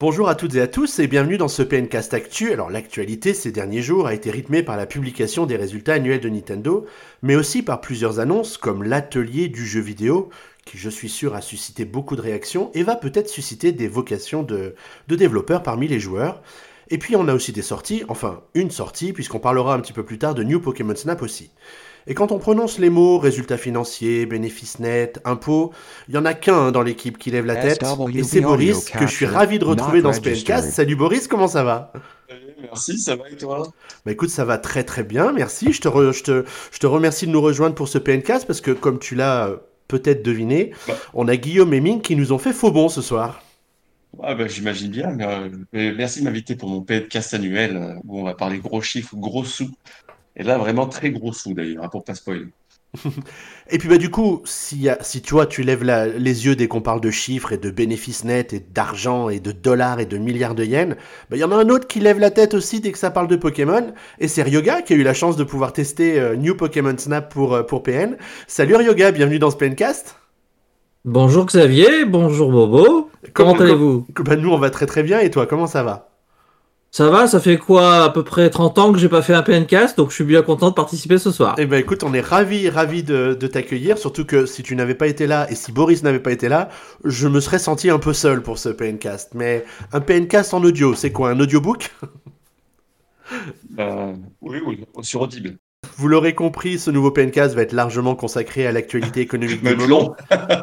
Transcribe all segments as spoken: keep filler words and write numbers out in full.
Bonjour à toutes et à tous et bienvenue dans ce P N Cast Actu. Alors l'actualité ces derniers jours a été rythmée par la publication des résultats annuels de Nintendo, mais aussi par plusieurs annonces comme l'atelier du jeu vidéo, qui je suis sûr a suscité beaucoup de réactions et va peut-être susciter des vocations de, de développeurs parmi les joueurs. Et puis on a aussi des sorties, enfin une sortie, puisqu'on parlera un petit peu plus tard de New Pokémon Snap aussi. Et quand on prononce les mots résultats financiers, bénéfices nets, impôts, il n'y en a qu'un hein, dans l'équipe qui lève la tête, et c'est Boris, que je suis ravi de retrouver dans ce P N Cast. Salut Boris, comment ça va? Salut, merci, ça va et toi? Bah écoute, ça va très très bien, merci. Je te, re- je te, je te remercie de nous rejoindre pour ce P N Cast, parce que comme tu l'as euh, peut-être deviné, Bah, on a Guillaume et Ming qui nous ont fait faux bon ce soir. ah bah, j'imagine bien. Mais, euh, euh, merci de m'inviter pour mon podcast annuel euh, où on va parler gros chiffres, gros sous. Et là, vraiment très gros sous d'ailleurs, hein, pour pas spoiler. Et puis bah du coup, si, y a- si tu vois, tu lèves la- les yeux dès qu'on parle de chiffres et de bénéfices nets et d'argent et de dollars et de milliards de yens, bah il y en a un autre qui lève la tête aussi dès que ça parle de Pokémon, et c'est Ryoga qui a eu la chance de pouvoir tester euh, New Pokémon Snap pour, euh, pour P N. Salut Ryoga, bienvenue dans ce P N Cast. Bonjour Xavier, bonjour Bobo, comment Comment, com- allez-vous? bah nous on va très très bien, et toi, comment ça va? Ça va, ça fait quoi, à peu près trente ans que j'ai pas fait un P N cast, donc je suis bien content de participer ce Eh soir. ben écoute, on est ravis, ravis de, de t'accueillir, surtout que si tu n'avais pas été là et si Boris n'avait pas été là, je me serais senti un peu seul pour ce P N Cast. Mais un P N Cast en audio, c'est quoi, un audiobook? Euh, oui, oui, sur Audible. Vous l'aurez compris, ce nouveau P N Cast va être largement consacré à l'actualité Il économique va du être long. moment.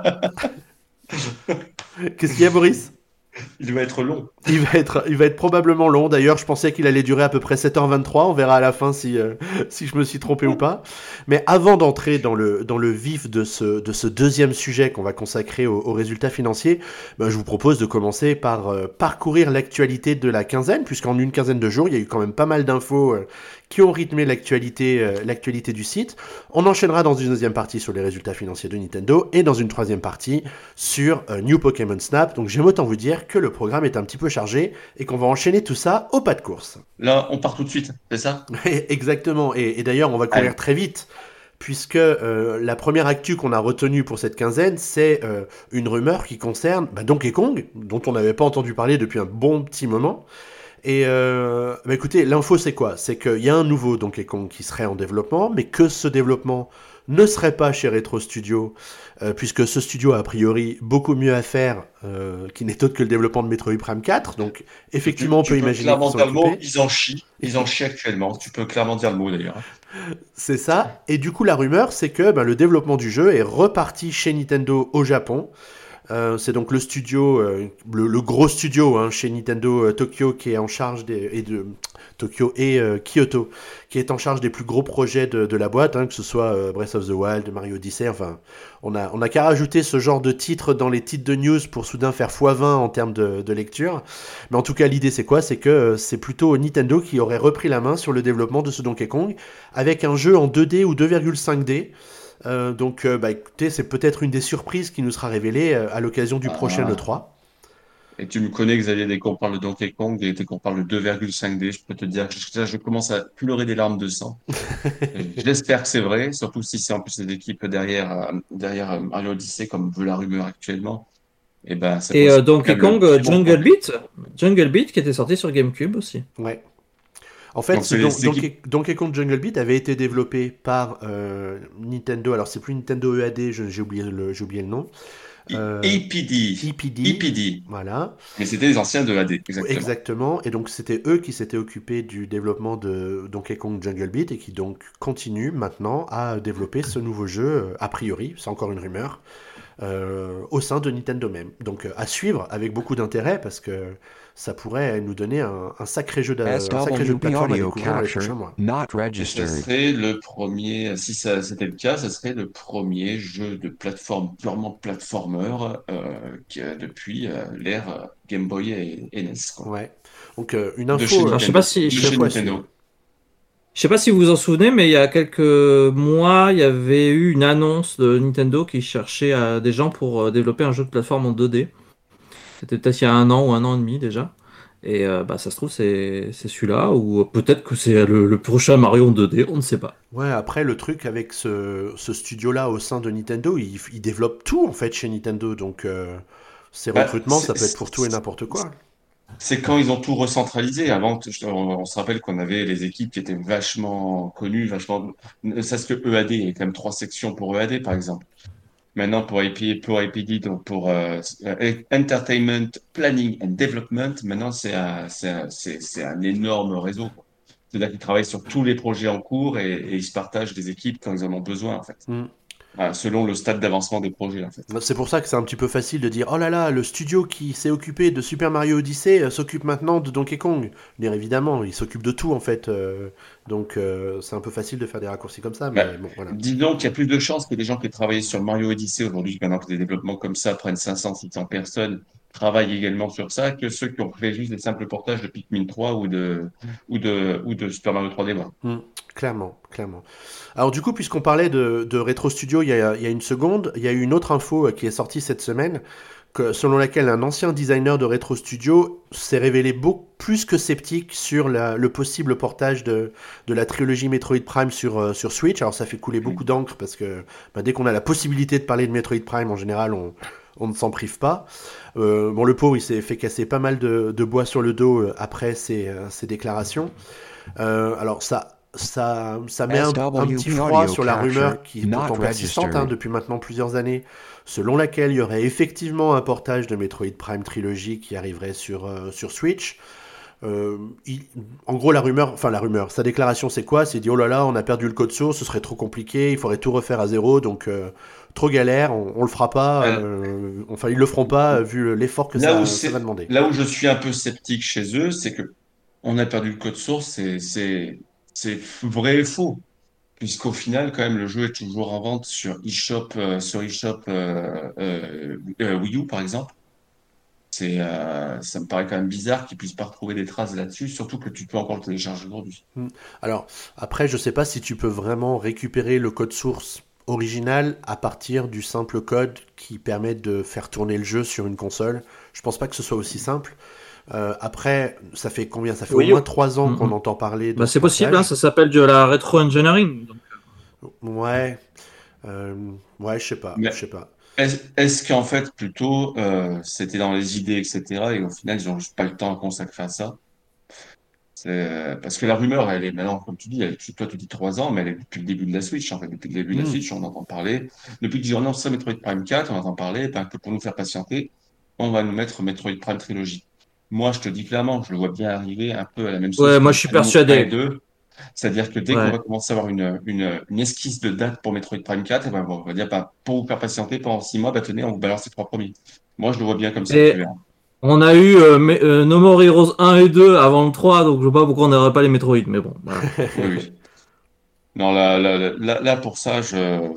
Qu'est-ce qu'il y a, Boris? Il va être long. Il va être, il va être probablement long. D'ailleurs, je pensais qu'il allait durer à peu près sept heures vingt-trois. On verra à la fin si, euh, si je me suis trompé ou pas. Mais avant d'entrer dans le, dans le vif de ce, de ce deuxième sujet qu'on va consacrer aux, aux résultats financiers, ben, je vous propose de commencer par euh, parcourir l'actualité de la quinzaine, puisqu'en une quinzaine de jours, il y a eu quand même pas mal d'infos euh, qui ont rythmé l'actualité, euh, l'actualité du site. On enchaînera dans une deuxième partie sur les résultats financiers de Nintendo et dans une troisième partie sur euh, New Pokémon Snap. Donc j'aime autant vous dire que le programme est un petit peu chargé et qu'on va enchaîner tout ça au pas de course. Là, on part tout de suite, c'est ça? Exactement. Et, et d'ailleurs, on va courir Allez. très vite. Puisque euh, la première actu qu'on a retenue pour cette quinzaine, c'est euh, une rumeur qui concerne bah, Donkey Kong, dont on n'avait pas entendu parler depuis un bon petit moment. Et euh, bah écoutez, l'info c'est quoi? C'est qu'il y a un nouveau Donkey Kong qui serait en développement, mais que ce développement ne serait pas chez Retro Studio, euh, puisque ce studio a a priori beaucoup mieux à faire, euh, qui n'est autre que le développement de Metroid Prime quatre. Donc Tu, effectivement, on tu peut peux imaginer qu'ils clairement sont dire le mot, occupés. ils en chient. Ils en chient actuellement. Tu peux clairement dire le mot d'ailleurs, hein. C'est ça. Et du coup, la rumeur, c'est que ben, le développement du jeu est reparti chez Nintendo au Japon. Euh, c'est donc le studio, euh, le, le gros studio hein, chez Nintendo euh, Tokyo qui est en charge des et de Tokyo et euh, Kyoto, qui est en charge des plus gros projets de, de la boîte, hein, que ce soit euh, Breath of the Wild, Mario Odyssey. Enfin, on a on a qu'à rajouter ce genre de titres dans les titres de news pour soudain faire fois vingt en termes de, de lecture. Mais en tout cas, l'idée c'est quoi? C'est que euh, c'est plutôt Nintendo qui aurait repris la main sur le développement de ce Donkey Kong avec un jeu en deux D ou deux virgule cinq D. Euh, donc, euh, bah, écoutez, c'est peut-être une des surprises qui nous sera révélée euh, à l'occasion du prochain Ah. E trois. Et tu me connais, Xavier, dès qu'on parle de Donkey Kong et dès qu'on parle de deux virgule cinq D, je peux te dire que je, je commence à pleurer des larmes de sang. J'espère que c'est vrai, surtout si c'est en plus des équipes derrière, euh, derrière euh, Mario Odyssey, comme veut la rumeur actuellement. Et ben, ça Et euh, pose quand Donkey même un Kong très euh, bon Jungle problème. Beat, Jungle Beat qui était sorti sur GameCube aussi. Ouais. En fait, Donc, ce c'est Don- les équipes. Donkey, Donkey Kong Jungle Beat avait été développé par euh, Nintendo. Alors, c'est plus Nintendo E A D, je- j'ai oublié le, j'ai oublié le nom. Euh, E P D. E P D, E P D. voilà. Mais c'était les anciens de A D, exactement. Exactement. Et donc, c'était eux qui s'étaient occupés du développement de Donkey Kong Jungle Beat et qui donc continuent maintenant à développer ce nouveau jeu, euh, a priori, c'est encore une rumeur, euh, au sein de Nintendo même. Donc euh, à suivre avec beaucoup d'intérêt parce que ça pourrait nous donner un, un sacré jeu de, un sacré jeu de S W B plateforme à audio découvrir dans les prochains capture mois. not Et ce registered. serait le premier, si ça c'était le cas, ce serait le premier jeu de plateforme purement platformer euh, qui a depuis euh, l'ère euh, Game Boy et, et N E S, quoi. Ouais. Donc euh, une De chez info, Alors, euh, je sais pas Nintendo. si De une je, chez info à suivre. Nintendo. je sais pas si vous vous en souvenez, mais il y a quelques mois, il y avait eu une annonce de Nintendo qui cherchait euh, des gens pour euh, développer un jeu de plateforme en deux D. C'était peut-être il y a un an ou un an et demi déjà. Et euh, bah, ça se trouve, c'est c'est celui-là, ou peut-être que c'est le, le prochain Mario en deux D, on ne sait pas. Ouais, après le truc avec ce, ce studio-là au sein de Nintendo, il, il développe tout en fait chez Nintendo. Donc euh, ces Bah, recrutements, ça c'est peut être pour tout et n'importe quoi. C'est quand ils ont tout recentralisé. Avant, je- on, on se rappelle qu'on avait les équipes qui étaient vachement connues, vachement. Ça, ce que E A D, il y a quand même trois sections pour E A D, par exemple. Maintenant, pour A P, pour A P D, donc pour euh, euh, Entertainment, Planning and Development, maintenant, c'est un, c'est un, c'est, c'est un énorme réseau, quoi. C'est-à-dire qu'ils travaillent sur tous les projets en cours et, et ils se partagent des équipes quand ils en ont besoin, en fait. Hmm. Voilà, selon le stade d'avancement des projets, en fait. C'est pour ça que c'est un petit peu facile de dire oh là là, le studio qui s'est occupé de Super Mario Odyssey euh, s'occupe maintenant de Donkey Kong. Bien évidemment, il s'occupe de tout en fait. euh, donc euh, c'est un peu facile de faire des raccourcis comme ça, Bah, mais bon, voilà. disons qu'il y a plus de chances que des gens qui travaillaient sur Mario Odyssey aujourd'hui, maintenant que des développements comme ça prennent cinq cents, six cents personnes, travaillent également sur ça, que ceux qui ont fait juste des simples portages de Pikmin trois ou de, ou de, ou de Super Mario trois D World. Hmm. Clairement, clairement. Alors du coup, puisqu'on parlait de, de Retro Studio il y, a, il y a une seconde, il y a eu une autre info euh, qui est sortie cette semaine, que, selon laquelle un ancien designer de Retro Studio s'est révélé beaucoup plus que sceptique sur la- le possible portage de, de la trilogie Metroid Prime sur, euh, sur Switch. Alors ça fait couler beaucoup d'encre parce que bah, dès qu'on a la possibilité de parler de Metroid Prime, en général, on, on ne s'en prive pas. Euh, bon, le pauvre, il s'est fait casser pas mal de, de bois sur le dos euh, après ces, euh, ces déclarations. Euh, alors ça, ça, ça met un, un petit froid sur la rumeur qui est pourtant persistante hein, depuis maintenant plusieurs années, selon laquelle il y aurait effectivement un portage de Metroid Prime Trilogy qui arriverait sur, euh, sur Switch. Euh, il- en gros, la rumeur, enfin la rumeur, sa déclaration c'est quoi? C'est dit oh là là, on a perdu le code source, ce serait trop compliqué, il faudrait tout refaire à zéro, donc euh, trop galère, on, on le fera pas, Euh, euh, enfin ils le feront pas euh, vu l'effort que Là où ça, ça va c'est, demander. là où je suis un peu sceptique chez eux, c'est que on a perdu le code source, c'est, c'est, c'est vrai et faux. Puisqu'au final, quand même, le jeu est toujours en vente sur eShop, euh, sur eShop euh, euh, euh, Wii U, par exemple. C'est, euh, ça me paraît quand même bizarre qu'ils puissent pas retrouver des traces là-dessus, surtout que tu peux encore le télécharger aujourd'hui. Hmm. Alors, après, je sais pas si tu peux vraiment récupérer le code source original à partir du simple code qui permet de faire tourner le jeu sur une console. Je pense pas que ce soit aussi simple. Euh, après, ça fait combien? Ça fait au Oui. moins trois ans Mm, qu'on mm. entend parler de Bah, ce c'est possible, hein, portage. ça s'appelle de la rétro-engineering. Donc, Ouais, euh, ouais, je sais pas, je Mais sais pas. est-ce, est-ce qu'en fait, plutôt, euh, c'était dans les idées, et cetera, et au final, ils ont juste pas le temps à consacrer à ça? C'est, euh, parce que la rumeur, elle est maintenant, comme tu dis, elle, toi, tu dis trois ans, mais elle est depuis le début de la Switch, en fait. Depuis le début de la Hmm. Switch, on entend parler. Depuis qu'ils ont annoncé Metroid Prime quatre, on entend parler, ben, que pour nous faire patienter, on va nous mettre Metroid Prime Trilogy. Moi, je te dis clairement, je le vois bien arriver un peu à la même sauce ouais, que moi les je suis Shenmue un et persuadé. deux. C'est-à-dire que dès qu'on va Ouais. commencer à avoir une, une, une esquisse de date pour Metroid Prime quatre, eh ben, bon, on va dire, bah, pour vous faire patienter pendant six mois, bah, tenez, on vous balance les trois premiers. Moi, je le vois bien comme ça, tu Et verras. on a eu euh, mais- euh, No More Heroes un et deux avant le trois, donc je vois pas pourquoi on n'aurait pas les Metroid, mais bon, voilà. Oui, oui. Non, là, là, là, là, là, pour ça, je,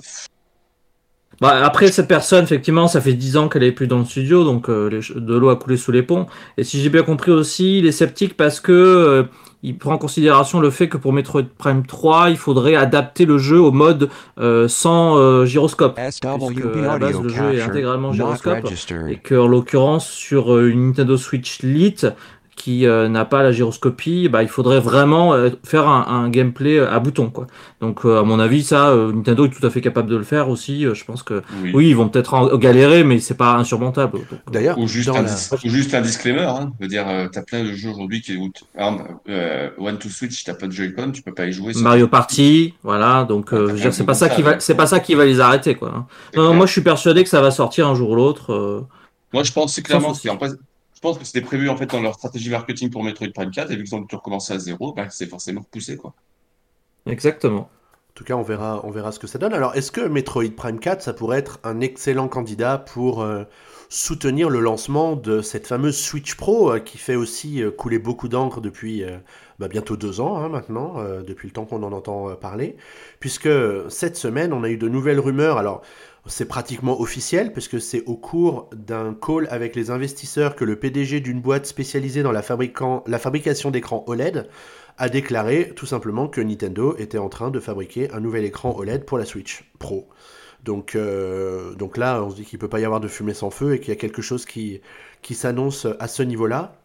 Bah, après, cette personne, effectivement, ça fait dix ans qu'elle est plus dans le studio, donc euh, les ch- de l'eau a coulé sous les ponts. Et si j'ai bien compris aussi, il est sceptique parce que euh, il prend en considération le fait que pour Metroid Prime trois, il faudrait adapter le jeu au mode euh, sans euh, gyroscope, puisque à la base le jeu est intégralement gyroscope, et que en l'occurrence sur euh, une Nintendo Switch Lite qui euh, n'a pas la gyroscopie, bah, il faudrait vraiment euh, faire un, un gameplay à bouton, quoi. Donc, euh, à mon avis, ça, euh, Nintendo est tout à fait capable de le faire aussi. Euh, je pense que oui. oui, ils vont peut-être en galérer, mais c'est pas insurmontable. Donc, euh, D'ailleurs, Ou juste dans un, la, dis- ou juste un disclaimer, hein. Je veux dire, euh, t'as plein de jeux aujourd'hui qui, où t- par exemple, euh, One to Switch, t'as pas de Joy-Con, tu peux pas y jouer sur ta Mario Switch. Party, voilà. Donc, Ouais, euh, je t'as veux plein dire, de c'est jeux pas comme ça ça, qui va, donc, c'est pas ça qui va les arrêter, quoi, hein. c'est Non, non, moi, clair. je suis persuadé que ça va sortir un jour ou l'autre, euh, Moi, je pense que c'est sans clairement, c'est, en souci. fait, je pense que c'était prévu, en fait, dans leur stratégie marketing pour Metroid Prime quatre, et vu qu'ils ont dû recommencer à zéro, bah, c'est forcément repoussé, quoi. Exactement. En tout cas, on verra, on verra ce que ça donne. Alors, est-ce que Metroid Prime quatre, ça pourrait être un excellent candidat pour euh, soutenir le lancement de cette fameuse Switch Pro euh, qui fait aussi euh, couler beaucoup d'encre depuis euh, bah, bientôt deux ans hein, maintenant, euh, depuis le temps qu'on en entend euh, parler, puisque euh, cette semaine, on a eu de nouvelles rumeurs. Alors, c'est pratiquement officiel, puisque c'est au cours d'un call avec les investisseurs que le P D G d'une boîte spécialisée dans la, fabricant- la fabrication d'écrans O L E D a déclaré tout simplement que Nintendo était en train de fabriquer un nouvel écran O L E D pour la Switch Pro. Donc, euh, donc là, on se dit qu'il ne peut pas y avoir de fumée sans feu et qu'il y a quelque chose qui, qui s'annonce à ce niveau-là.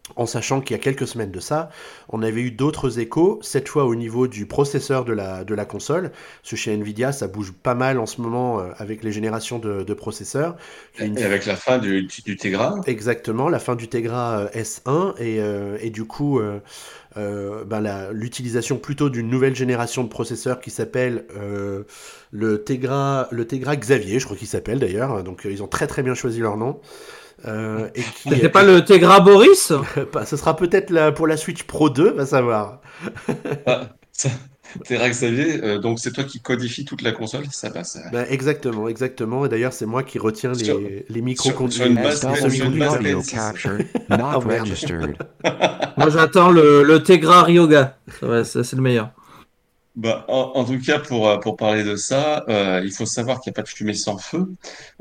En sachant qu'il y a quelques semaines de ça, on avait eu d'autres échos, cette fois au niveau du processeur de la, de la console. Parce que chez Nvidia, ça bouge pas mal en ce moment euh, avec les générations de, de processeurs. Une... Et avec la fin du, du Tegra. Exactement, la fin du Tegra euh, S un. Et, euh, et du coup, euh, euh, ben la, l'utilisation plutôt d'une nouvelle génération de processeurs qui s'appelle euh, le, Tegra, le Tegra Xavier, je crois qu'il s'appelle d'ailleurs. Donc ils ont très très bien choisi leur nom. Euh, et qui, C'était pas le Tegra Boris? Bah, ce sera peut-être la, pour la Switch Pro deux, va savoir. Ah, ça, Tegra Xavier, euh, donc c'est toi qui codifie toute la console, ça passe. Bah, exactement, exactement. Et d'ailleurs, c'est moi qui retiens Sur, les, les micro sur, sur une les, base, les sur une base semi-conducteurs. P N six. Oh merde. Moi, j'attends le, le Tegra Ryoga. Ça va, ça, c'est le meilleur. Bah, en, en tout cas, pour, euh, pour parler de ça, euh, il faut savoir qu'il n'y a pas de fumée sans feu.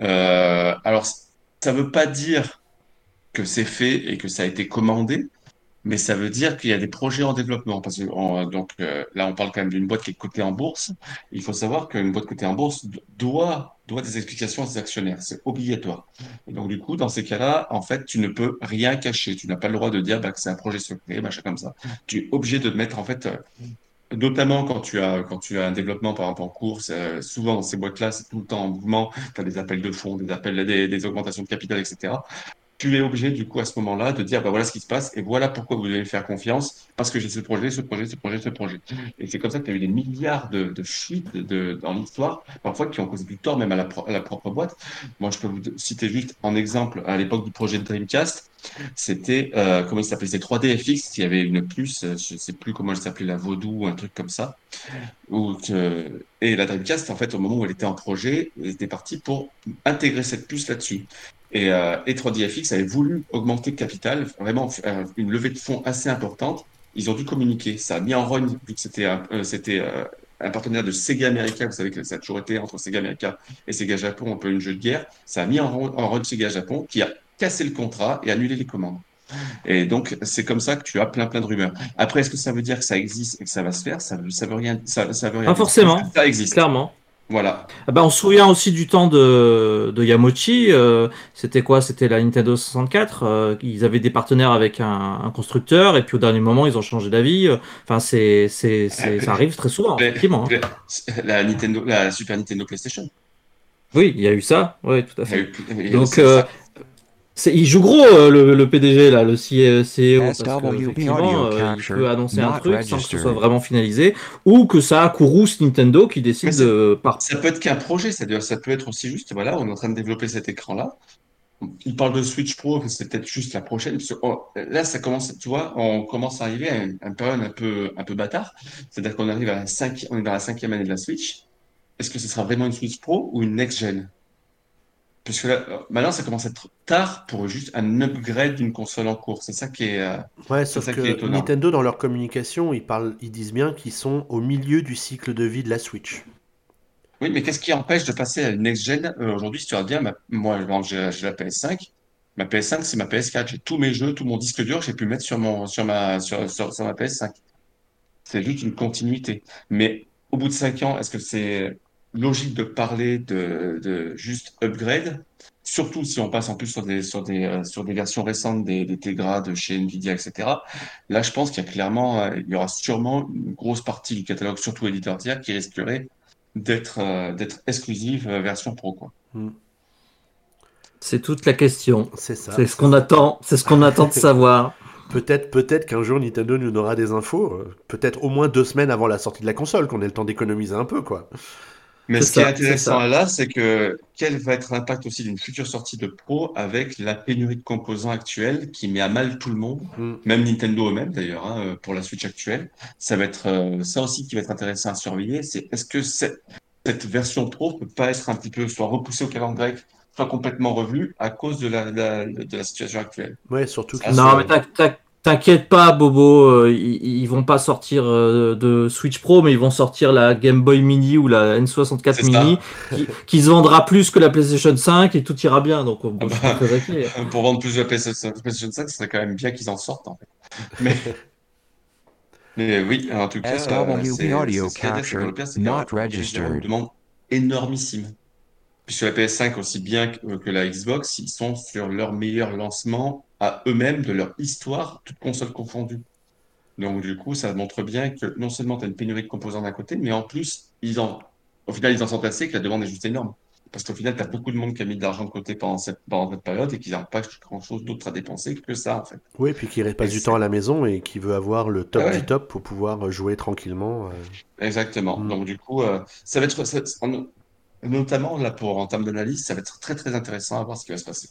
Euh, alors, ça veut pas dire que c'est fait et que ça a été commandé, mais ça veut dire qu'il y a des projets en développement. Parce que on- donc euh, là, on parle quand même d'une boîte qui est cotée en bourse. Il faut savoir qu'une boîte cotée en bourse do- doit, doit des explications à ses actionnaires. C'est obligatoire. Et donc, du coup, dans ces cas-là, en fait, tu ne peux rien cacher. Tu n'as pas le droit de dire bah, que c'est un projet secret, machin comme ça. Tu es obligé de mettre, en fait, euh, notamment quand tu as, quand tu as un développement, par exemple, en cours, c'est- souvent dans ces boîtes-là, c'est tout le temps en mouvement. Tu as des appels de fonds, des appels, des, des augmentations de capital, et cetera. Tu es obligé, du coup, à ce moment-là, de dire, bah, voilà ce qui se passe et voilà pourquoi vous devez me faire confiance, parce que j'ai ce projet, ce projet, ce projet, ce projet. Et c'est comme ça que tu as eu des milliards de, de fuites de, de- dans l'histoire, parfois qui ont causé du tort même à la, pro- à la propre boîte. Moi, je peux vous citer juste en exemple, à l'époque du projet de Dreamcast, c'était, euh, comment il s'appelait? C'était trois D F X, il y avait une puce, euh, je sais plus comment elle s'appelait, la Vaudou, un truc comme ça. Ou que... Et la Dreamcast, en fait, au moment où elle était en projet, elle était partie pour intégrer cette puce là-dessus. Et, euh, et trois D F X avait voulu augmenter le capital, vraiment euh, une levée de fonds assez importante. Ils ont dû communiquer. Ça a mis en rogne, vu que c'était un, euh, c'était, euh, un partenaire de Sega America. Vous savez que ça a toujours été entre Sega America et Sega Japon un peu une jeu de guerre. Ça a mis en, ro- en rogne Sega Japon, qui a cassé le contrat et annulé les commandes. Et donc, c'est comme ça que tu as plein, plein de rumeurs. Après, est-ce que ça veut dire que ça existe et que ça va se faire? Ça veut, ça veut rien, ça, ça veut rien Pas dire. C'est juste que forcément, ça existe. clairement. Voilà. Ah bah, on se souvient aussi du temps de, de Yamauchi. euh, c'était quoi? C'était la Nintendo soixante-quatre. euh, ils avaient des partenaires avec un, un constructeur et puis au dernier moment, ils ont changé d'avis. euh, Enfin, c'est, c'est, c'est, ça arrive très souvent, Play- effectivement. hein. Play- La Nintendo, la Super Nintendo PlayStation. Oui, il y a eu ça. Oui, tout à Il y a fait. eu, il y a eu- Donc, c'est euh, ça. c'est, il joue gros, euh, le, le P D G, là, le C- CEO, parce que, S W B effectivement, audio euh, il peut capture annoncer un not truc sans que ce soit registered. vraiment finalisé ou que ça a courrouce Nintendo qui Mais décide c'est- de par. ça peut être qu'un projet, c'est-à-dire ça peut être aussi juste, voilà, on est en train de développer cet écran-là. Il parle de Switch Pro, que c'est peut-être juste la prochaine. Parce que, oh, là, ça commence, tu vois, on commence à arriver à une, une période un peu, un peu bâtard. C'est-à-dire qu'on arrive à la cinquième, on est dans la cinquième année de la Switch. Est-ce que ce sera vraiment une Switch Pro ou une next-gen? Puisque là, euh, maintenant, ça commence à être tard pour juste un upgrade d'une console en cours. C'est ça qui est, euh, Ouais, c'est sauf ça qui est que étonnant. Nintendo, dans leur communication, ils, parlent, ils disent bien qu'ils sont au milieu du cycle de vie de la Switch. Oui, mais qu'est-ce qui empêche de passer à une next-gen? Euh, aujourd'hui, si tu regardes bien, ma- moi, bon, j'ai j'ai la P S cinq. Ma P S cinq, c'est ma P S quatre. J'ai tous mes jeux, tout mon disque dur, j'ai pu le mettre sur mon, sur ma, sur, sur, sur ma P S cinq. C'est juste une continuité. Mais au bout de cinq ans, est-ce que c'est logique de parler de, de juste upgrade? Surtout si on passe en plus sur des, sur des, euh, sur des versions récentes des, des Tegra de chez Nvidia, et cetera. Là, je pense qu'il y a clairement, euh, il y aura sûrement une grosse partie du catalogue, surtout éditeur tiers, qui risquerait d'être euh, d'être exclusive euh, version pro, quoi. Hmm. C'est toute la question. C'est ça. C'est ce c'est qu'on ça. attend. C'est ce qu'on attend de savoir. Peut-être, peut-être qu'un jour Nintendo nous donnera des infos. euh, Peut-être au moins deux semaines avant la sortie de la console, qu'on ait le temps d'économiser un peu, quoi. Mais C'est ce qui est ça, c'est intéressant ça. là, c'est que quel va être l'impact aussi d'une future sortie de Pro avec la pénurie de composants actuelle qui met à mal tout le monde, Hmm. même Nintendo eux-mêmes d'ailleurs, hein, euh, pour la Switch actuelle. Ça va être euh, ça aussi qui va être intéressant à surveiller, c'est est-ce que cette, cette version Pro peut pas être un petit peu soit repoussée au calendrier grec, soit complètement revue à cause de la, de la, de la situation actuelle. Ouais, surtout Ça, qu'ils Non, mais sont. t'in- t'in- t'inquiète pas, Bobo. euh, ils, ils vont pas sortir euh, de Switch Pro, mais ils vont sortir la Game Boy Mini ou la N soixante-quatre c'est Mini, ça. qui, qui se vendra plus que la PlayStation cinq et tout ira bien. Donc, euh, Ah bon, je suis pas bah, très inquiet. pour vendre plus de P S PlayStation cinq, ce serait quand même bien qu'ils en sortent en fait. Mais Mais oui, en tout cas, euh, S W B c'est c'est audio ce qu'il y a à dire, c'est que le capture pire, c'est not qu'aujourd'hui, ils ont une registered. demande énormissime. Puisque la P S cinq, aussi bien que, que la Xbox, ils sont sur leur meilleur lancement à eux-mêmes de leur histoire, toutes consoles confondues. Donc, du coup, ça montre bien que non seulement tu as une pénurie de composants d'un côté, mais en plus, ils en, au final, ils en sont assez que la demande est juste énorme. Parce qu'au final, tu as beaucoup de monde qui a mis de l'argent de côté pendant cette, pendant cette période et qui n'ont pas grand-chose d'autre à dépenser que ça, en fait. Oui, puis qui Et passe du temps à c'est, la maison et qui veut avoir le ah top du ouais, top pour pouvoir jouer tranquillement. exactement. euh. Donc, du coup, euh, ça va être, ça- en- notamment là, pour, en termes d'analyse, ça va être très, très intéressant à voir ce qui va se passer.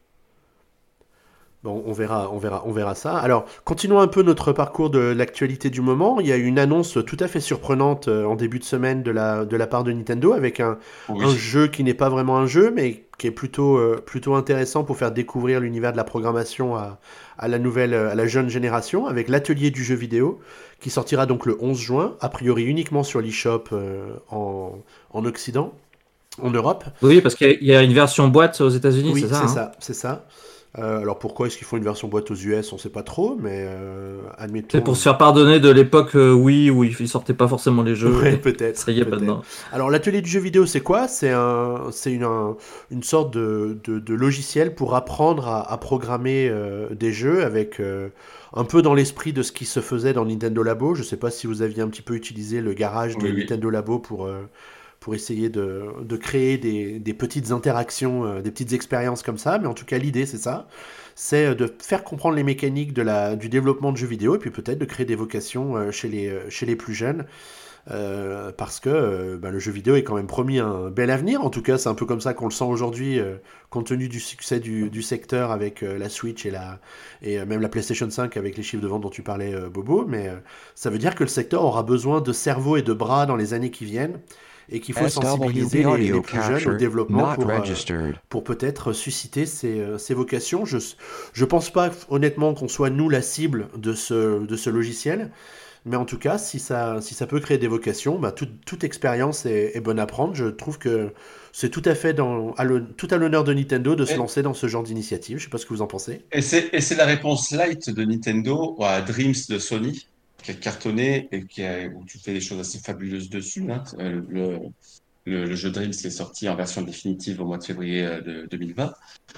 Bon, on verra, on verra, on verra ça. Alors, continuons un peu notre parcours de l'actualité du moment. Il y a eu une annonce tout à fait surprenante euh, en début de semaine de la, de la part de Nintendo avec un, un Oui, jeu qui n'est pas vraiment un jeu, mais qui est plutôt, euh, plutôt intéressant pour faire découvrir l'univers de la programmation à, à la nouvelle, à la jeune génération, avec l'atelier du jeu vidéo, qui sortira donc le onze juin, a priori uniquement sur l'eShop euh, en, en Occident, en Europe. Oui, parce qu'il y a- il y a une version boîte aux États-Unis, c'est Oui, ça, c'est hein? ça, c'est ça. Euh, alors pourquoi est-ce qu'ils font une version boîte aux U S, on sait pas trop, mais euh, C'est pour admettons. se faire pardonner de l'époque, euh, oui, où ils sortaient pas forcément les jeux Ouais, et ça peut-être, y est peut-être. maintenant. Alors l'atelier du jeu vidéo, c'est quoi? C'est un, c'est une, un- une sorte de, de- de logiciel pour apprendre à, à programmer euh, des jeux avec euh, un peu dans l'esprit de ce qui se faisait dans Nintendo Labo. Je sais pas si vous aviez un petit peu utilisé le garage de oui, oui. Nintendo Labo pour, euh, pour essayer de, de créer des, des petites interactions, euh, des petites expériences comme ça. Mais en tout cas, l'idée, c'est ça. C'est euh, de faire comprendre les mécaniques de la, du développement de jeux vidéo et puis peut-être de créer des vocations euh, chez les, euh, chez les plus jeunes. Euh, parce que euh, bah, le jeu vidéo est quand même promis un bel avenir. En tout cas, c'est un peu comme ça qu'on le sent aujourd'hui, euh, compte tenu du succès du, du secteur avec euh, la Switch et, la, et euh, même la PlayStation cinq avec les chiffres de vente dont tu parlais, euh, Bobo. Mais euh, ça veut dire que le secteur aura besoin de cerveaux et de bras dans les années qui viennent et qu'il faut sensibiliser les, les plus jeunes au développement pour, euh, pour peut-être susciter ces, euh, ces vocations. Je je pense pas honnêtement qu'on soit nous la cible de ce, de ce logiciel. Mais en tout cas, si ça, si ça peut créer des vocations, bah, toute, toute expérience est, est bonne à prendre. Je trouve que c'est tout à fait dans, à l'hon- tout à l'honneur de Nintendo de se Et, lancer dans ce genre d'initiative. Je sais pas ce que vous en pensez. et c'est, et c'est la réponse light de Nintendo à Dreams de Sony, qui a cartonné et qui a, où tu fais des choses assez fabuleuses dessus, hein. Euh, Le, le, le jeu Dreams qui est sorti en version définitive au mois de février euh, de deux mille vingt.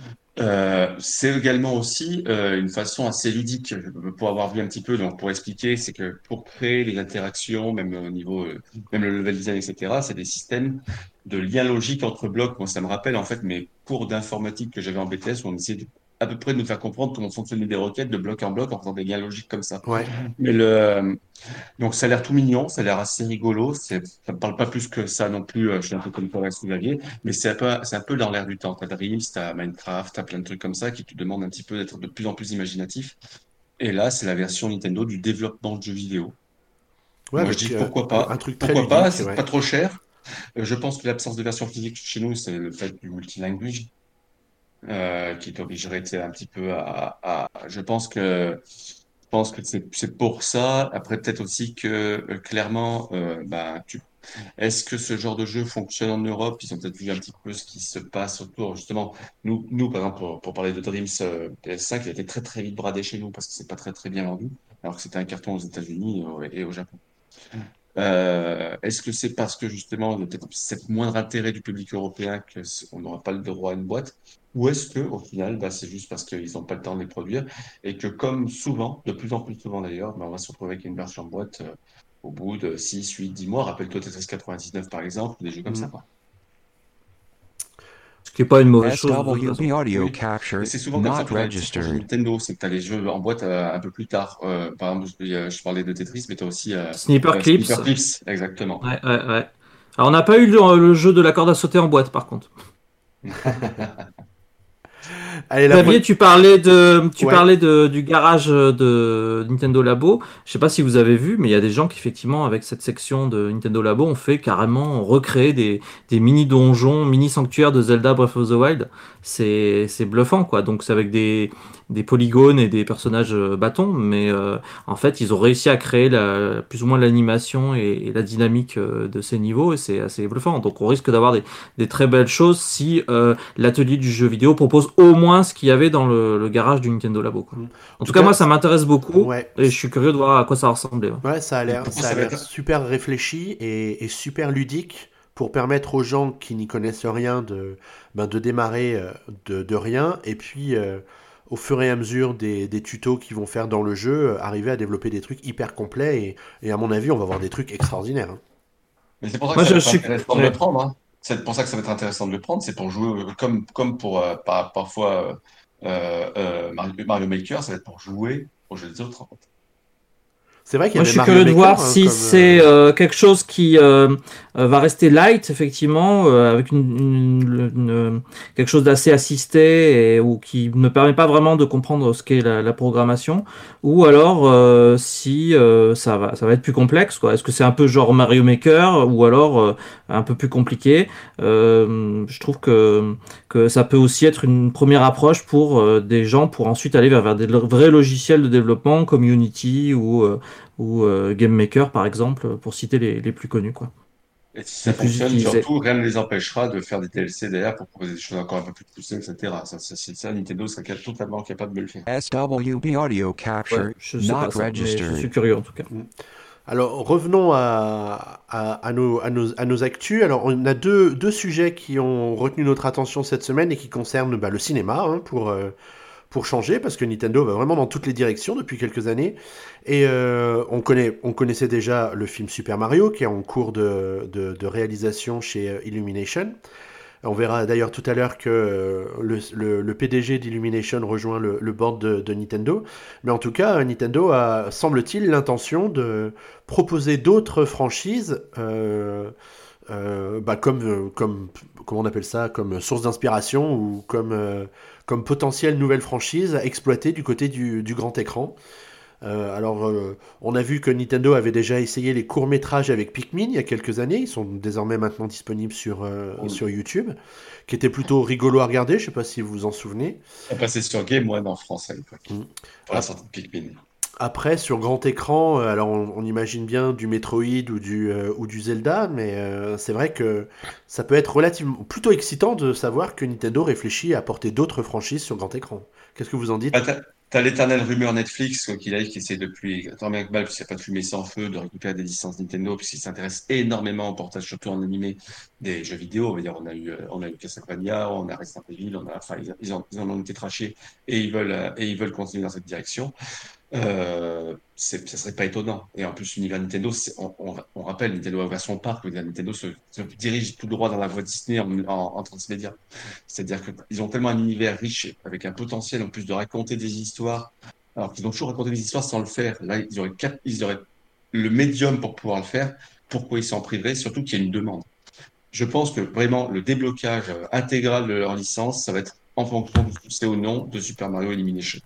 Euh, c'est également aussi euh, une façon assez ludique pour avoir vu un petit peu, donc pour expliquer, c'est que pour créer les interactions, même au niveau, euh, même le level design, et cetera, c'est des systèmes de liens logiques entre blocs. Moi, ça me rappelle en fait mes cours d'informatique que j'avais en B T S où on essayait de- à peu près de nous faire comprendre comment fonctionnaient des requêtes de bloc en bloc en faisant des liens logiques comme ça. Ouais. Mais le, donc ça a l'air tout mignon, ça a l'air assez rigolo. C'est, ça me parle pas plus que ça non plus. euh, Je suis un peu comme Forest Xavier, mais c'est un peu, c'est un peu dans l'air du temps. T'as Dreams, t'as Minecraft, t'as plein de trucs comme ça qui te demandent un petit peu d'être de plus en plus imaginatif. Et là, c'est la version Nintendo du développement de jeux vidéo. Ouais, Moi, je avec dis euh, pourquoi un, un pas, truc très pourquoi pas. ludique, C'est ouais. pas trop cher. Euh, Je pense que l'absence de version physique chez nous, c'est le fait du multilinguage. Euh, qui t'obligerait tu sais, un petit peu à, à, je pense que je pense que c'est c'est pour ça. Après peut-être aussi que euh, clairement euh, bah tu est-ce que ce genre de jeu fonctionne en Europe? Ils ont peut-être vu un petit peu ce qui se passe autour. Justement, nous, nous par exemple, pour, pour parler de Dreams euh, P S cinq, il a été très très vite bradé chez nous parce que c'est pas très très bien vendu, alors que c'était un carton aux États-Unis euh, et au Japon. Euh, est-ce que c'est parce que justement il y a peut-être cette moindre intérêt du public européen que c- on n'aura pas le droit à une boîte, ou est-ce que au final bah, c'est juste parce qu'ils n'ont pas le temps de les produire et que comme souvent, de plus en plus souvent d'ailleurs, bah, on va se retrouver avec une version boîte euh, au bout de six, huit, dix mois. Rappelle-toi Tetris quatre-vingt-dix-neuf par exemple, des jeux comme ça, Mhm. quoi. Ce qui est pas une mauvaise chose de toute façon. Oui. Et c'est souvent comme ça pour les petits projets Nintendo, c'est que tu as les jeux en boîte euh, un peu plus tard. Euh, par exemple, je, je parlais de Tetris, mais tu as aussi euh, Sniper euh, Clips. Sniper Clips, exactement. Ouais, ouais, ouais. Alors, on n'a pas eu le, le jeu de la corde à sauter en boîte, par contre. Allez, la Xavier, pro... tu parlais de, tu Ouais. parlais de, du garage de Nintendo Labo. Je sais pas si vous avez vu, mais il y a des gens qui, effectivement, avec cette section de Nintendo Labo, ont fait carrément recréer des, des mini donjons, mini sanctuaires de Zelda Breath of the Wild. C'est, c'est bluffant, quoi. Donc, c'est avec des, des polygones et des personnages euh, bâtons, mais euh, en fait, ils ont réussi à créer la, plus ou moins l'animation et, et la dynamique euh, de ces niveaux, et c'est assez bluffant. Donc, on risque d'avoir des, des très belles choses si euh, l'atelier du jeu vidéo propose au moins ce qu'il y avait dans le, le garage du Nintendo Labo, quoi. Mhm. En En tout tout cas, cas, moi, ça c- m'intéresse beaucoup ouais. et je suis curieux de voir à quoi ça ressemblait, ouais. Ouais, ça a l'air, Pourquoi ça a ça va l'air être super réfléchi et, et super ludique pour permettre aux gens qui n'y connaissent rien de, ben, de démarrer euh, de, de rien et puis euh, au fur et à mesure des, des tutos qu'ils vont faire dans le jeu, euh, arriver à développer des trucs hyper complets. Et, et à mon avis, on va avoir des trucs extraordinaires, hein. Mais c'est pour ça que Moi, ça va je être suis. intéressant de le Ouais. prendre, hein. C'est pour ça que ça va être intéressant de le prendre, c'est pour jouer euh, comme, comme pour euh, par- parfois euh, euh, Mario, Mario Maker, ça va être pour jouer aux jeux des autres, en fait. C'est vrai qu'il y Moi, je avait suis Mario curieux de voir Maker, hein, si comme. c'est euh, euh, quelque chose qui euh, euh, va rester light, effectivement, euh, avec une, une- une- euh, quelque chose d'assez assisté et, ou qui ne permet pas vraiment de comprendre ce qu'est la, la programmation, ou alors euh, si euh, ça va, ça va être plus complexe, quoi. Est-ce que c'est un peu genre Mario Maker ou alors euh, un peu plus compliqué? Euh, je trouve que, que ça peut aussi être une première approche pour euh, des gens pour ensuite aller vers, vers des lo- vrais logiciels de développement comme Unity ou euh, ou euh, Game Maker par exemple, pour citer les, les plus connus, quoi, Et si ça les plus fonctionne, utilisés. surtout, rien ne les empêchera de faire des D L C derrière pour proposer des choses encore un peu plus poussées, et cetera. Ça, ça, c'est ça, Nintendo serait cap- totalement capable de le faire. S W B audio Ouais, capture je sais pas not ça, mais je suis registered. curieux en tout cas. mm. Alors revenons à, à, à nos, à, nos, à nos actus. Alors on a deux, deux sujets qui ont retenu notre attention cette semaine et qui concernent bah, le cinéma, hein, pour, euh, pour changer, parce que Nintendo va vraiment dans toutes les directions depuis quelques années. Et euh, on, connaît, on connaissait déjà le film Super Mario qui est en cours de, de, de réalisation chez euh, Illumination. On verra d'ailleurs tout à l'heure que euh, le, le- le P D G d'Illumination rejoint le, le board de, de Nintendo. Mais en tout cas, Nintendo a, semble-t-il, l'intention de proposer d'autres franchises, euh, euh, bah, comme, euh, comme, comment on appelle ça, comme source d'inspiration ou comme, euh, comme potentielle nouvelle franchise à exploiter du côté du, du grand écran. Euh, alors, euh, on a vu que Nintendo avait déjà essayé les courts-métrages avec Pikmin il y a quelques années. Ils sont désormais maintenant disponibles sur, euh, On sur YouTube, qui était plutôt rigolo à regarder. Je ne sais pas si vous vous en souvenez. est passé sur Game One en France à l'époque, Mm. pour la sortie de Pikmin. Après, sur grand écran, euh, alors on, on imagine bien du Metroid ou du, euh, ou du Zelda, mais euh, c'est vrai que ça peut être relativement plutôt excitant de savoir que Nintendo réfléchit à porter d'autres franchises sur grand écran. Qu'est-ce que vous en Ah, dites? t'as, t'as l'éternelle rumeur Netflix, quoi qu'il arrive, qui essaie depuis, tant bien que mal, puisqu'il n'y a pas de fumée sans feu, de récupérer des licences Nintendo, puisqu'il s'intéresse énormément au portage, surtout en animé, des jeux vidéo. On va dire, on a eu, euh, on a eu Castlevania, on a Resident Evil, on a, enfin, ils, ils en, ils en ont été trachés et ils veulent, euh, et ils veulent continuer dans cette direction. Euh, c'est, ça serait pas étonnant. Et en plus, l'univers Nintendo, c'est- on, on, on rappelle, Nintendo a ouvert son parc, l'univers Nintendo se, se dirige tout droit dans la voie Disney en, en, en transmédia. C'est-à-dire qu'ils ont tellement un univers riche, avec un potentiel en plus de raconter des histoires, alors qu'ils ont toujours raconté des histoires sans le faire. Là, ils auraient, quatre, ils auraient le médium pour pouvoir le faire. Pourquoi ils s'en priveraient? Surtout qu'il y a une demande. Je pense que vraiment, le déblocage euh, intégral de leur licence, ça va être en fonction du succès ou non de Super Mario Elimination.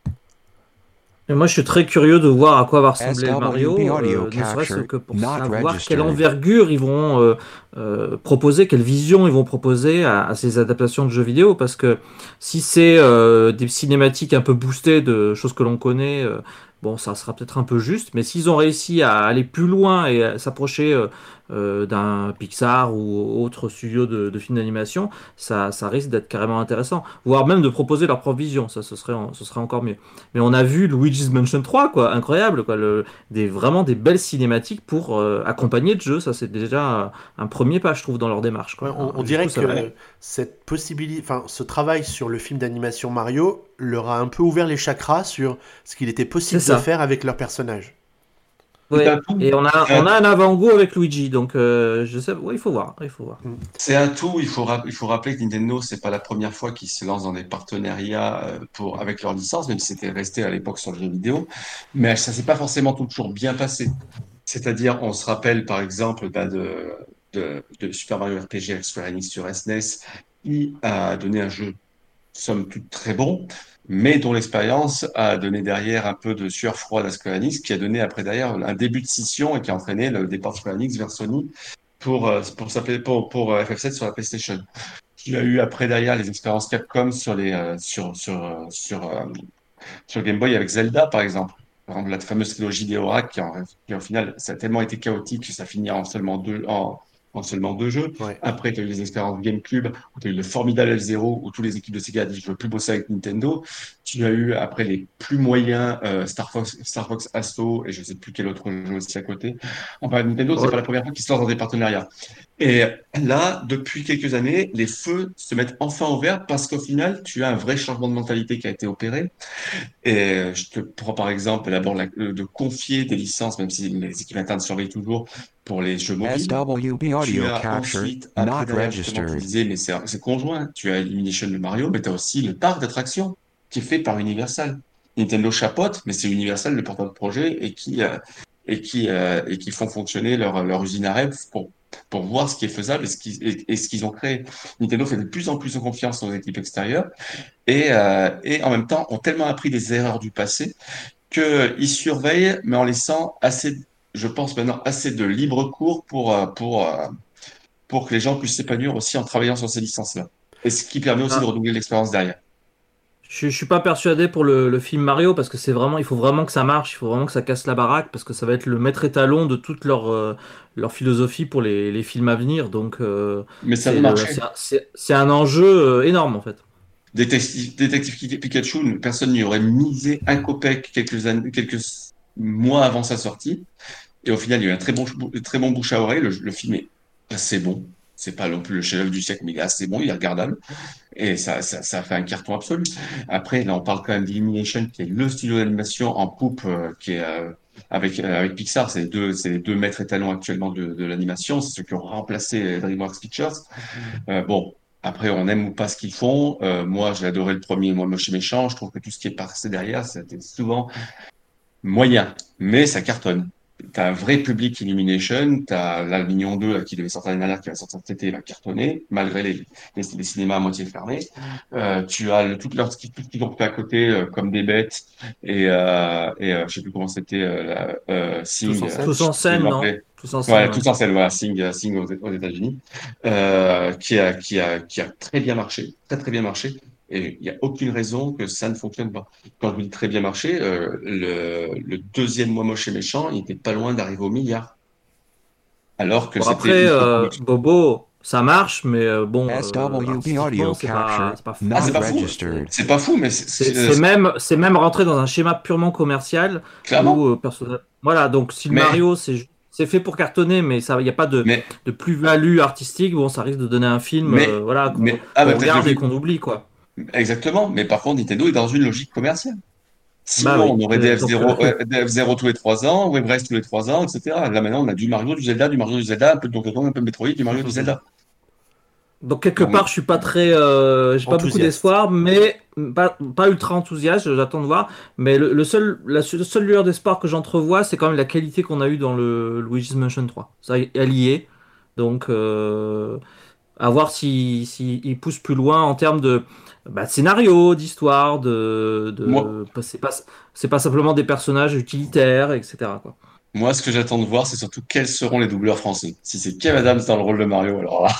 Et moi, je suis très curieux de voir à quoi va ressembler le S W B Mario, audio euh, ne serait-ce capture que pour not savoir quelle registered. envergure ils vont euh, euh, proposer, quelle vision ils vont proposer à, à ces adaptations de jeux vidéo. Parce que si c'est euh, des cinématiques un peu boostées de choses que l'on connaît, euh, bon, ça sera peut-être un peu juste. Mais s'ils ont réussi à aller plus loin et à s'approcher euh, euh, d'un Pixar ou autre studio de, de films d'animation, ça, ça risque d'être carrément intéressant. Voire même de proposer leur propre vision, ça, ce serait, en- ce serait encore mieux. Mais on a vu Luigi's Mansion trois, quoi, incroyable, quoi, le, des, vraiment des belles cinématiques pour euh, accompagner le jeu. Ça, c'est déjà un premier pas, je trouve, dans leur démarche, Ouais, quoi. on, on Alors, du coup, dirait ça va. que cette possibilité, enfin, ce travail sur le film d'animation Mario leur a un peu ouvert les chakras sur ce qu'il était C'est possible de ça. faire avec leurs personnages. C'est un Ouais. tout. Et on a, C'est on un a un avant-goût avec Luigi, donc euh, je sais. Ouais, il faut voir, il faut voir. Mm. C'est un tout. Il faut, rap- il faut rappeler que Nintendo, c'est pas la première fois qu'ils se lancent dans des partenariats euh, pour, avec leur licence, même si c'était resté à l'époque sur le jeu vidéo. Mais ça s'est pas forcément toujours bien passé. C'est-à-dire, on se rappelle par exemple bah, de, de, de Super Mario R P G avec Square Enix sur S N E S, qui a donné un jeu somme toute très bon, mais dont l'expérience a donné derrière un peu de sueur froide à Square Enix, qui a donné après derrière un début de scission et qui a entraîné le départ de Square Enix vers Sony pour, euh, pour, s'appeler- pour, pour euh, F F sept sur la PlayStation. Il y a eu après derrière les expériences Capcom sur les euh, sur sur euh, sur euh, sur Game Boy avec Zelda par exemple. Par exemple, la fameuse trilogie des Horak qui, en, qui au final ça a tellement été chaotique que ça finit en seulement deux en, en seulement deux jeux. Ouais. Après, tu as eu les expériences GameCube, où tu as eu le formidable F-Zero, où toutes les équipes de Sega disent je veux plus bosser avec Nintendo. Tu as eu après les plus moyens euh, Star Fox, Star Fox Astro et je sais plus quel autre jeu aussi à côté. Enfin, Nintendo, c'est Ouais. pas la première fois qu'ils se lancent dans des partenariats. Et là, depuis quelques années, les feux se mettent enfin au vert parce qu'au final, tu as un vrai changement de mentalité qui a été opéré. Et je te prends par exemple d'abord la- euh, de confier des licences, même si les équipes internes surveillent toujours pour les jeux mobiles. S W B Tu audio as capture ensuite, après not derrière, justement, tu registered. disais, mais c'est c'est conjoint. Tu as Illumination de Mario, mais tu as aussi le parc d'attractions qui est fait par Universal. Nintendo chapeaute, mais c'est Universal le porteur de projet et qui, euh, et qui, euh, et qui font fonctionner leur, leur usine à rêve pour, pour voir ce qui est faisable et ce qu'ils et, et ce qu'ils ont créé. Nintendo fait de plus en plus de confiance aux équipes extérieures et, euh, et en même temps ont tellement appris des erreurs du passé qu'ils surveillent, mais en laissant assez, je pense maintenant, assez de libre cours pour, euh, pour, euh, pour que les gens puissent s'épanouir aussi en travaillant sur ces licences-là. Et ce qui permet aussi de Ah, renouveler l'expérience derrière. je, je suis pas persuadé pour le, le film Mario parce que c'est vraiment, il faut vraiment que ça marche, il faut vraiment que ça casse la baraque parce que ça va être le maître étalon de toute leur, euh, leur philosophie pour les, les films à venir. Donc euh, Mais ça c'est veut le, marcher. c'est un c'est- c'est un enjeu euh, énorme en fait. Détective, Détective Pikachu, personne n'y aurait misé un copec quelques années, quelques mois avant sa sortie. Et au final, il y a eu un très bon, très bon bouche à oreille. Le, le film est assez bon. C'est pas non plus le chef-d'œuvre du siècle, mais il est assez bon, il est regardable. Et ça, ça, ça a fait un carton absolu. Après, là, on parle quand même d'Illumination, qui est le studio d'animation en poupe, euh, qui est euh, avec euh, avec Pixar. C'est les deux, c'est les deux maîtres étalons actuellement de, de l'animation. C'est ceux qui ont remplacé DreamWorks Pictures. Euh, bon, après, on aime ou pas ce qu'ils font. Euh, moi, j'ai adoré le premier, Moi Moche et Méchant. Je trouve que tout ce qui est passé derrière, c'était souvent moyen, mais ça cartonne. T'as un vrai public Illumination, t'as là, le Mignon deux là, qui devait sortir l'année dernière, qui va sortir cet été, va cartonner, malgré les, les, les cinémas à moitié fermés. Euh, tu as le, tout leur, tout ce qu'ils ont fait à côté, euh, comme des bêtes, et, euh, et euh, je sais plus comment c'était, euh, la- euh, Tous Sing, en euh, scène. Tous en je sais plus scène, non? l'appeler. Tous en scène, Ouais, ouais. tout en scène, voilà, Sing, euh, Sing aux, aux États-Unis, euh, qui a, qui a, qui a très bien marché, très très bien marché, et il n'y a aucune raison que ça ne fonctionne pas. Quand je vous dis très bien marché, euh, le, le deuxième Moi Moche et Méchant, il était pas loin d'arriver au milliard, alors que Bon c'était après, une euh, coproduction. Bobo, ça marche, mais euh, bon, euh, S W B artistiquement, audio c'est pas, capture c'est pas fou, Ah, c'est not quoi. pas fou, registered. c'est pas fou, mais c'est C'est c'est- c'est c'est- même, c'est même rentré dans un schéma purement commercial où clairement. euh, personnel. Voilà, donc si le Mais, Mario, c'est ju- c'est fait pour cartonner, mais ça, il n'y a pas de, mais, de plus-value artistique. Bon, ça risque de donner un film, euh, mais, voilà, qu'on mais, ah, bah, qu'on peut-être le regarde et film. qu'on oublie, quoi. Exactement. Mais par contre, Nintendo est dans une logique commerciale. Bah Sinon, oui. on aurait Euh, des Donc, euh, F zéro, euh, des F zéro tous les trois ans, Web Race tous les trois ans, et cetera. Là, maintenant, on a du Mario, du Zelda, du Mario, du Zelda, un peu de Donkey Kong, un peu de Metroid, du Mario, du Zelda. donc quelque Donc, part, je suis pas très, euh, j'ai pas beaucoup Enthousiaste. d'espoir, mais pas, pas ultra enthousiaste. J'attends de voir. Mais le, le seul, la seule seule lueur d'espoir que j'entrevois, c'est quand même la qualité qu'on a eue dans le Luigi's Mansion trois. Ça, elle y est. Donc, euh, à voir si, si il pousse plus loin en termes de, bah, de scénario, d'histoire, de, moi, de, c'est pas, c'est pas simplement des personnages utilitaires, et cetera, quoi. moi, ce que j'attends de voir, c'est surtout quels seront les doubleurs français. Si c'est Kev Adams dans le rôle de Mario, alors là.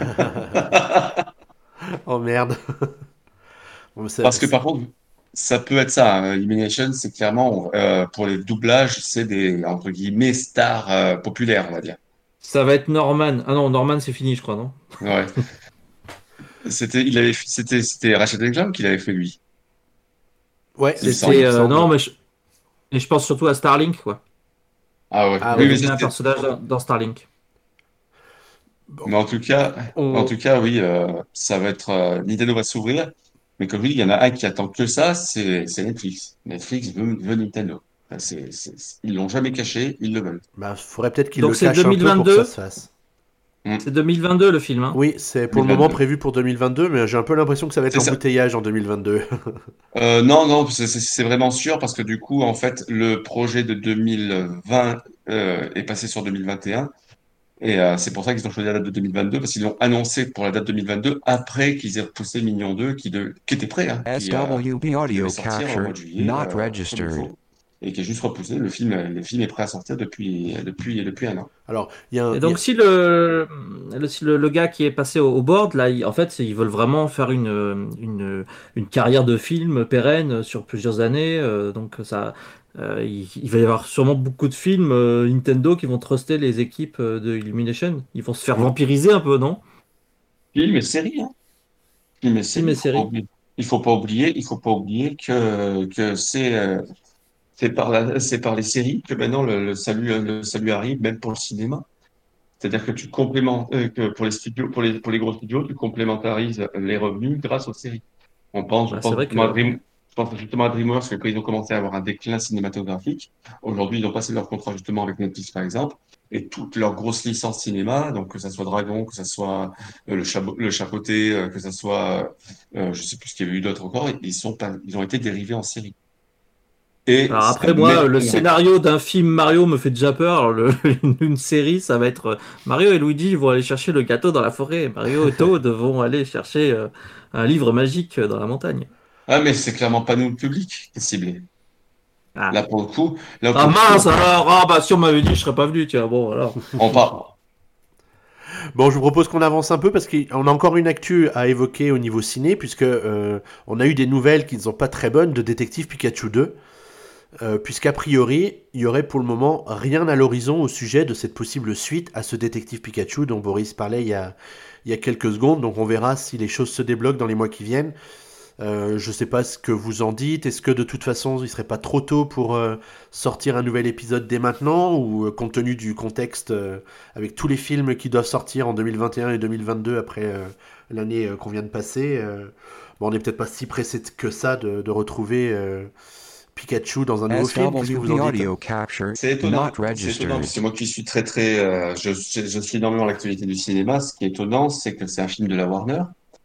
Oh merde. Bon, c'est- Parce que c'est- par contre, ça peut être ça, hein. Illumination, c'est clairement, euh, pour les doublages, c'est des, entre guillemets, stars, euh, populaires, on va dire. Ça va être Norman. Ah non, Norman, c'est fini, je crois, non? Ouais. C'était, il avait, c'était, c'était Ratchet Clank qui l'avait fait, lui. Ouais, Il me oui, il C'était, me semble. euh, non, semble. mais je, et je pense surtout à Starlink, quoi. Ah ouais. Ah Il a Oui, mais oui. doublé ça, un c'était, personnage dans, dans Starlink. Bon, mais en tout cas, en on... tout cas, oui, euh, ça va être, euh, Nintendo va s'ouvrir. Mais comme je dis, il y en a un qui attend que ça, c'est, c'est Netflix. Netflix veut, veut Nintendo. Enfin, C'est, c'est, c'est- ils l'ont jamais caché, ils le veulent. bah, faudrait peut-être qu'il Donc le c'est cache un peu pour que ça deux mille vingt-deux. se fasse. Hmm. C'est deux mille vingt-deux le film, hein. Oui, c'est pour le moment deux mille vingt-deux. prévu pour deux mille vingt-deux, mais j'ai un peu l'impression que ça va être C'est ça. l'embouteillage en deux mille vingt-deux. Euh, non, non, c'est c'est- c'est vraiment sûr parce que du coup, en fait, le projet de deux mille vingt euh, est passé sur deux mille vingt et un. Et euh, c'est pour ça qu'ils ont choisi la date de deux mille vingt-deux, parce qu'ils l'ont annoncé pour la date deux mille vingt-deux, après qu'ils aient repoussé Mignon deux, qui, de, qui était prêt, hein, qui, euh, S W B qui devait audio sortir au mois capture de juillet, not euh, comme il registered. faut, et qui est juste repoussé. Le film, le film est prêt à sortir depuis, depuis, depuis un an. Alors, il y a un... Et il y a- donc si le, le, si le, le gars qui est passé au, au board, là, il- en fait, c'est- ils veulent vraiment faire une, une, une carrière de film pérenne sur plusieurs années. Euh, donc ça, euh, il, il va y avoir sûrement beaucoup de films euh, Nintendo qui vont truster les équipes euh, de Illumination. Ils vont se faire vampiriser un peu, non? Film et série, hein. Film et Film série, et il faut pas série. oublier. Il faut pas oublier, il faut pas oublier que, que c'est, euh, c'est par la, c'est par les séries que maintenant le, le salut, le salut arrive, même pour le cinéma. C'est-à-dire que tu complémentes, euh, que pour les studios, pour les, pour les gros studios, tu complémentarises les revenus grâce aux séries. On pense, je Bah, c'est pense vrai justement à que Dream, je pense justement à DreamWorks, que quand ils ont commencé à avoir un déclin cinématographique, aujourd'hui, ils ont passé leur contrat justement avec Netflix, par exemple, et toutes leurs grosses licences cinéma, donc que ça soit Dragon, que ça soit euh, le, Chabo- le Chapeauté, euh, que ça soit, euh, je sais plus ce qu'il y avait eu d'autre encore, ils sont pas, ils ont été dérivés en série. Et Alors ça après, moi, le m'étonnerait. scénario d'un film Mario me fait déjà peur. Alors, le- une série, ça va être euh, Mario et Luigi vont aller chercher le gâteau dans la forêt. Mario et Toad vont aller chercher euh, un livre magique dans la montagne. Ah, mais c'est clairement pas nous le public qui est ciblé. Ah, Là, pour le coup, là, ah pour le mince coup, alors! Ah bah si on m'avait dit, je serais pas venu. Tiens, bon alors. on parle. Bon, je vous propose qu'on avance un peu parce qu'on a encore une actu à évoquer au niveau ciné, puisque euh, on a eu des nouvelles qui ne sont pas très bonnes de Détective Pikachu deux, euh, puisqu'a priori, il y aurait pour le moment rien à l'horizon au sujet de cette possible suite à ce Détective Pikachu dont Boris parlait il y a, il y a quelques secondes. Donc on verra si les choses se débloquent dans les mois qui viennent. Euh, je sais pas ce que vous en dites. Est-ce que de toute façon, il serait pas trop tôt pour euh, sortir un nouvel épisode dès maintenant, ou euh, compte tenu du contexte euh, avec tous les films qui doivent sortir en deux mille vingt et un et deux mille vingt-deux après euh, l'année euh, qu'on vient de passer, euh, bon, on n'est peut-être pas si pressé que ça de, de retrouver euh, Pikachu dans un nouveau film. Qu'est-ce que vous en dites? C'est étonnant, c'est étonnant, parce que moi qui suis très très, euh, je, je, je suis énormément l'actualité du cinéma. Ce qui est étonnant, c'est que c'est un film de la Warner.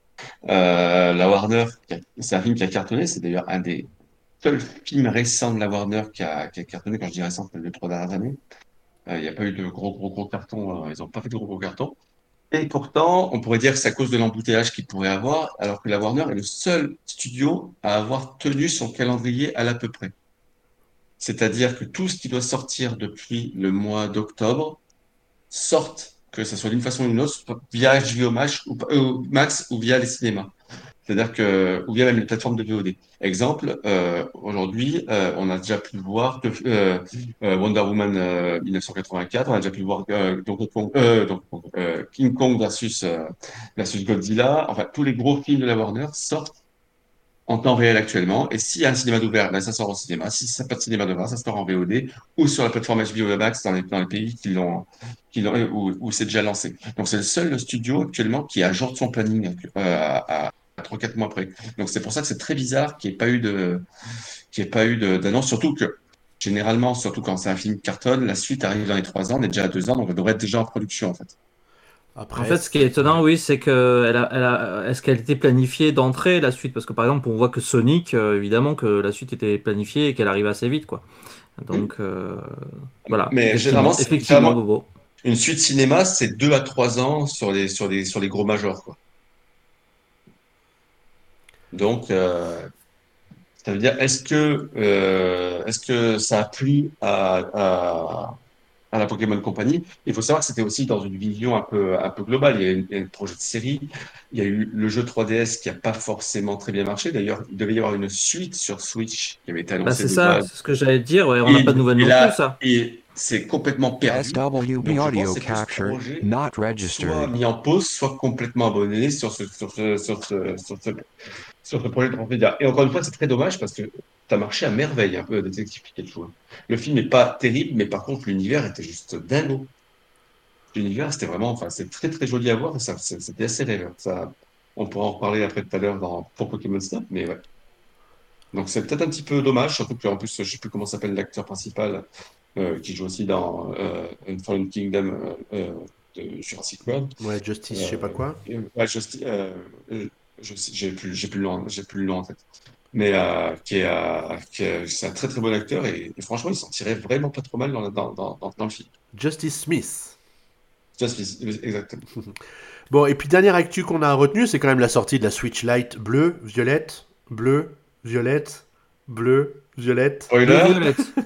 Euh, la Warner, qui a- c'est un film qui a cartonné. C'est d'ailleurs un des seuls films récents de la Warner qui a, qui a cartonné. Quand je dis récent, c'est les trois dernières années. Euh, Il n'y a pas eu de gros gros gros cartons. euh, Ils n'ont pas fait de gros gros cartons. Et pourtant, on pourrait dire que c'est à cause de l'embouteillage qu'il pourrait avoir, alors que la Warner est le seul studio à avoir tenu son calendrier à l'à peu près. C'est-à-dire que tout ce qui doit sortir depuis le mois d'octobre sorte, que ce soit d'une façon ou d'une autre, via H B O Max ou, euh, Max ou via les cinémas. C'est-à-dire que, ou bien même les plateformes de V O D. Exemple, euh, aujourd'hui, euh, on a déjà pu voir que, euh, euh, Wonder Woman euh, mille neuf cent quatre-vingt-quatre, on a déjà pu voir euh, Donkey Kong, euh, Donkey Kong, euh, King Kong versus, euh, versus Godzilla. Enfin, tous les gros films de la Warner sortent en temps réel actuellement. Et s'il y a un cinéma d'ouvert, ben, ça sort au cinéma. Si ça n'a pas de cinéma d'ouvert, ça sort en V O D ou sur la plateforme H B O Max dans les, dans les pays qui l'ont, qui l'ont, où, où c'est déjà lancé. Donc, c'est le seul studio actuellement qui ajoute son planning euh, à, à trois quatre mois après. Donc, c'est pour ça que c'est très bizarre qu'il n'y ait pas eu de, qu'il n'y ait pas eu de- d'annonce, surtout que généralement, surtout quand c'est un film cartonne, la suite arrive dans les trois ans, on est déjà à deux ans, donc elle devrait être déjà en production, en fait. En Après, fait, ce qui est c'est- étonnant, oui, c'est que elle a, elle a, est-ce qu'elle était planifiée d'entrée la suite? Parce que par exemple, on voit que Sonic, euh, évidemment, que la suite était planifiée et qu'elle arrive assez vite, quoi. Oui. Donc euh, voilà, Mais généralement, effectivement, c'est- effectivement, généralement, Bobo. une suite cinéma, c'est deux à trois ans sur les, sur les, sur les gros majors, quoi. Donc, euh, ça veut dire, est-ce que, euh, est-ce que ça a plu à, à, à la Pokémon Company? Il faut savoir que c'était aussi dans une vision un peu, un peu globale. Il y a eu il y a eu un projet de série, il y a eu le jeu trois D S qui n'a pas forcément très bien marché. D'ailleurs, il devait y avoir une suite sur Switch qui avait été Bah annoncée c'est de ça, base. c'est ce que j'allais te dire. Ouais, on n'a pas de Et, nouvelles et non plus, là, ça. et c'est complètement perdu. Donc, je pense que c'est que ce projet soit mis en pause, soit complètement abandonné sur ce, sur ce, sur ce, sur ce, sur ce projet de transmédia. Et encore une fois, c'est très dommage parce que ça marchait à merveille, un peu, Détective Pikachu. Le film n'est pas terrible, mais par contre, l'univers était juste dingo. L'univers, c'était vraiment, enfin, c'est très, très joli à voir et ça, c'est- c'était assez rêveur. Ça, on pourra en reparler après tout à l'heure dans, pour Pokémon Snap, mais ouais. Donc, c'est peut-être un petit peu dommage, surtout qu'en plus, je sais plus comment s'appelle l'acteur principal, euh, qui joue aussi dans, euh, Fallen Kingdom, euh, euh, de Jurassic World. ouais, Justice, je sais pas Euh, quoi. et, ouais, je, euh, euh, je sais- j'ai plus, j'ai plus le nom, j'ai plus le nom en tête. Mais euh, qui est, euh, qui est- c'est un très très bon acteur et, et franchement, il s'en tirait vraiment pas trop mal dans, la- dans, dans, dans, dans le film. Justice Smith. Just, exactement. Bon, et puis dernière actu qu'on a retenu, c'est quand même la sortie de la Switch Lite bleue, violette, bleue, violette, bleue, violette. Bleu Spoiler, violette.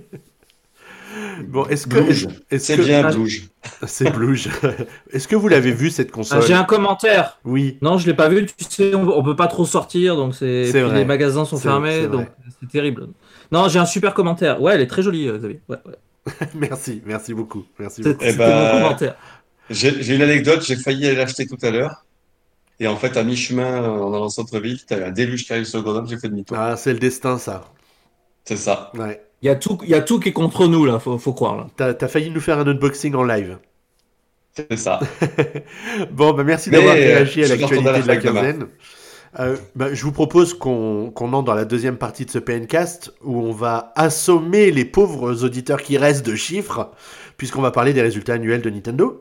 Bon, est-ce que, est-ce, Blouge. est-ce C'est que, bien Ah, Blouge. c'est Bluge. Est-ce que vous l'avez vu cette ah, j'ai console? un commentaire. Oui, Non, je l'ai pas vu. Tu sais, on, on peut pas trop sortir, donc c'est. c'est Puis les vrai. magasins sont C'est, c'est fermés, donc vrai. c'est terrible. Non, j'ai un super commentaire. Ouais, elle est très jolie, euh, Xavier. Ouais, ouais. Merci, merci beaucoup, merci C'est- beaucoup. Eh C'était mon ben, commentaire. j'ai j'ai une anecdote, j'ai failli aller l'acheter tout à l'heure. Et en fait, à mi-chemin, en allant au centre-ville, t'avais un déluge qui arrive sur le Grenoble, j'ai fait demi-tour. Ah, c'est le destin, ça. C'est ça. Ouais. Il y a tout, il y a tout qui est contre nous là. Faut, faut croire là. T'as, t'as failli nous faire un unboxing en live. C'est ça. Bon, bah merci d'avoir Mais euh, réagi à je vais retourner à l'actualité la de la fac demain. quinzaine. Euh, bah, je vous propose qu'on qu'on entre dans la deuxième partie de ce P N cast où on va assommer les pauvres auditeurs qui restent de chiffres, puisqu'on va parler des résultats annuels de Nintendo.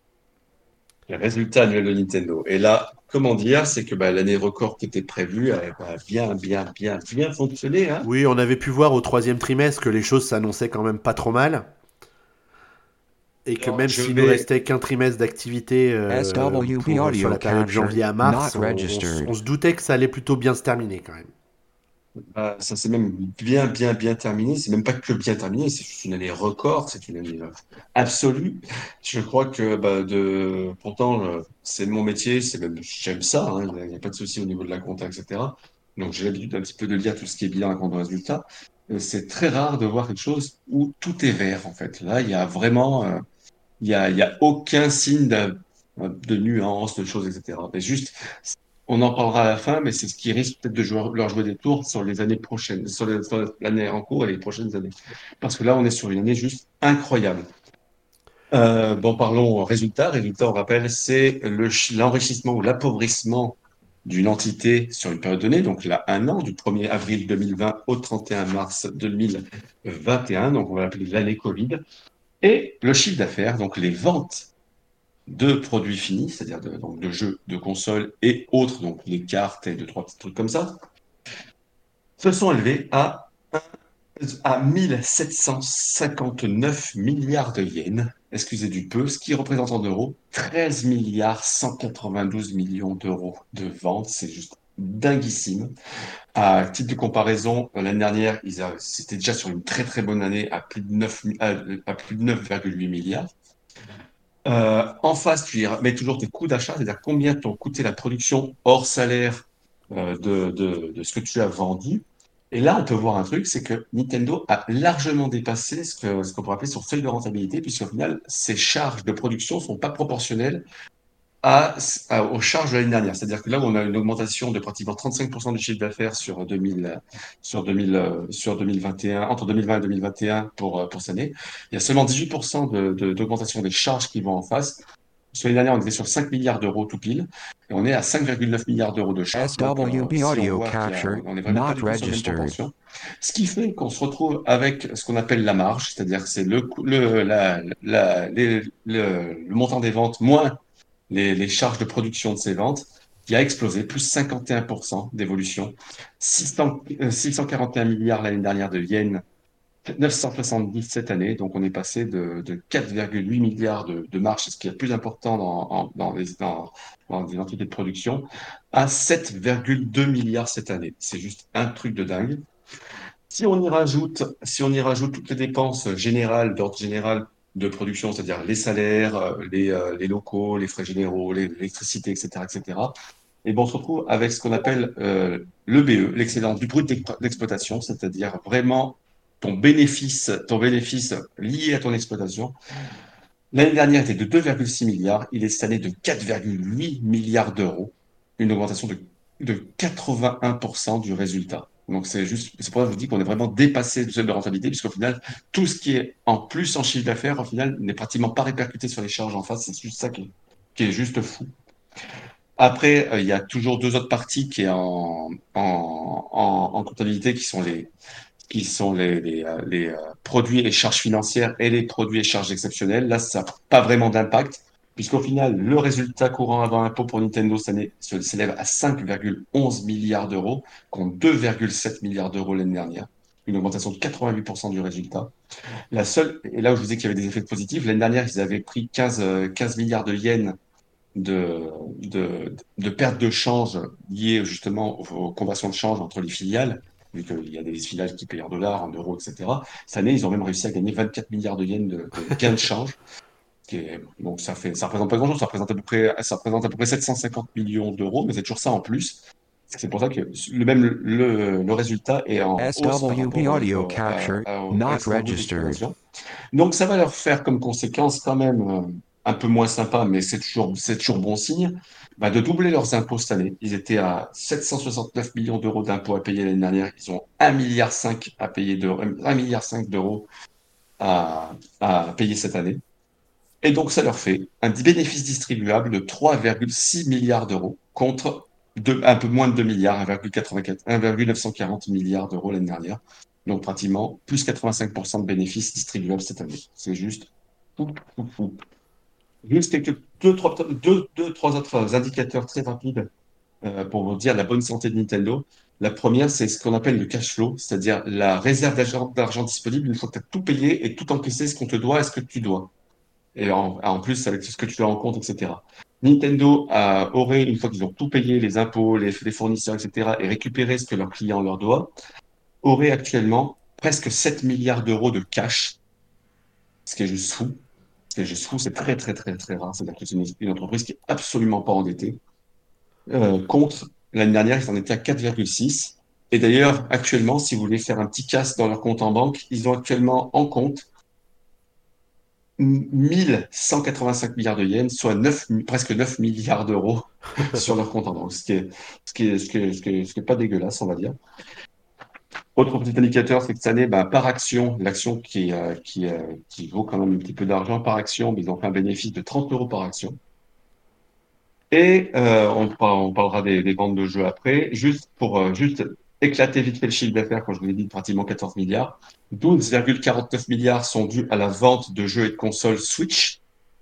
Les résultats annuels de Nintendo. Et là, comment dire, c'est que bah, l'année record qui était prévue a bah, bien, bien, bien, bien fonctionné, hein. Oui, on avait pu voir au troisième trimestre que les choses s'annonçaient quand même pas trop mal. Et que Alors, même je s'il nous vais restait qu'un trimestre d'activité euh, S W P pour sur audio la période capture janvier à not mars, on, on s- on registered. se doutait que ça allait plutôt bien se terminer quand même. Bah, ça s'est même bien, bien, bien terminé. C'est même pas que bien terminé, c'est juste une année record, c'est une année euh, absolue. Je crois que bah, de, pourtant, euh, c'est mon métier, c'est même, j'aime ça, hein, il n'y a, pas de souci au niveau de la compta, et cetera. Donc j'ai l'habitude un petit peu de lire tout ce qui est bilan et compte de résultat. Euh, C'est très rare de voir quelque chose où tout est vert, en fait. Là, il y a vraiment, euh, il y a, il y a aucun signe de, de nuance, de choses, et cetera. Mais juste, on en parlera à la fin, mais c'est ce qui risque peut-être de jouer- leur jouer des tours sur les années prochaines, sur les- sur l'année en cours et les prochaines années. Parce que là, on est sur une année juste incroyable. Euh, bon, parlons résultats. Résultat, on rappelle, c'est le ch- l'enrichissement ou l'appauvrissement d'une entité sur une période donnée, donc là, un an, du premier avril deux mille vingt au trente et un mars deux mille vingt et un, donc on va l'appeler l'année Covid, et le chiffre d'affaires, donc les ventes de produits finis, c'est-à-dire de, donc de jeux, de consoles et autres, donc les cartes et deux, trois petits trucs comme ça, se sont élevés à, à mille sept cent cinquante-neuf milliards de yens, excusez du peu, ce qui représente en euros treize milliards cent quatre-vingt-douze millions d'euros de ventes. C'est juste dinguissime. À titre de comparaison, l'année dernière, ils a- c'était déjà sur une très très bonne année à plus de neuf, mi- à, à plus de neuf virgule huit milliards. Euh, en face, tu y mets toujours tes coûts d'achat, c'est-à-dire combien t'ont coûté la production hors salaire euh, de, de, de ce que tu as vendu. Et là, on peut voir un truc, c'est que Nintendo a largement dépassé ce que, ce qu'on pourrait appeler son seuil de rentabilité, puisqu'au final, ses charges de production sont pas proportionnelles à, à- aux charges de l'année dernière. C'est-à-dire que là où on a une augmentation de pratiquement trente-cinq pour cent du chiffre d'affaires sur deux mille, sur deux mille, euh, sur deux mille vingt et un, entre deux mille vingt et deux mille vingt et un pour, euh, pour cette année, il y a seulement dix-huit pour cent de, de- d'augmentation des charges qui vont en face. Sur l'année dernière, on était sur cinq milliards d'euros tout pile, et on est à cinq virgule neuf milliards d'euros de charges. Donc, euh, S W P si on audio voit qu'il y a, capture on n'est vraiment pas not du tout sur la même registered. proportion, ce qui fait qu'on se retrouve avec ce qu'on appelle la marge, c'est-à-dire que c'est le, coût- le, la, la, les- le, le montant des ventes moins les, les charges de production de ces ventes, qui a explosé, plus cinquante et un pour cent d'évolution, six cents, euh, six cent quarante et un milliards l'année dernière de yens, neuf cent soixante-dix cette année, donc on est passé de, de quatre virgule huit milliards de, de marge, c'est ce qui est le plus important dans, en- dans, les, dans, dans des entités de production, à sept virgule deux milliards cette année. C'est juste un truc de dingue. Si on y rajoute, si on y rajoute toutes les dépenses générales, d'ordre général de production, c'est-à-dire les salaires, euh, les, euh, les locaux, les frais généraux, les- l'électricité, et cetera, et cetera, et bon, on se retrouve avec ce qu'on appelle euh, l'E B E, l'excédent du brut d'ex- d'exploitation, c'est-à-dire vraiment ton bénéfice, ton bénéfice lié à ton exploitation. L'année dernière était de deux virgule six milliards, il est cette année de quatre virgule huit milliards d'euros, une augmentation de, de quatre-vingt-un pour cent du résultat. Donc c'est juste, c'est pour ça que je vous dis qu'on est vraiment dépassé du seuil de rentabilité, puisqu'au final, tout ce qui est en plus en chiffre d'affaires, au final, n'est pratiquement pas répercuté sur les charges en face. C'est juste ça qui est, qui est juste fou. Après, euh, il y a toujours deux autres parties qui est en, en, en, en comptabilité, qui sont les, qui sont les, les, euh, les, euh, produits et charges financières et les produits et charges exceptionnelles. Là, ça n'a pas vraiment d'impact, puisqu'au final, le résultat courant avant impôt pour Nintendo cette année se- s'élève à cinq virgule onze milliards d'euros, contre deux virgule sept milliards d'euros l'année dernière. Une augmentation de quatre-vingt-huit pour cent du résultat. La seule, et là où je vous disais qu'il y avait des effets positifs, l'année dernière, ils avaient pris quinze, euh, quinze milliards de yens de, de, de perte de change liée justement aux, aux conversions de change entre les filiales, vu qu'il y a des filiales qui payent en dollars, en euros, et cetera. Cette année, ils ont même réussi à gagner vingt-quatre milliards de yens de, de gains de change. Qui est, donc ça fait, ça représente pas grand-chose, ça représente à peu près, ça représente à peu près sept cent cinquante millions d'euros, mais c'est toujours ça en plus. C'est pour ça que le même le, le résultat est en hausse par S W P rapport au, audio au, à- capture à- au not restant brut registered. d'exploitation. Donc, ça va leur faire comme conséquence quand même euh, un peu moins sympa, mais c'est toujours, c'est toujours bon signe, bah, de doubler leurs impôts cette année. Ils étaient à sept cent soixante-neuf millions d'euros d'impôts à payer l'année dernière. Ils ont un virgule cinq milliard à payer de, un virgule cinq d'euros à, à payer cette année. Et donc, ça leur fait un bénéfice distribuable de trois virgule six milliards d'euros contre deux- un peu moins de deux milliards, un virgule quatre-vingt-quatre, un virgule neuf cent quarante milliards d'euros l'année dernière. Donc, pratiquement plus quatre-vingt-cinq pour cent de bénéfices distribuables cette année. C'est juste fou, fou, fou. Juste quelques deux, trois, deux, deux, trois autres indicateurs très rapides euh, pour vous dire la bonne santé de Nintendo. La première, c'est ce qu'on appelle le cash flow, c'est-à-dire la réserve d'argent d'argent disponible une fois que tu as tout payé et tout encaissé, ce qu'on te doit et ce que tu dois. Et en, en plus, avec tout ce que tu as en compte, et cetera. Nintendo a, aurait, une fois qu'ils ont tout payé, les impôts, les, les fournisseurs, et cetera, et récupéré ce que leurs clients leur doivent, aurait actuellement presque sept milliards d'euros de cash, ce qui est juste fou. C'est juste fou, c'est très, très, très, très rare. C'est-à-dire que c'est une, une entreprise qui est absolument pas endettée. Euh, contre l'année dernière, ils en étaient à quatre virgule six. Et d'ailleurs, actuellement, si vous voulez faire un petit casse dans leur compte en banque, ils ont actuellement en compte mille cent quatre-vingt-cinq milliards de yens, soit neuf, presque neuf milliards d'euros sur leur compte en banque, ce qui est, ce qui est, ce qui est, ce qui est, ce qui est pas dégueulasse, on va dire. Autre petit indicateur, c'est que cette année, bah, par action, l'action qui, euh, qui, euh, qui vaut quand même un petit peu d'argent par action, mais ils ont fait un bénéfice de trente euros par action. Et euh, on, par- on parlera des, des ventes de jeux après. Juste pour euh, juste éclater vite fait le chiffre d'affaires, quand je vous l'ai dit, pratiquement quatorze milliards. douze virgule quarante-neuf milliards sont dus à la vente de jeux et de consoles Switch.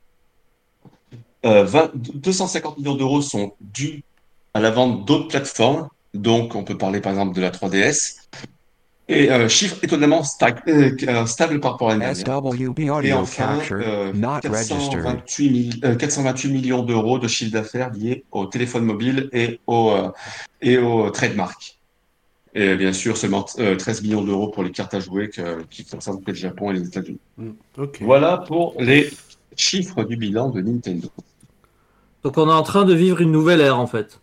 Euh, vingt deux cent cinquante millions d'euros sont dus à la vente d'autres plateformes. Donc, on peut parler par exemple de la trois D S. Et euh, chiffre étonnamment stag- euh, euh, stable par rapport à l'année dernière. S W B Et audio enfin, capture euh, not quatre cent registered. vingt-huit mille- euh, quatre cent vingt-huit millions d'euros de chiffre d'affaires liés au téléphone mobile et au, euh, et au trademark. Et bien sûr, seulement euh, treize millions d'euros pour les cartes à jouer que- qui concernent le Japon et les États-Unis. Hmm, ok. Voilà pour les chiffres du bilan de Nintendo. Donc on est en train de vivre une nouvelle ère en fait,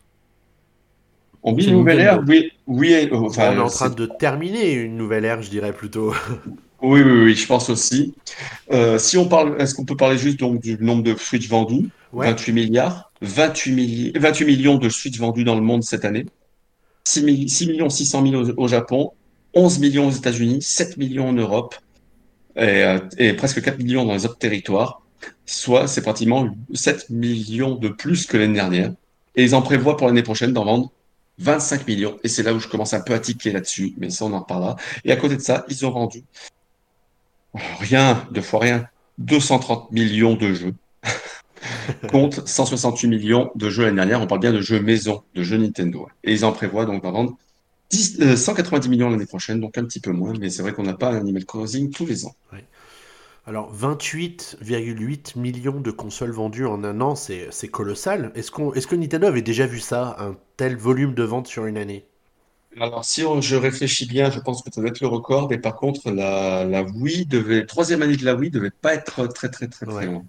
On vit chez une nouvelle ère? Nintendo. Oui, oui, euh, Bon, on est enfin, en train c'est, de terminer une nouvelle ère, je dirais plutôt. oui, oui, oui, je pense aussi. Euh, si on parle, est-ce qu'on peut parler juste donc du nombre de Switch vendus? Ouais. vingt-huit milliards, vingt-huit, milli- vingt-huit millions de Switch vendus dans le monde cette année, six mi- six millions six cent mille au, au Japon, onze millions aux États-Unis, sept millions en Europe et, euh, et presque quatre millions dans les autres territoires. Soit c'est pratiquement sept millions de plus que l'année dernière. Et ils en prévoient pour l'année prochaine d'en vendre vingt-cinq millions. Et c'est là où je commence un peu à tiquer là-dessus, mais ça on en reparlera. Et à côté de ça, ils ont vendu rien, deux fois rien, deux cent trente millions de jeux contre cent soixante-huit millions de jeux l'année dernière. On parle bien de jeux maison, de jeux Nintendo. Et ils en prévoient donc d'en vendre dix, euh, cent quatre-vingt-dix millions l'année prochaine, donc un petit peu moins, mais c'est vrai qu'on n'a pas un Animal Crossing tous les ans. Ouais. Alors, vingt-huit virgule huit millions de consoles vendues en un an, c'est c'est colossal. Est-ce qu'on, est-ce que Nintendo avait déjà vu ça, un tel volume de ventes sur une année? Alors, si on- je réfléchis bien, je pense que ça doit être le record, mais par contre, la, la Wii devait, troisième année de la Wii devait pas être très, très, très, très Ouais. loin.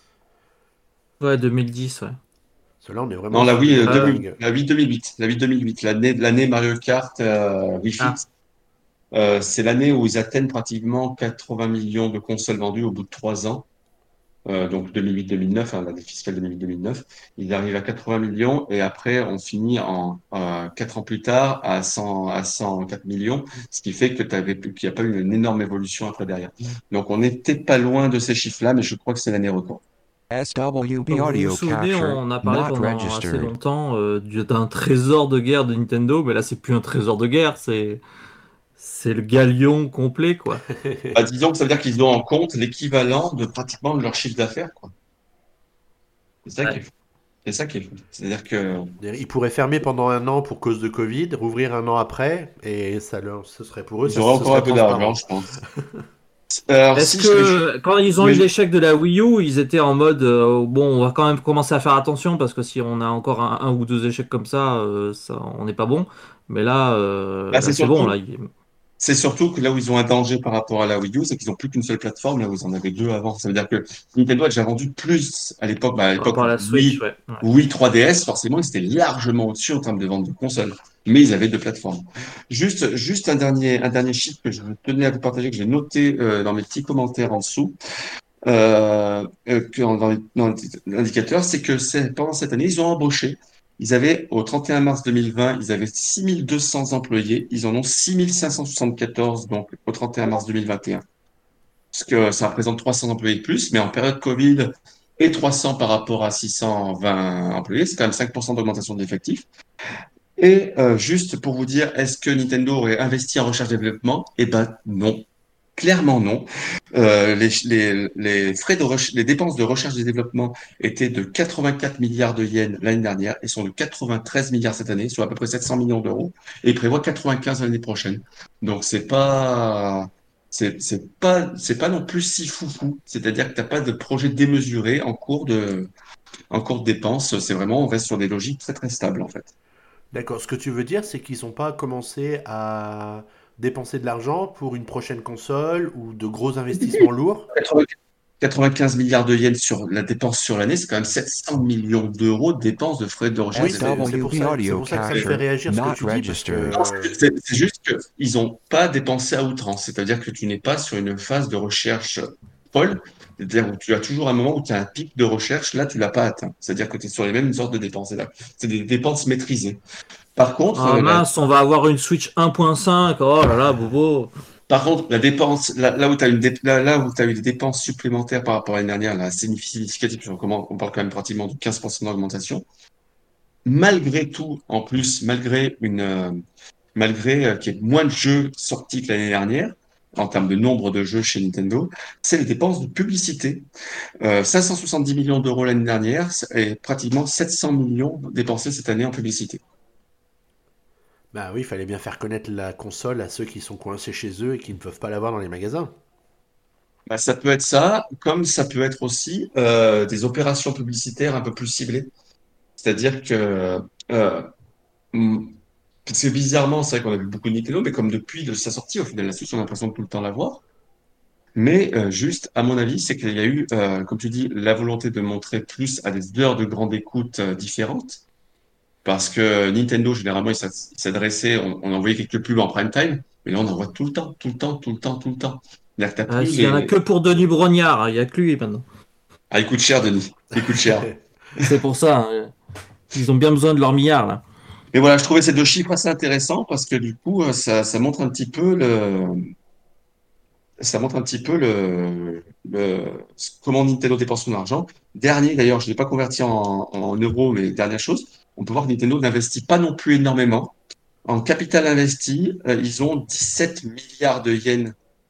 Ouais, deux mille dix, ouais. Cela, on est vraiment Non, la sur des Wii, euh, données Euh, deux mille, dingues. la Wii deux mille huit, la Wii deux mille huit, l'année, l'année Mario Kart, euh, Wii Fit. ah, Euh, c'est l'année où ils atteignent pratiquement quatre-vingts millions de consoles vendues au bout de trois ans. Euh, donc deux mille huit-deux mille neuf, hein, l'année fiscale deux mille huit-deux mille neuf. Ils arrivent à quatre-vingts millions et après on finit en euh, quatre ans plus tard à cent, à cent quatre millions, ce qui fait que t'avais, qu'il n'y a pas eu une énorme évolution après derrière. Donc on n'était pas loin de ces chiffres-là, mais je crois que c'est l'année record. S W B donc vous vous audio souvenez, capture on a parlé not pendant assez registered. longtemps euh, du- d'un trésor de guerre de Nintendo, mais là c'est plus un trésor de guerre, c'est c'est le galion complet quoi. Bah, disons que ça veut dire qu'ils ont en compte l'équivalent de pratiquement de leur chiffre d'affaires, quoi. C'est ça qui est Ouais. fou. C'est ça qui est fou. C'est-à-dire que Ils pourraient fermer pendant un an pour cause de Covid, rouvrir un an après, et ça leur, ce serait pour eux, ils ça, auraient ce encore un serait peu d'argent, transparent. je pense. Alors Est-ce si je vais, que quand ils je ont eu vais, l'échec de la Wii U, ils étaient en mode euh, bon, on va quand même commencer à faire attention parce que si on a encore un, un ou deux échecs comme ça, euh, ça on n'est pas bon. Mais là, euh, bah, là c'est c'est bon là. surtout, il- C'est surtout que là où ils ont un danger par rapport à la Wii U, c'est qu'ils ont plus qu'une seule plateforme, là où ils en avaient deux avant. Ça veut dire que Nintendo a déjà vendu plus à l'époque, bah, à Par l'époque rapport à la Switch, Wii, ouais. Ouais. Wii trois D S, forcément, ils étaient largement au-dessus en termes de vente de consoles. Mais ils avaient deux plateformes. Juste, juste un dernier, un dernier chiffre que je tenais à vous partager, que j'ai noté euh, dans mes petits commentaires en dessous, euh, euh, que dans, dans les- dans l'indicateur, c'est que c'est, pendant cette année, ils ont embauché. Ils avaient, au trente et un mars deux mille vingt, ils avaient six mille deux cents employés. Ils en ont six mille cinq cent soixante-quatorze, donc, au trente et un mars deux mille vingt et un. parce que ça représente trois cents employés de plus, mais en période Covid et trois cents par rapport à six cent vingt employés, c'est quand même cinq pour cent d'augmentation de l'effectif. Et euh, juste pour vous dire, est-ce que Nintendo aurait investi en recherche-développement? Eh ben non, clairement non. Euh, les, les, les frais de recherche, les dépenses de recherche et développement étaient de quatre-vingt-quatre milliards de yens l'année dernière et sont de quatre-vingt-treize milliards cette année, soit à peu près sept cents millions d'euros, et ils prévoient quatre-vingt-quinze l'année prochaine. Donc c'est pas, c'est c'est pas, c'est pas non plus si foufou. C'est-à-dire que t'as pas de projet démesuré en cours de, en cours de dépenses. C'est vraiment, on reste sur des logiques très très stables en fait. D'accord. Ce que tu veux dire, c'est qu'ils n'ont pas commencé à dépenser de l'argent pour une prochaine console ou de gros investissements lourds. quatre-vingt-quinze milliards de yens sur la dépense sur l'année, c'est quand même sept cents millions d'euros de dépenses de frais de recherche Oui, et c'est c'est développement. pour ça, c'est pour ça que ça me fait réagir ce que tu dis, parce Non, que... c'est c'est juste qu'ils n'ont pas dépensé à outrance. C'est-à-dire que tu n'es pas sur une phase de recherche folle. C'est-à-dire que tu as toujours un moment où tu as un pic de recherche. Là, tu l'as pas atteint. C'est-à-dire que tu es sur les mêmes sortes de dépenses. C'est là. C'est des dépenses maîtrisées. Par contre, Ah euh, la, mince, on va avoir une Switch un point cinq. Oh là là, bobo. par contre, la dépense, là, là où tu as une dé- là, là où tu as eu des dépenses supplémentaires par rapport à l'année dernière, là, c'est significatif, parce qu'on commence- on parle quand même pratiquement de quinze pour cent d'augmentation. Malgré tout, en plus, malgré une, euh, malgré euh, qu'il y ait moins de jeux sortis que l'année dernière, en termes de nombre de jeux chez Nintendo, c'est les dépenses de publicité. Euh, cinq cent soixante-dix millions d'euros l'année dernière et pratiquement sept cents millions dépensés cette année en publicité. Bah oui, il fallait bien faire connaître la console à ceux qui sont coincés chez eux et qui ne peuvent pas l'avoir dans les magasins. Bah, ça peut être ça, comme ça peut être aussi euh, des opérations publicitaires un peu plus ciblées. C'est-à-dire que, euh, hum, parce que bizarrement, c'est vrai qu'on a vu beaucoup de Nintendo, mais comme depuis de sa sortie, au final, la Switch, on a l'impression de tout le temps la voir. Mais euh, juste, à mon avis, c'est qu'il y a eu, euh, comme tu dis, la volonté de montrer plus à des heures de grande écoute euh, différentes. Parce que Nintendo, généralement, il s'ad- il s'adressait, on, on envoyait quelques pubs en prime time, mais là, on en voit tout le temps, tout le temps, tout le temps, tout le temps. C'est-à-dire que t'as Ah, plus s'il y en a les... que pour Denis Brognard, hein, il y a que lui maintenant. Ah, il coûte cher, Denis. Il coûte cher. C'est pour ça, hein. Ils ont bien besoin de leur milliard là. Mais voilà, je trouvais ces deux chiffres assez intéressants parce que du coup, euh, ça, ça montre un petit peu le, ça montre un petit peu le, le, comment Nintendo dépense son argent. Dernier, d'ailleurs, je ne l'ai pas converti en, en euros, mais dernière chose, on peut voir que Nintendo n'investit pas non plus énormément. En capital investi, euh, ils ont dix-sept milliards de yens.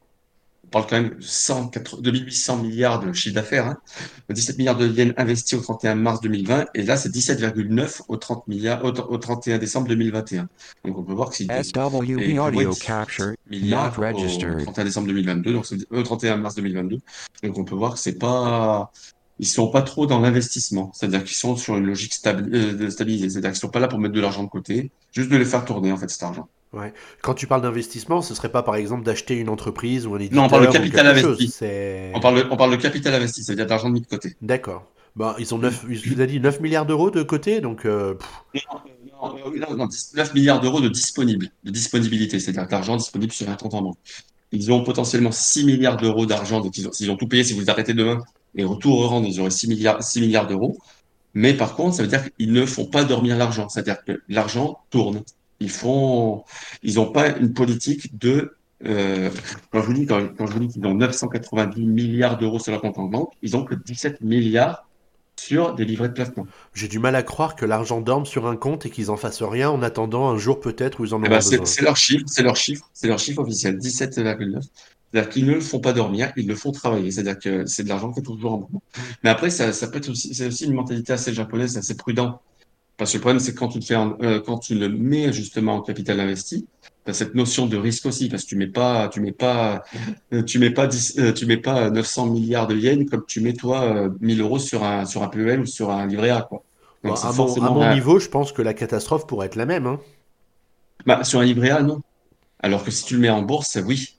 On parle quand même de cent quatre- deux mille huit cents milliards de chiffre d'affaires, hein. dix-sept milliards de yens investis au trente et un mars deux mille vingt, et là, c'est dix-sept virgule neuf au trente milliards, au, au trente et un décembre deux mille vingt et un. Donc, on peut voir que c'est, et ils prévoient dix-huit milliards au trente et un décembre deux mille vingt-deux, donc c'est, au trente et un mars deux mille vingt-deux. Donc, on peut voir que c'est pas, ils sont pas trop dans l'investissement. C'est-à-dire qu'ils sont sur une logique stabi- euh, de stabilisée. C'est-à-dire qu'ils sont pas là pour mettre de l'argent de côté, juste de les faire tourner, en fait, cet argent. Ouais. Quand tu parles d'investissement, ce serait pas par exemple d'acheter une entreprise ou un Non, on parle de éditeur ou capital quelque chose. investi. On C'est... parle, de- on parle de capital investi, c'est-à-dire d'argent mis de côté. D'accord. Bah, ils ont neuf, tu l'as dit, neuf milliards d'euros de côté, donc euh, pff, Non, euh, non, non, dix-neuf milliards d'euros de disponible, de disponibilité, c'est-à-dire d'argent disponible sur un compte en banque. Ils ont potentiellement six milliards d'euros d'argent, donc ils ont, s'ils ont tout payé, si vous les arrêtez demain et retour au rendre, ils auraient six milliards, six milliards d'euros. Mais par contre, ça veut dire qu'ils ne font pas dormir l'argent, c'est-à-dire que l'argent tourne. Ils font, ils n'ont pas une politique de, euh, quand je vous dis, quand, quand je vous dis qu'ils ont neuf cent quatre-vingt-dix milliards d'euros sur leur compte en banque, ils ont que dix-sept milliards sur des livrets de placement. j'ai du mal à croire que l'argent dorme sur un compte et qu'ils en fassent rien en attendant un jour peut-être où ils en Eh ben, auront c'est besoin. c'est leur chiffre, c'est leur chiffre, c'est leur chiffre officiel, dix-sept virgule neuf. C'est-à-dire qu'ils ne le font pas dormir, ils le font travailler. C'est-à-dire que c'est de l'argent qui est toujours en mouvement. Mais après, ça, ça peut être aussi, c'est aussi une mentalité assez japonaise, assez prudent. Parce que le problème, c'est que quand tu le fais, en- euh, quand tu le mets justement en capital investi, tu as cette notion de risque aussi, parce que tu mets pas, tu mets pas, euh, tu mets pas, dix- euh, tu mets pas neuf cents milliards de yens comme tu mets toi euh, mille euros sur un, sur un P E L ou sur un livret A, quoi. Bon, Donc c'est à mon, à forcément mon un, niveau, je pense que la catastrophe pourrait être la même, hein. bah, sur un livret A, non. Alors que si tu le mets en bourse, oui.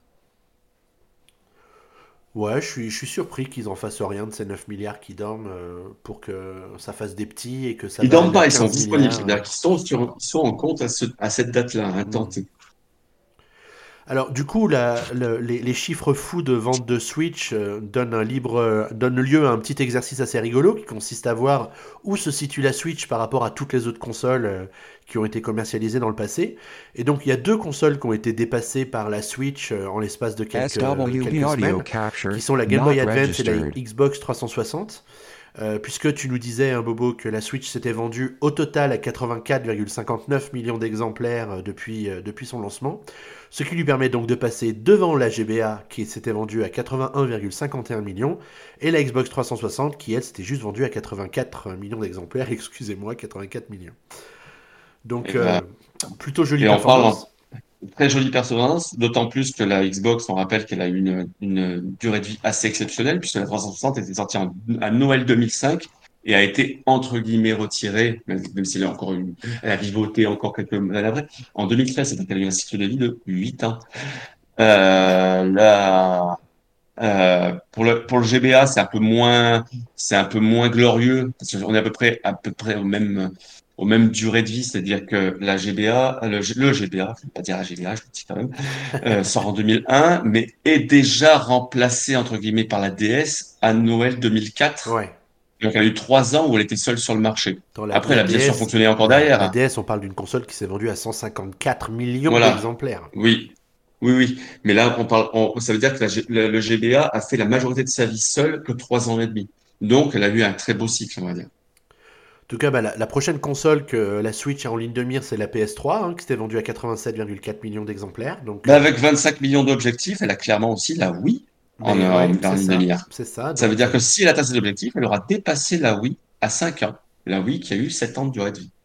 Ouais, je suis, je suis surpris qu'ils en fassent rien de ces neuf milliards qui dorment euh, pour que ça fasse des petits et que ça Ils va dorment aller à pas, ils sont quinze disponibles. milliards. C'est-à-dire qu'ils sont sur, ils sont en compte à, ce- à cette date-là, à un temps Hmm. T. Alors, du coup, la- le- les, les chiffres fous de vente de Switch euh, donnent, un libre, euh, donnent lieu à un petit exercice assez rigolo qui consiste à voir où se situe la Switch par rapport à toutes les autres consoles euh, qui ont été commercialisées dans le passé. Et donc, il y a deux consoles qui ont été dépassées par la Switch euh, en l'espace de quelques, quelques semaines, qui sont la Game Boy Advance et la Xbox trois cent soixante. Euh, puisque tu nous disais, hein, Bobo, que la Switch s'était vendue au total à quatre-vingt-quatre virgule cinquante-neuf millions d'exemplaires euh, depuis, euh, depuis son lancement, ce qui lui permet donc de passer devant la G B A qui s'était vendue à quatre-vingt-un virgule cinquante et un millions et la Xbox trois cent soixante qui, elle, s'était juste vendue à quatre-vingt-quatre millions d'exemplaires, excusez-moi, quatre-vingt-quatre millions. Donc, Et, euh, ben, plutôt jolie et on parle performance. en très jolie performance, d'autant plus que la Xbox, on rappelle qu'elle a eu une, une durée de vie assez exceptionnelle, puisque la trois cent soixante était sortie en- à Noël deux mille cinq et a été, entre guillemets, retirée, même, même si elle a encore une, elle a vivoté encore quelques années après, en deux mille treize, c'est-à-dire qu'elle a eu un cycle de vie de huit ans. Euh, la, euh, pour le, pour le G B A, c'est un peu moins, c'est un peu moins glorieux, parce qu'on est à peu près, à peu près au même, au même durée de vie, c'est-à-dire que la G B A, le, G- le G B A, je vais pas dire la G B A, je le dis quand même, euh, sort en deux mille un, mais est déjà remplacé, entre guillemets, par la D S à Noël deux mille quatre. Ouais. Donc, elle a eu trois ans où elle était seule sur le marché. Dans la, Après, la elle a bien sûr D S, fonctionné encore la, derrière, la hein. D S, on parle d'une console qui s'est vendue à cent cinquante-quatre millions Voilà. d'exemplaires. Oui. Oui, oui. Mais là, on parle, on- ça veut dire que la G- le, le G B A a fait la majorité de sa vie seule que trois ans et demi. Donc, elle a eu un très beau cycle, on va dire. En tout cas, bah, la, la prochaine console que la Switch a en ligne de mire, c'est la P S trois, hein, qui s'était vendue à quatre-vingt-sept virgule quatre millions d'exemplaires. Donc, Mais euh, avec vingt-cinq millions d'objectifs, elle a clairement aussi la Wii en, mais en, ouais, en c'est ligne de ça, mire. c'est ça. Ça veut Donc, dire euh, que si elle atteint ses objectifs, elle aura dépassé la Wii à cinq ans. La Wii qui a eu sept ans de durée de vie.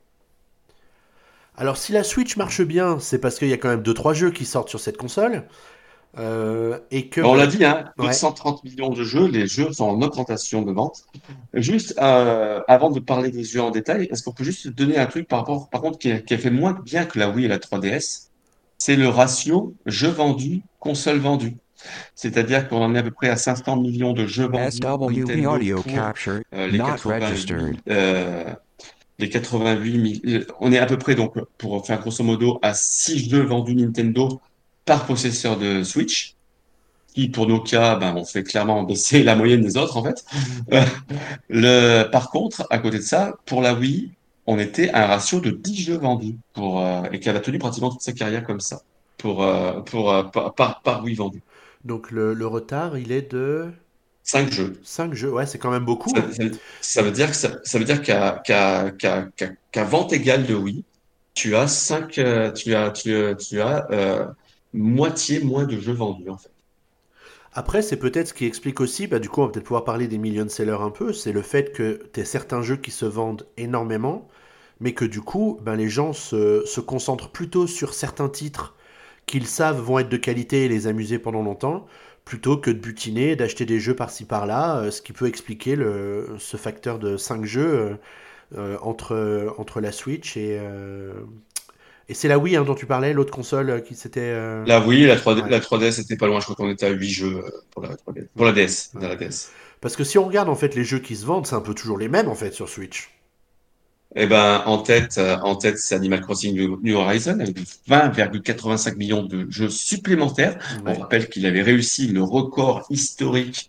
alors si la Switch marche bien, c'est parce qu'il y a quand même deux trois jeux qui sortent sur cette console euh, et que, Ben, on bah, l'a dit, hein, ouais. deux cent trente millions de jeux, les jeux sont en augmentation de vente. Juste euh, avant de parler des jeux en détail, est-ce qu'on peut juste donner un truc par rapport, par contre, qui a, qui a fait moins bien que la Wii et la trois D S, c'est le ratio jeux vendus, consoles vendues. C'est-à-dire qu'on en est à peu près à cinq cents millions de jeux vendus Nintendo pour euh, les quatre-vingt-huit, euh, les quatre-vingt-huit mille. On est à peu près, donc, pour faire grosso modo, à six jeux vendus Nintendo par possesseur de Switch, qui, pour nos cas, ben, on fait clairement baisser la moyenne des autres, en fait. Euh, le, par contre, à côté de ça, pour la Wii, on était à un ratio de dix jeux vendus pour, euh, et qui a tenu pratiquement toute sa carrière comme ça, pour, euh, pour, euh, par, par, par Wii vendu. Donc le, le retard, il est de Cinq jeux. cinq jeux. Ouais, c'est quand même beaucoup, Ça, hein. ça- ça veut dire que ça, ça veut dire qu'à qu'à qu'à qu'à qu'à vente égale de Wii, tu as cinq, euh, tu as tu, as- tu as euh, moitié moins de jeux vendus en fait. Après, c'est peut-être ce qui explique aussi, bah, du coup, on va peut-être pouvoir parler des million sellers un peu, c'est le fait que tu as certains jeux qui se vendent énormément, mais que du coup, ben, les gens se, se concentrent plutôt sur certains titres qu'ils savent vont être de qualité et les amuser pendant longtemps, plutôt que de butiner, d'acheter des jeux par-ci par-là, euh, ce qui peut expliquer le, ce facteur de cinq jeux euh, euh, entre, entre la Switch et... euh, et c'est la Wii hein, dont tu parlais, l'autre console euh, qui s'était... euh, La Wii, la trois D, Ouais. la trois D S était pas loin, je crois qu'on était à huit jeux euh, pour la trois D S. Pour Ouais. la D S, Ouais. dans la D S. Parce que si on regarde en fait les jeux qui se vendent, c'est un peu toujours les mêmes en fait sur Switch. Eh ben, en tête, euh, en tête, c'est Animal Crossing New New Horizon avec vingt virgule quatre-vingt-cinq millions de jeux supplémentaires. On Ouais. rappelle qu'il avait réussi le record historique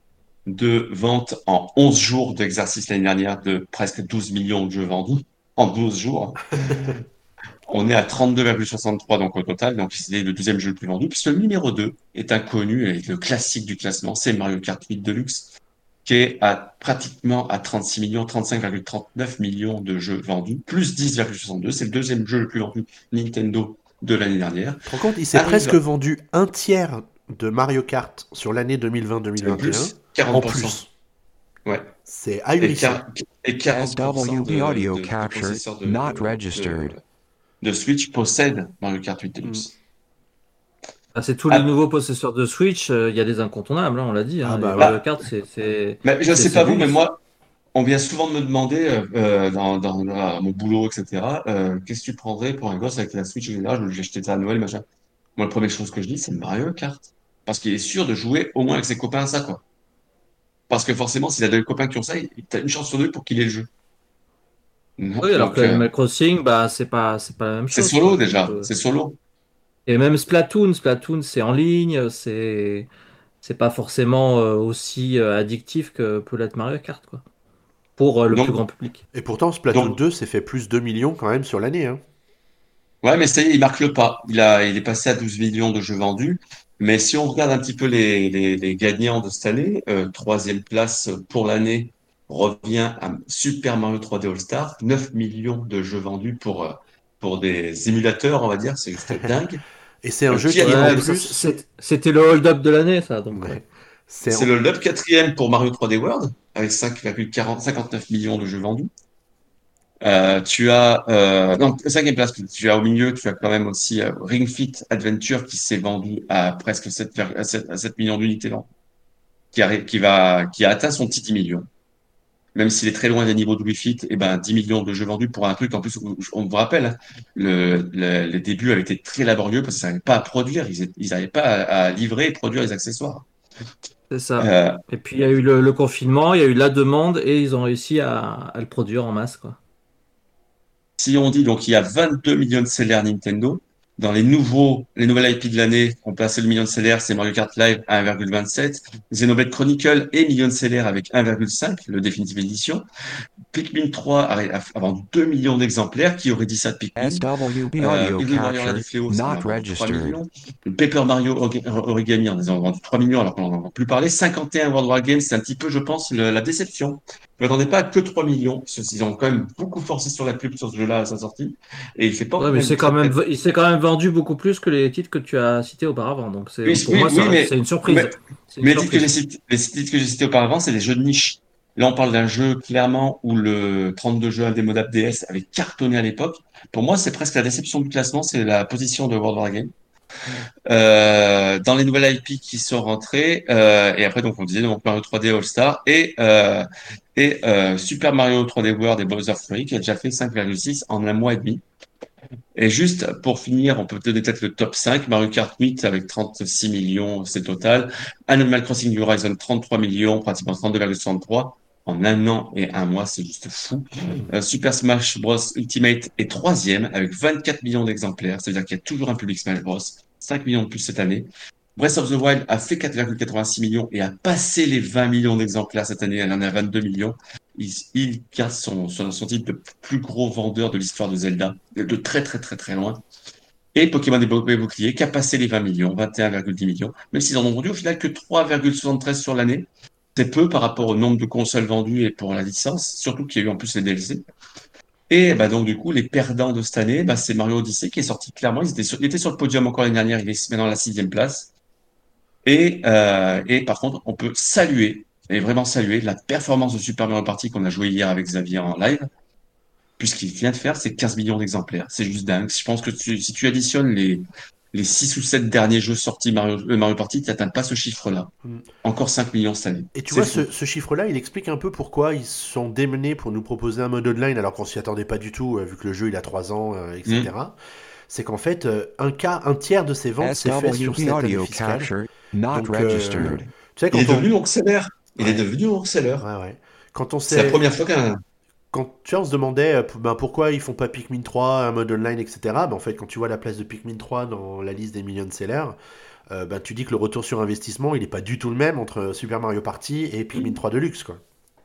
de vente en onze jours d'exercice l'année dernière de presque douze millions de jeux vendus en douze jours. On est à trente-deux virgule soixante-trois donc au total, donc c'est le deuxième jeu le plus vendu, puisque le numéro deux est inconnu et le classique du classement, c'est Mario Kart huit Deluxe, qui est à pratiquement à trente-six millions, trente-cinq virgule trente-neuf millions de jeux vendus, plus dix virgule soixante-deux, c'est le deuxième jeu le plus vendu Nintendo de l'année dernière. Tu te rends compte, il s'est presque Arrive vendu un tiers de Mario Kart sur l'année deux mille vingt deux mille en vingt et un plus, en quarante pour cent. plus. Ouais. C'est Et, ahurissant. quar- et quarante pour cent de, de, de possesseurs de, de, de Switch possèdent Mario Kart huit Mm. Deluxe. Ah, c'est tous les Ah, nouveaux possesseurs de Switch, euh, il y a des incontournables, hein, on l'a dit. Ah Hein, les bah Mario ouais. bah, Kart, c'est c'est mais je c'est sais c'est pas du vous, mais luxe. moi, on vient souvent de me demander euh, euh, dans, dans, dans mon boulot, et cetera, euh, qu'est-ce que tu prendrais pour un gosse avec la Switch, et cetera. Je lui ai acheté ça à Noël, machin. Moi, la première chose que je dis, c'est Mario Kart. Parce qu'il est sûr de jouer au moins avec ses copains à ça, quoi. Parce que forcément, s'il a deux copains qui ont ça, il a une chance sur deux pour qu'il ait le jeu. Oui, alors que Donc, euh, Animal Crossing, bah c'est pas c'est pas la même c'est chose, quoi. solo Donc, déjà, euh, c'est solo. Et même Splatoon, Splatoon, c'est en ligne, c'est c'est pas forcément euh, aussi euh, addictif que peut l'être Mario Kart, quoi. Pour euh, le plus Donc, grand public. Et pourtant, Splatoon donc, deux s'est fait plus deux millions quand même sur l'année. Hein. ouais, mais ça y est, il marque le pas. Il a, il est passé à douze millions de jeux vendus. Mais si on regarde un petit peu les, les, les gagnants de cette année, euh, troisième place pour l'année revient à Super Mario trois D All-Star, neuf millions de jeux vendus pour, euh, pour des émulateurs, on va dire, c'est juste dingue. Et c'est un Euh, jeu qui qui arrive en Ouais, en mais ça, plus... c'est- c'était le hold-up de l'année, ça, donc ouais. Ouais. C'est C'est en- le Love quatrième pour Mario trois D World, avec cinq virgule quarante cinquante-neuf millions de jeux vendus. Euh, tu as, euh, non, cinquième place, tu as au milieu, tu as quand même aussi euh, Ring Fit Adventure qui s'est vendu à presque sept, à sept, à sept millions d'unités, là, qui a, qui va, qui a atteint son petit dix millions. Même s'il est très loin des niveaux de Wii Fit, et ben, dix millions de jeux vendus pour un truc, en plus, où- on vous rappelle, hein, le, le- les débuts avaient été très laborieux parce qu'ils n'arrivaient pas à produire, ils n'arrivaient pas à, à livrer et produire les accessoires. C'est ça. Euh, Et puis il y a eu le, le confinement, il y a eu la demande et ils ont réussi à, à le produire en masse, quoi. Si on dit donc il y a vingt-deux millions de sellers Nintendo, dans les nouveaux, les nouvelles I P de l'année, on placé le million de sellers, c'est Mario Kart Live à un virgule vingt-sept, Xenoblade Chronicle et million de sellers avec un virgule cinq, le Definitive Edition. Pikmin trois a, a, a vendu deux millions d'exemplaires. Qui aurait dit ça de Pikmin? S W B Euh, audio Hyrule Warrior du capture Fléau, ça en a not vendu trois registered. millions. Paper Mario Orga- Origami en a vendu trois millions alors qu'on n'en entend plus parler. cinquante et un World War Games, c'est un petit peu, je pense, le- la déception. Je ne m'attendais pas à que trois millions. Parce qu'ils ont quand même beaucoup forcé sur la pub sur ce jeu-là à sa sortie. Et il fait pas Ouais, quand mais même c'est quand très, même, très. il s'est quand même vendu beaucoup plus que les titres que tu as cités auparavant. Donc c'est, Oui, pour oui, moi, oui, ça- mais, c'est une surprise. mais, C'est une mais les titres que j'ai surprise. cités, les titres que j'ai cités auparavant, c'est des jeux de niche. Là, on parle d'un jeu clairement où le trente-deux jeux indémodable D S avait cartonné à l'époque. Pour moi, c'est presque la déception du classement, c'est la position de World War Game. Euh, dans les nouvelles I P qui sont rentrées, euh, et après, donc, on disait donc Mario trois D All-Star et, euh, et euh, Super Mario trois D World et Bowser Fury qui a déjà fait cinq virgule six en un mois et demi. Et juste pour finir, on peut donner peut-être le top cinq. Mario Kart huit avec trente-six millions, c'est le total. Animal Crossing New Horizon, trente-trois millions, pratiquement trente-deux virgule soixante-trois. En un an et un mois, c'est juste fou. Euh, Super Smash Bros. Ultimate est troisième avec vingt-quatre millions d'exemplaires. Ça veut dire qu'il y a toujours un public Smash Bros. cinq millions de plus cette année. Breath of the Wild a fait quatre virgule quatre-vingt-six millions et a passé les vingt millions d'exemplaires cette année. Elle en a vingt-deux millions. Il, il garde son, son, son titre de plus gros vendeur de l'histoire de Zelda, de très très très très loin. Et Pokémon Développé Bouclier, qui a passé les vingt millions, vingt et un virgule dix millions, même s'ils en ont vendu au final que trois virgule soixante-treize sur l'année. C'est peu par rapport au nombre de consoles vendues et pour la licence, surtout qu'il y a eu en plus les D L C. Et bah donc du coup, les perdants de cette année, bah, c'est Mario Odyssey qui est sorti clairement. Il était sur, il était sur le podium encore l'année dernière, il est maintenant à la sixième place. Et, euh, et par contre, on peut saluer, et vraiment saluer, la performance de Super Mario Party qu'on a joué hier avec Xavier en live, puisqu'il vient de faire, c'est quinze millions d'exemplaires. C'est juste dingue. Je pense que tu- si tu additionnes les, les six ou sept derniers jeux sortis Mario, euh, Mario Party, tu n'atteins pas ce chiffre-là. Mm. Encore cinq millions cette année. Et tu C'est vois, fou. ce, ce chiffre-là, il explique un peu pourquoi ils se sont démenés pour nous proposer un mode online alors qu'on s'y attendait pas du tout, euh, vu que le jeu il a trois ans, euh, Mm. et cetera. C'est qu'en fait, euh, un quart, un tiers de ces ventes s'est fait sur S W B cette année audio fiscale. capture not Donc, euh, registered. tu sais, Il est quand on... devenu long-seller. Il est Ouais, devenu long-seller. ouais, ouais. Quand on C'est la s'est... première fois qu'un... Quand tu vois, on se demandait euh, p- ben, pourquoi ils font pas Pikmin trois, un mode online, et cetera. Ben, en fait, quand tu vois la place de Pikmin trois dans la liste des millions de sellers, euh, ben, tu dis que le retour sur investissement, il est pas du tout le même entre Super Mario Party et Pikmin trois Deluxe, quoi.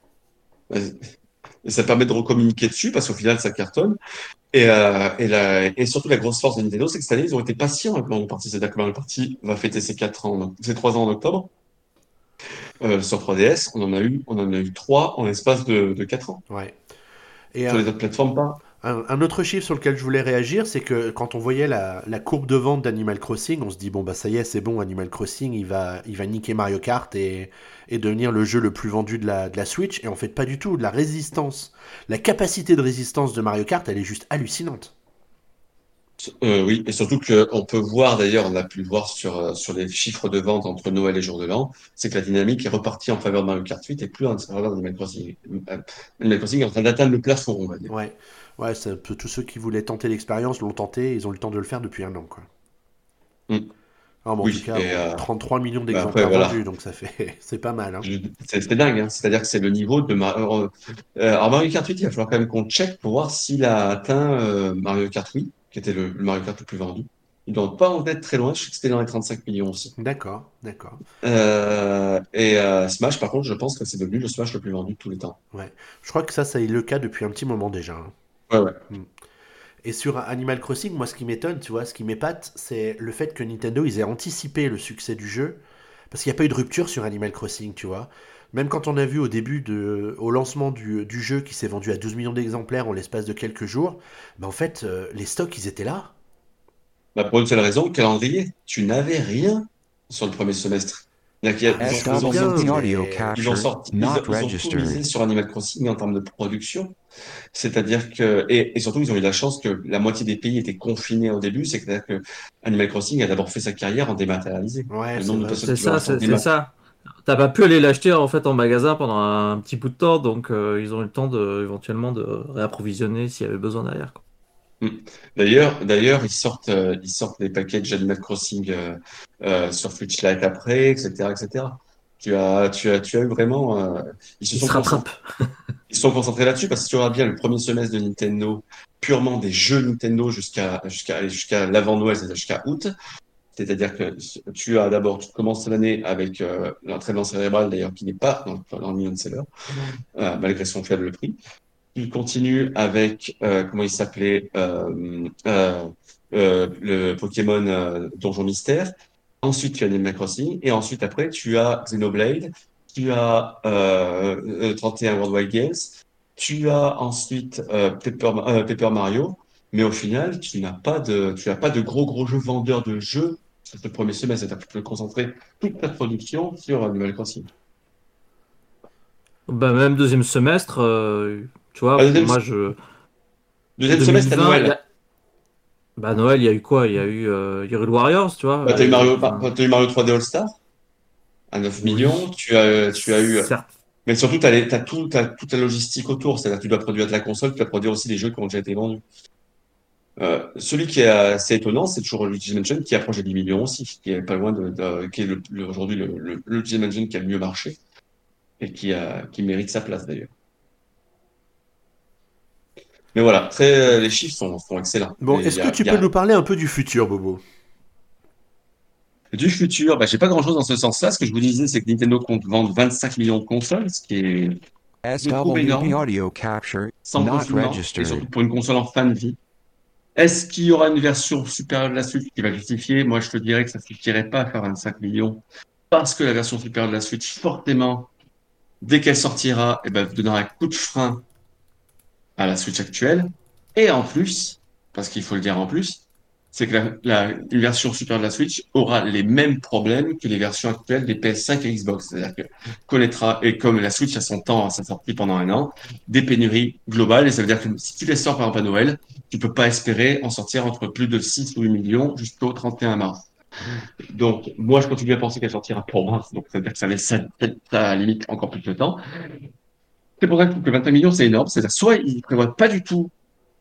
Et ça permet de recommuniquer dessus parce qu'au final, ça cartonne. Et, euh, et, la, et surtout, la grosse force de Nintendo, c'est que cette année, ils ont été patients avec Mario Party. C'est-à-dire que Mario Party va fêter ses quatre ans, ses trois ans en octobre. Euh, sur trois D S, on en a eu, on en a eu trois en l'espace de, de quatre ans. Ouais. Et Sur un, les autres plateformes, pas. un- un autre chiffre sur lequel je voulais réagir, c'est que quand on voyait la, la courbe de vente d'Animal Crossing, on se dit bon bah ça y est, c'est bon, Animal Crossing, il va, il va niquer Mario Kart et, et devenir le jeu le plus vendu de la, de la Switch. Et en fait pas du tout. La résistance, la capacité de résistance de Mario Kart, elle est juste hallucinante. Euh, oui, et surtout qu'on peut voir, d'ailleurs, on a pu le voir sur, euh, sur les chiffres de vente entre Noël et Jour de l'An, c'est que la dynamique est repartie en faveur de Mario Kart huit et plus en faveur d'Animal Crossing. Euh, Animal Crossing est en train d'atteindre le plafond, on va dire. Ouais, ouais, c'est un peu tous ceux qui voulaient tenter l'expérience l'ont tenté, ils ont eu le temps de le faire depuis un an, quoi. Mm. Ah, bon, en tout Oui, cas, et bon, euh, trente-trois millions bah après, d'exemplaires vendus, voilà. donc ça fait, c'est pas mal, hein. Je- C'est c'est dingue, hein. C'est-à-dire que c'est le niveau de Mario. Euh, alors Mario Kart huit, il va falloir quand même qu'on check pour voir s'il a atteint euh, Mario Kart Wii, qui était le, le Mario Kart le plus vendu. Ils doivent pas en être très loin. Je sais que c'était dans les trente-cinq millions aussi. D'accord, d'accord. Euh, et euh, Smash, par contre, je pense que c'est devenu le Smash le plus vendu de tous les temps. Ouais. Je crois que ça, ça est le cas depuis un petit moment déjà, hein. Ouais, ouais. Mm. Et sur Animal Crossing, moi, ce qui m'étonne, tu vois, ce qui m'épate, c'est le fait que Nintendo, ils aient anticipé le succès du jeu. Parce qu'il n'y a pas eu de rupture sur Animal Crossing, tu vois. Même quand on a vu au début, de, au lancement du, du jeu qui s'est vendu à douze millions d'exemplaires en l'espace de quelques jours, ben en fait, euh, les stocks, ils étaient là. Bah, pour une seule raison, calendrier. Tu n'avais rien sur le premier semestre. C'est-à-dire qu'il y a- Ah, Ils je ont, veux ils ont bien, sorti, mais... ils ont sorti, ils, ont ils ont tout misé sur Animal Crossing en termes de production. C'est-à-dire que, et, et surtout, ils ont eu la chance que la moitié des pays étaient confinés au début. C'est-à-dire que Animal Crossing a d'abord fait sa carrière en dématérialisé. Ouais, Le c'est nombre de vrai personnes C'est aussi. qui veulent ça, acheter en c'est c'est démat. ça. T'as pas pu aller l'acheter en fait en magasin pendant un petit bout de temps, donc euh, ils ont eu le temps de éventuellement de réapprovisionner s'il y avait besoin derrière, quoi. Mm. D'ailleurs, d'ailleurs, ils sortent, euh, ils sortent des packages Animal Crossing euh, euh, sur Switch Lite après, et cetera, et cetera. Tu as, tu as, tu as eu vraiment, euh, ils se Ils sont se rattrapent. concentrés, ils se sont concentrés là-dessus parce que si tu regardes bien le premier semestre de Nintendo, purement des jeux Nintendo jusqu'à jusqu'à jusqu'à l'avant Noël, c'est-à-dire jusqu'à août. C'est-à-dire que tu as d'abord, tu commences l'année avec euh, l'entraînement cérébral d'ailleurs qui n'est pas dans, dans le million de sellers, euh, malgré son faible prix. Il continue avec, euh, comment il s'appelait, euh, euh, euh, le Pokémon euh, Donjon Mystère. Ensuite, tu as Animal Crossing. Et ensuite, après, tu as Xenoblade. Tu as euh, euh, trente et un Worldwide Games. Tu as ensuite euh, Paper, euh, Paper Mario. Mais au final, tu n'as pas de, tu n'as pas de gros, gros jeux vendeurs de jeux sur ce premier semestre. Tu as pu te concentrer toute ta production sur Animal Crossing. Bah, même deuxième semestre, euh, tu Ah, vois, deuxième, moi je deuxième semestre à deux mille vingt, il y Noël. a... bah Noël, il y a eu quoi? Il y a eu euh, Hyrule Warriors, tu vois. Bah, t'as eu euh, Mario, bah, Enfin, t'as eu Mario trois D All-Star à neuf millions. oui, Tu as, tu as eu, certes. mais surtout, t'as les, t'as tout, t'as toute la logistique autour. C'est-à-dire que tu dois produire de la console, tu dois produire aussi des jeux qui ont déjà été vendus. Euh, celui qui est assez étonnant, c'est toujours Luigi's Mansion qui approche des dix millions aussi, qui est pas loin de, de- qui est le, le- aujourd'hui le, le, le Luigi's Mansion qui a le mieux marché et qui a, qui mérite sa place d'ailleurs. Mais voilà, très, les chiffres sont, sont excellents. Bon, Et il est-ce y que a, tu il y peux a nous parler un peu du futur, Bobo? du futur, bah, j'ai pas grand-chose dans ce sens-là. Ce que je vous disais, c'est que Nintendo compte vendre vingt-cinq millions de consoles, ce qui est, je trouve, S W P énorme, audio capture sans not confinement, et surtout registered. pour une console en fin de vie. Est-ce qu'il y aura une version supérieure de la Switch qui va justifier? Moi, je te dirais que ça ne suffirait pas à faire vingt-cinq millions, parce que la version supérieure de la Switch, fortement, dès qu'elle sortira, eh ben, donnera un coup de frein à la Switch actuelle. Et en plus, parce qu'il faut le dire en plus, c'est que la, la, une version supérieure de la Switch aura les mêmes problèmes que les versions actuelles des P S cinq et Xbox. C'est-à-dire que connaîtra, et comme la Switch a son temps à sa sortie pendant un an, des pénuries globales. Et ça veut dire que si tu les sors par exemple à Noël, tu peux pas espérer en sortir entre plus de six ou huit millions jusqu'au trente et un mars. Donc, moi, je continue à penser qu'elle sortira pour mars. Donc, ça veut dire que ça laisse ça, ça limite encore plus de temps. C'est pour ça que je trouve que vingt-cinq millions, c'est énorme. C'est-à-dire, soit ils prévoient pas du tout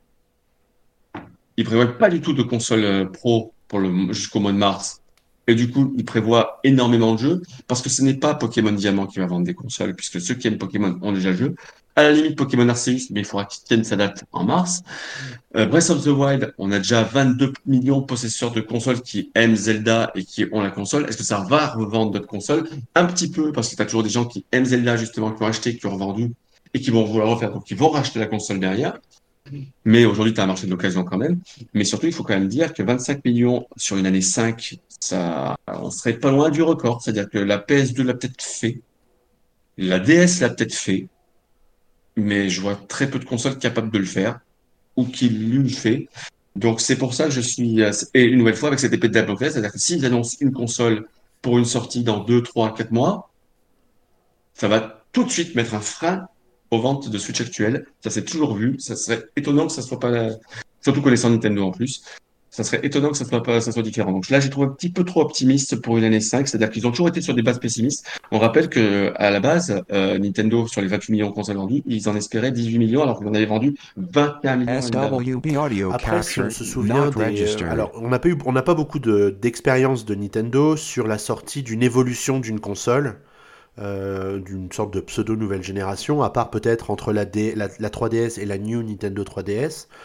Ils prévoient pas du tout de console euh, pro pour le jusqu'au mois de mars. Et du coup, ils prévoient énormément de jeux parce que ce n'est pas Pokémon Diamant qui va vendre des consoles puisque ceux qui aiment Pokémon ont déjà le jeu. À la limite, Pokémon Arceus, mais il faudra qu'ils tiennent sa date en mars. Euh, Breath of the Wild, on a déjà vingt-deux millions de possesseurs de consoles qui aiment Zelda et qui ont la console. Est-ce que ça va revendre d'autres consoles? Un petit peu parce que tu as toujours des gens qui aiment Zelda justement, qui ont acheté, qui ont revendu et qui vont vouloir refaire. Donc, ils vont racheter la console derrière. Mais aujourd'hui, tu as un marché de l'occasion quand même. Mais surtout, il faut quand même dire que vingt-cinq millions sur une année cinq, ça, on serait pas loin du record. C'est-à-dire que la P S deux l'a peut-être fait, la D S l'a peut-être fait, mais je vois très peu de consoles capables de le faire ou qui l'ont fait. Donc, c'est pour ça que je suis, euh, et une nouvelle fois avec cette épée de Damoclès, c'est-à-dire que s'ils annoncent une console pour une sortie dans deux, trois, quatre mois, ça va tout de suite mettre un frein aux ventes de Switch actuelles. Ça s'est toujours vu. Ça serait étonnant que ça soit pas, la- surtout connaissant Nintendo en plus. Ça serait étonnant que ça soit pas, ça soit différent. Donc là, j'ai trouvé un petit peu trop optimiste pour une année cinq. C'est-à-dire qu'ils ont toujours été sur des bases pessimistes. On rappelle que, à la base, euh, Nintendo, sur les vingt-huit millions de consoles vendues, ils en espéraient dix-huit millions alors qu'ils en avaient vendu vingt et un millions l'année d'avant. S W P audio Après, si on capture se souvient not des... euh, registered. Alors, on n'a pas eu, on n'a pas beaucoup de, d'expérience de Nintendo sur la sortie d'une évolution d'une console, euh, d'une sorte de pseudo nouvelle génération, à part peut-être entre la, D- la, la trois D S et la New Nintendo trois D S,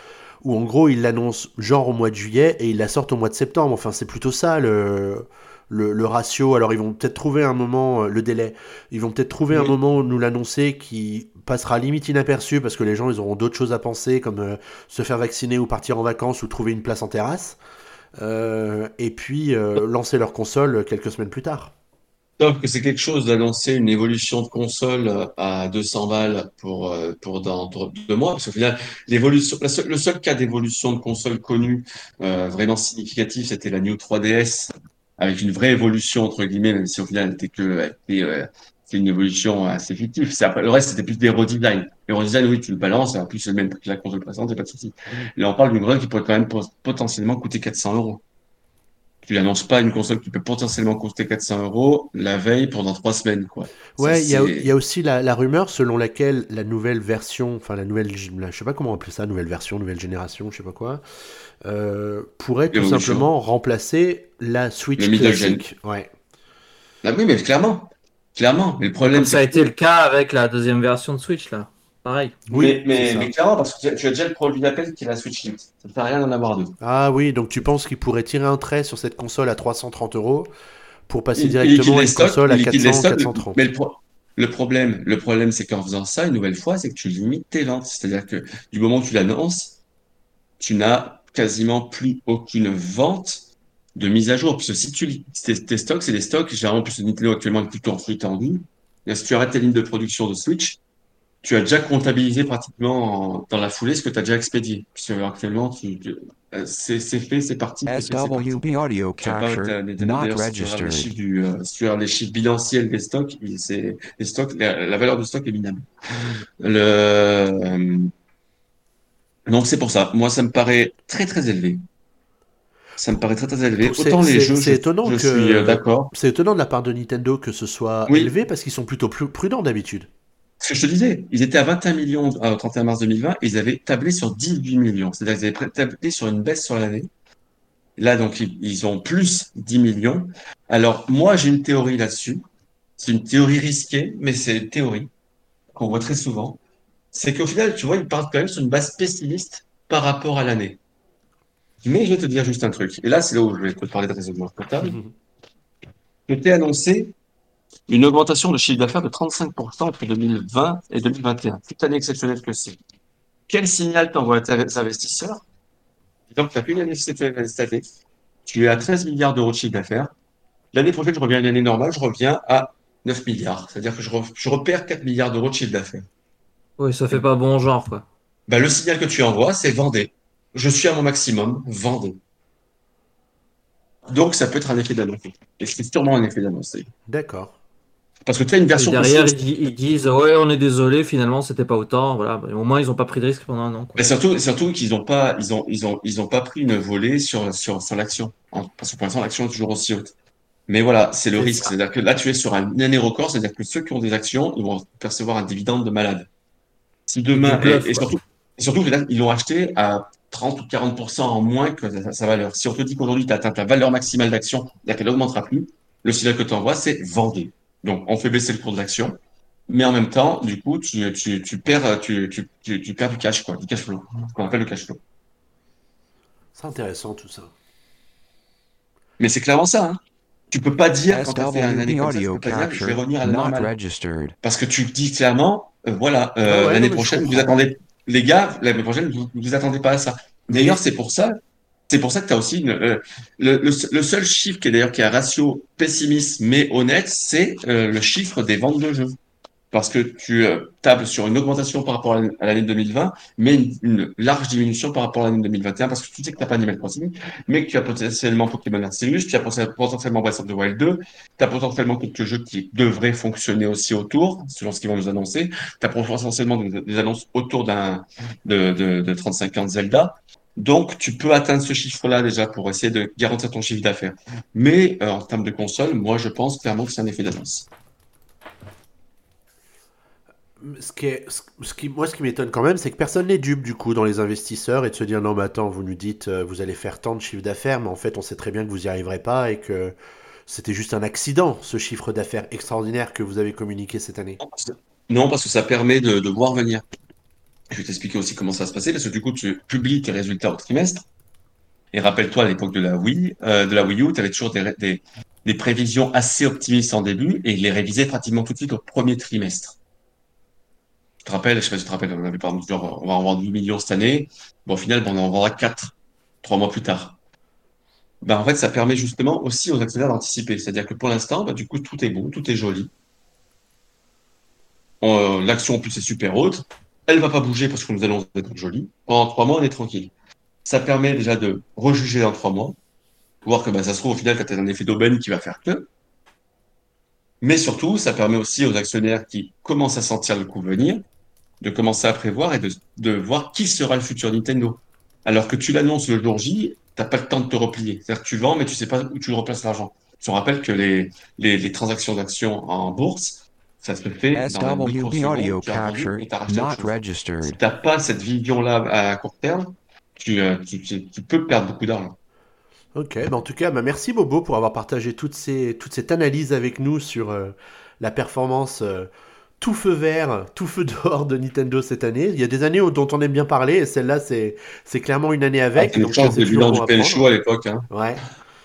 où en gros ils l'annoncent genre au mois de juillet et ils la sortent au mois de septembre. Enfin, c'est plutôt ça le, le, le ratio. Alors ils vont peut-être trouver un moment, euh, le délai, ils vont peut-être trouver un Oui. moment où nous l'annoncer qui passera limite inaperçu parce que les gens ils auront d'autres choses à penser comme euh, se faire vacciner ou partir en vacances ou trouver une place en terrasse. Euh, et puis euh, lancer leur console quelques semaines plus tard. Sauf que c'est quelque chose d'annoncer une évolution de console euh, à deux cents balles pour, euh, pour dans deux deux mois, parce qu'au final, l'évolution, la seule- le seul cas d'évolution de console connu euh, vraiment significatif, c'était la New trois D S, avec une vraie évolution, entre guillemets, même si au final, elle était que, elle était, euh, c'est une évolution assez fictive. C'est après, le reste, c'était plus des redesigns. Les redesigns, oui, tu le balances, en plus, c'est le même prix que la console précédente, c'est pas de souci. Là, on parle d'une console qui pourrait quand même po- potentiellement coûter quatre cents euros. Tu n'annonces pas une console qui peut potentiellement coûter quatre cents euros la veille pendant trois semaines, quoi. Ça, Ouais, il y a, il y c'est, a aussi la, la rumeur selon laquelle la nouvelle version, enfin la nouvelle, g- la- je sais pas comment appeler ça, nouvelle version, nouvelle génération, je sais pas quoi, euh, pourrait tout l'évolution, simplement remplacer la le Switch middle gen. classique. Ouais. Ah oui, mais clairement, clairement. Mais le Mais problème, comme c'est ça a que, été le cas avec la deuxième version de Switch, là. Pareil. Oui, mais, c'est mais, mais ça. clairement, parce que tu as, tu as déjà le produit d'Apple qui est la Switch Lite. Ça ne fait rien d'en avoir deux. Ah oui, donc tu penses qu'il pourrait tirer un trait sur cette console à trois cent trente euros pour passer Il, il liquide directement à les une stocks, console il à liquide les 400, stocks, mais 430. le, pro- le problème, le problème, c'est qu'en faisant ça, une nouvelle fois, c'est que tu limites tes ventes. C'est-à-dire que du moment où tu l'annonces, tu n'as quasiment plus aucune vente de mise à jour. Parce que si tu lis tes, tes stocks, c'est des stocks, généralement, plus Nintendo actuellement est plutôt en flux tendu. Et si tu arrêtes tes lignes de production de Switch, tu as déjà comptabilisé pratiquement en- dans la foulée ce que tu as déjà expédié. Puisque actuellement, tu, tu- euh, c'est c'est fait, c'est parti, c'est fait, c'est parti. S W B audio Tu vas pas, captured, t'as- Nintendo, not d'ailleurs, si tu regardes les registered. chiffres du, euh, si tu regardes les chiffres bilanciels des stocks, il- c'est, les stocks, la, la valeur du stock est minable. Le, euh, donc c'est pour ça. Moi, ça me paraît très très élevé. Ça me paraît très très élevé. Pour- C'est Autant les c'est- jeux, c'est je, étonnant je suis euh, que d'accord. c'est étonnant de la part de Nintendo que ce soit Oui, élevé parce qu'ils sont plutôt plus prudents d'habitude. ce que je te disais, ils étaient à vingt et un millions euh, au trente et un mars deux mille vingt, et ils avaient tablé sur dix-huit millions. C'est-à-dire qu'ils avaient pré- tablé sur une baisse sur l'année. Là, donc, ils, ils ont plus dix millions. Alors, moi, j'ai une théorie là-dessus. C'est une théorie risquée, mais c'est une théorie qu'on voit très souvent. C'est qu'au final, tu vois, ils partent quand même sur une base pessimiste par rapport à l'année. Mais je vais te dire juste un truc. Et là, c'est là où je vais te parler de raisonnement comptable. Je t'ai annoncé une augmentation de chiffre d'affaires de trente-cinq pour cent entre deux mille vingt et deux mille vingt et un. Toute année exceptionnelle que c'est. Quel signal t'envoies à tes investisseurs? Donc, tu as fait une année exceptionnelle cette année. Tu es à treize milliards d'euros de chiffre d'affaires. L'année prochaine, je reviens à une année normale, je reviens à neuf milliards. C'est-à-dire que je, re- je repère quatre milliards d'euros de chiffre d'affaires. Oui, ça fait pas bon genre, quoi. Ben, le signal que tu envoies, c'est vendez. Je suis à mon maximum, vendez. Donc, ça peut être un effet d'annonce. Et c'est sûrement un effet d'annonce. D'accord. Parce que tu as une Et version derrière, consigne. ils, di- ils disent, ouais, on est désolé, finalement, c'était pas autant. Voilà. Bah, au moins, ils ont pas pris de risque pendant un an, quoi. Mais surtout, surtout qu'ils n'ont pas, ils ont, ils ont, ils ont pas pris une volée sur, sur, sur l'action. Hein. Parce que pour l'instant, l'action est toujours aussi haute. Mais voilà, c'est le C'est risque. ça. C'est-à-dire que là, tu es sur un année record, c'est-à-dire que ceux qui ont des actions, ils vont percevoir un dividende de malade. Si C'est du demain, et, bluff, et quoi. surtout, et surtout, là, ils l'ont acheté à trente ou quarante pour cent en moins que sa, sa valeur. Si on te dit qu'aujourd'hui, tu as atteint ta valeur maximale d'action, c'est-à-dire qu'elle n'augmentera plus, le signal que tu envoies, c'est vendez. Donc, on fait baisser le cours de l'action. Mais en même temps, du coup, tu, tu, tu perds, tu, tu, tu, tu perds du cash, quoi, du cash flow. Ce qu'on appelle le cash flow. C'est intéressant tout ça. Mais c'est clairement ça, hein. Tu peux pas dire, quand tu as fait une année S W B comme ça, tu audio peux pas dire, je vais captured, revenir à la not normale. registered. Parce que tu dis clairement, euh, voilà, Ouais, euh, ouais, l'année non, mais je prochaine, vous comprends. attendez, les gars, l'année prochaine, vous, vous attendez pas à ça. D'ailleurs, Mais c'est pour ça, c'est pour ça que tu as aussi une, euh, le, le, le seul chiffre qui est d'ailleurs qui a un ratio pessimiste mais honnête, c'est euh, le chiffre des ventes de jeux. Parce que tu euh, tables sur une augmentation par rapport à l'année à l'année deux mille vingt, mais une, une large diminution par rapport à l'année deux mille vingt et un, parce que tu sais que tu n'as pas Animal Crossing, mais que tu as potentiellement Pokémon Arceus, tu as poten- potentiellement Breath of the Wild deux, tu as potentiellement quelques jeux qui devraient fonctionner aussi autour, selon ce qu'ils vont nous annoncer, tu as potentiellement des, des annonces autour d'un de, de, de trente-cinq ans de Zelda. Donc, tu peux atteindre ce chiffre-là déjà pour essayer de garantir ton chiffre d'affaires. Mais euh, en termes de console, moi, je pense clairement que c'est un effet d'annonce. ce qui est, ce ce qui, moi, ce qui m'étonne quand même, c'est que personne n'est dupe du coup dans les investisseurs et de se dire non, mais attends, vous nous dites euh, vous allez faire tant de chiffre d'affaires, mais en fait, on sait très bien que vous n'y arriverez pas et que c'était juste un accident, ce chiffre d'affaires extraordinaire que vous avez communiqué cette année. Non, parce que ça permet de, de voir venir. Je vais t'expliquer aussi comment ça va se passer, parce que du coup, tu publies tes résultats au trimestre. Et rappelle-toi, à l'époque de la Wii, euh, de la Wii U, tu avais toujours des, ré- des, des prévisions assez optimistes en début et ils les révisaient pratiquement tout de suite au premier trimestre. Tu te rappelles, je sais pas si tu te rappelles, on avait par exemple, genre, on va en vendre huit millions cette année. Bon, au final, bon, on en vendra quatre, trois mois plus tard. Ben, en fait, ça permet justement aussi aux actionnaires d'anticiper. C'est-à-dire que pour l'instant, ben, du coup, tout est beau, tout est joli. On- euh, L'action en plus est super haute. Elle va pas bouger parce qu'on nous annonce d'être jolie. Pendant trois mois, on est tranquille. Ça permet déjà de rejuger dans trois mois, voir que ben, ça se trouve au final, tu as un effet d'aubaine qui va faire que. Mais surtout, ça permet aussi aux actionnaires qui commencent à sentir le coup venir de commencer à prévoir et de, de voir qui sera le futur Nintendo. Alors que tu l'annonces le jour J, t'as pas le temps de te replier. C'est-à-dire que tu vends, mais tu sais pas où tu replaces l'argent. Je te rappelle que les, les, les transactions d'actions en bourse, ça se fait dans la S W B microseconde, audio tu as vendu capture et tu as racheté autre not chose. Si registered. t'as pas cette vision-là à court terme, tu, euh, tu, tu, tu peux perdre beaucoup d'argent. Ok, bah en tout cas, bah merci Bobo pour avoir partagé toutes ces, toute cette analyse avec nous sur euh, la performance euh, tout feu vert, tout feu dehors de Nintendo cette année. Il y a des années où- dont on aime bien parler, et celle-là, c'est, c'est clairement une année Ah, avec, c'est une donc euh, chance c'est de toujours bilan bon du à P L Show prendre. à l'époque, hein. Ouais.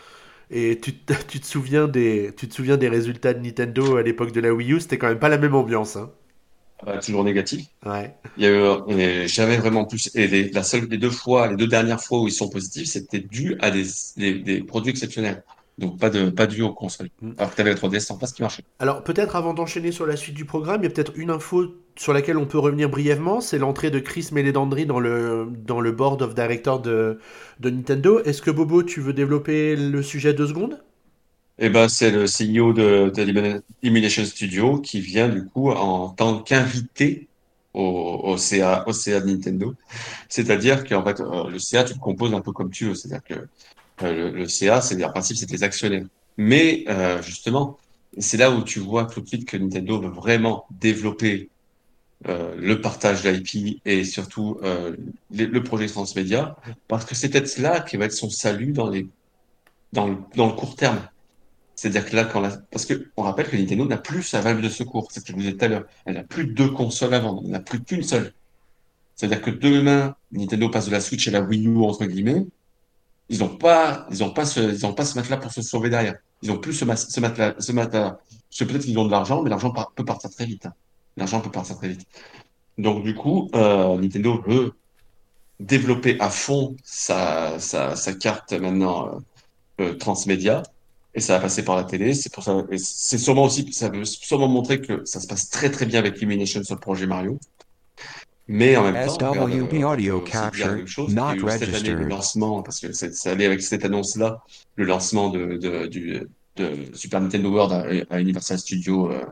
Et tu, te- tu te souviens des, tu te souviens des résultats de Nintendo à l'époque de la Wii U, c'était quand même pas la même ambiance, hein. Ah bah, toujours négatif. Ouais. Il y a eu, on n'est jamais vraiment plus. Et les, la seule, les deux fois, les deux dernières fois où ils sont positifs, c'était dû à des, des, des produits exceptionnels. Donc pas de, pas dû aux consoles. Mm. Alors que tu avais la trois D S, sans pas ce qui marchait. Alors peut-être avant d'enchaîner sur la suite du programme, il y a peut-être une info sur laquelle on peut revenir brièvement, c'est l'entrée de Chris Meledandri dans le, dans le board of directors de, de Nintendo. Est-ce que Bobo, tu veux développer le sujet deux secondes? Et ben, c'est le C E O de, de Elimin- Elimination Studio qui vient du coup en tant qu'invité au, au C A, au C A de Nintendo. C'est-à-dire qu'en fait, euh, le C A, tu le composes un peu comme tu veux. C'est-à-dire que euh, le, le C A, c'est en principe, c'est les actionnaires. Mais euh, justement, c'est là où tu vois tout de suite que Nintendo veut vraiment développer euh, le partage d'I P et surtout euh, les- le projet transmédia, parce que c'est peut-être là qui va être son salut dans les dans le, dans le court terme. C'est-à-dire que là, quand la... parce que on rappelle que Nintendo n'a plus sa valve de secours. C'est ce que je vous disais tout à l'heure. Elle n'a plus deux consoles à vendre. Elle n'a plus qu'une seule. C'est-à-dire que demain, Nintendo passe de la Switch à la Wii U, entre guillemets. Ils n'ont pas, ils ont pas ce, ils ont pas ce matelas pour se sauver derrière. Ils ont plus ce, mas- ce matelas, ce matelas. Parce que peut-être qu'ils ont de l'argent, mais l'argent par- peut partir très vite, hein. L'argent peut partir très vite. Donc, du coup, euh, Nintendo veut développer à fond sa, sa, sa carte maintenant euh, euh, transmédia. Et ça va passer par la télé. C'est pour ça, et c'est sûrement aussi, ça veut sûrement montrer que ça se passe très très bien avec Illumination sur le projet Mario. Mais en même temps, regarde, S W B euh, on peut audio aussi dire la capture même chose. Il y a not eu cette année le registered. lancement, parce que c'est- ça allait avec cette annonce-là, le lancement de, de, du, de Super Nintendo World à, à Universal Studios euh,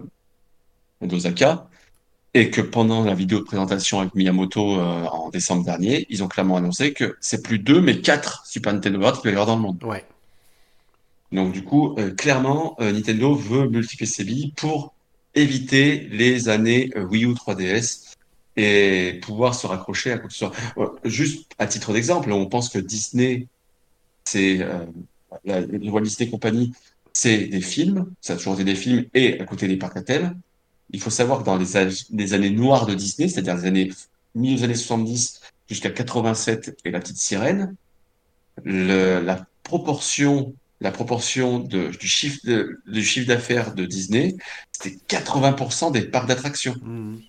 d'Osaka. Et que pendant la vidéo de présentation avec Miyamoto euh, en décembre dernier, ils ont clairement annoncé que c'est plus deux, mais quatre Super Nintendo World qu'il va y avoir dans le monde. Ouais. Donc du coup, euh, clairement, euh, Nintendo veut multiplier ses billes pour éviter les années euh, Wii U trois D S et pouvoir se raccrocher à quoi que ce soit. Euh, juste à titre d'exemple, on pense que Disney, c'est euh, la, la Walt Disney Company, c'est des films, ça a toujours été des films et à côté des parcs à thème. Il faut savoir que dans les, âges- les années noires de Disney, c'est-à-dire les années milieu des années soixante-dix jusqu'à quatre-vingt-sept et la petite sirène, le, la proportion, la proportion de, du chiffre de- du chiffre d'affaires de Disney, c'était quatre-vingts pour cent des parcs d'attractions. Mhm.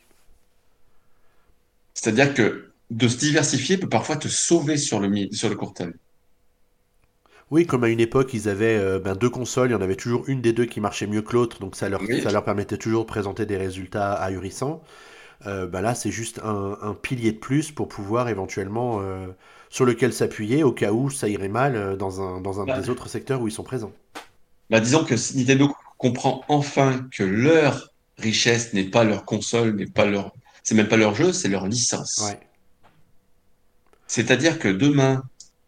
C'est-à-dire que de se diversifier peut parfois te sauver sur le, mi- sur le court terme. Oui, comme à une époque, ils avaient euh, ben, deux consoles, il y en avait toujours une des deux qui marchait mieux que l'autre, donc ça leur, Oui, ça leur permettait toujours de présenter des résultats ahurissants. Euh, ben là, c'est juste un, un pilier de plus pour pouvoir éventuellement euh, sur lequel s'appuyer au cas où ça irait mal euh, dans un, dans un bah, des autres secteurs où ils sont présents. bah, disons que Nintendo comprend enfin que leur richesse n'est pas leur console, n'est pas leur, c'est même pas leur jeu, c'est leur licence. Ouais. C'est-à-dire que demain,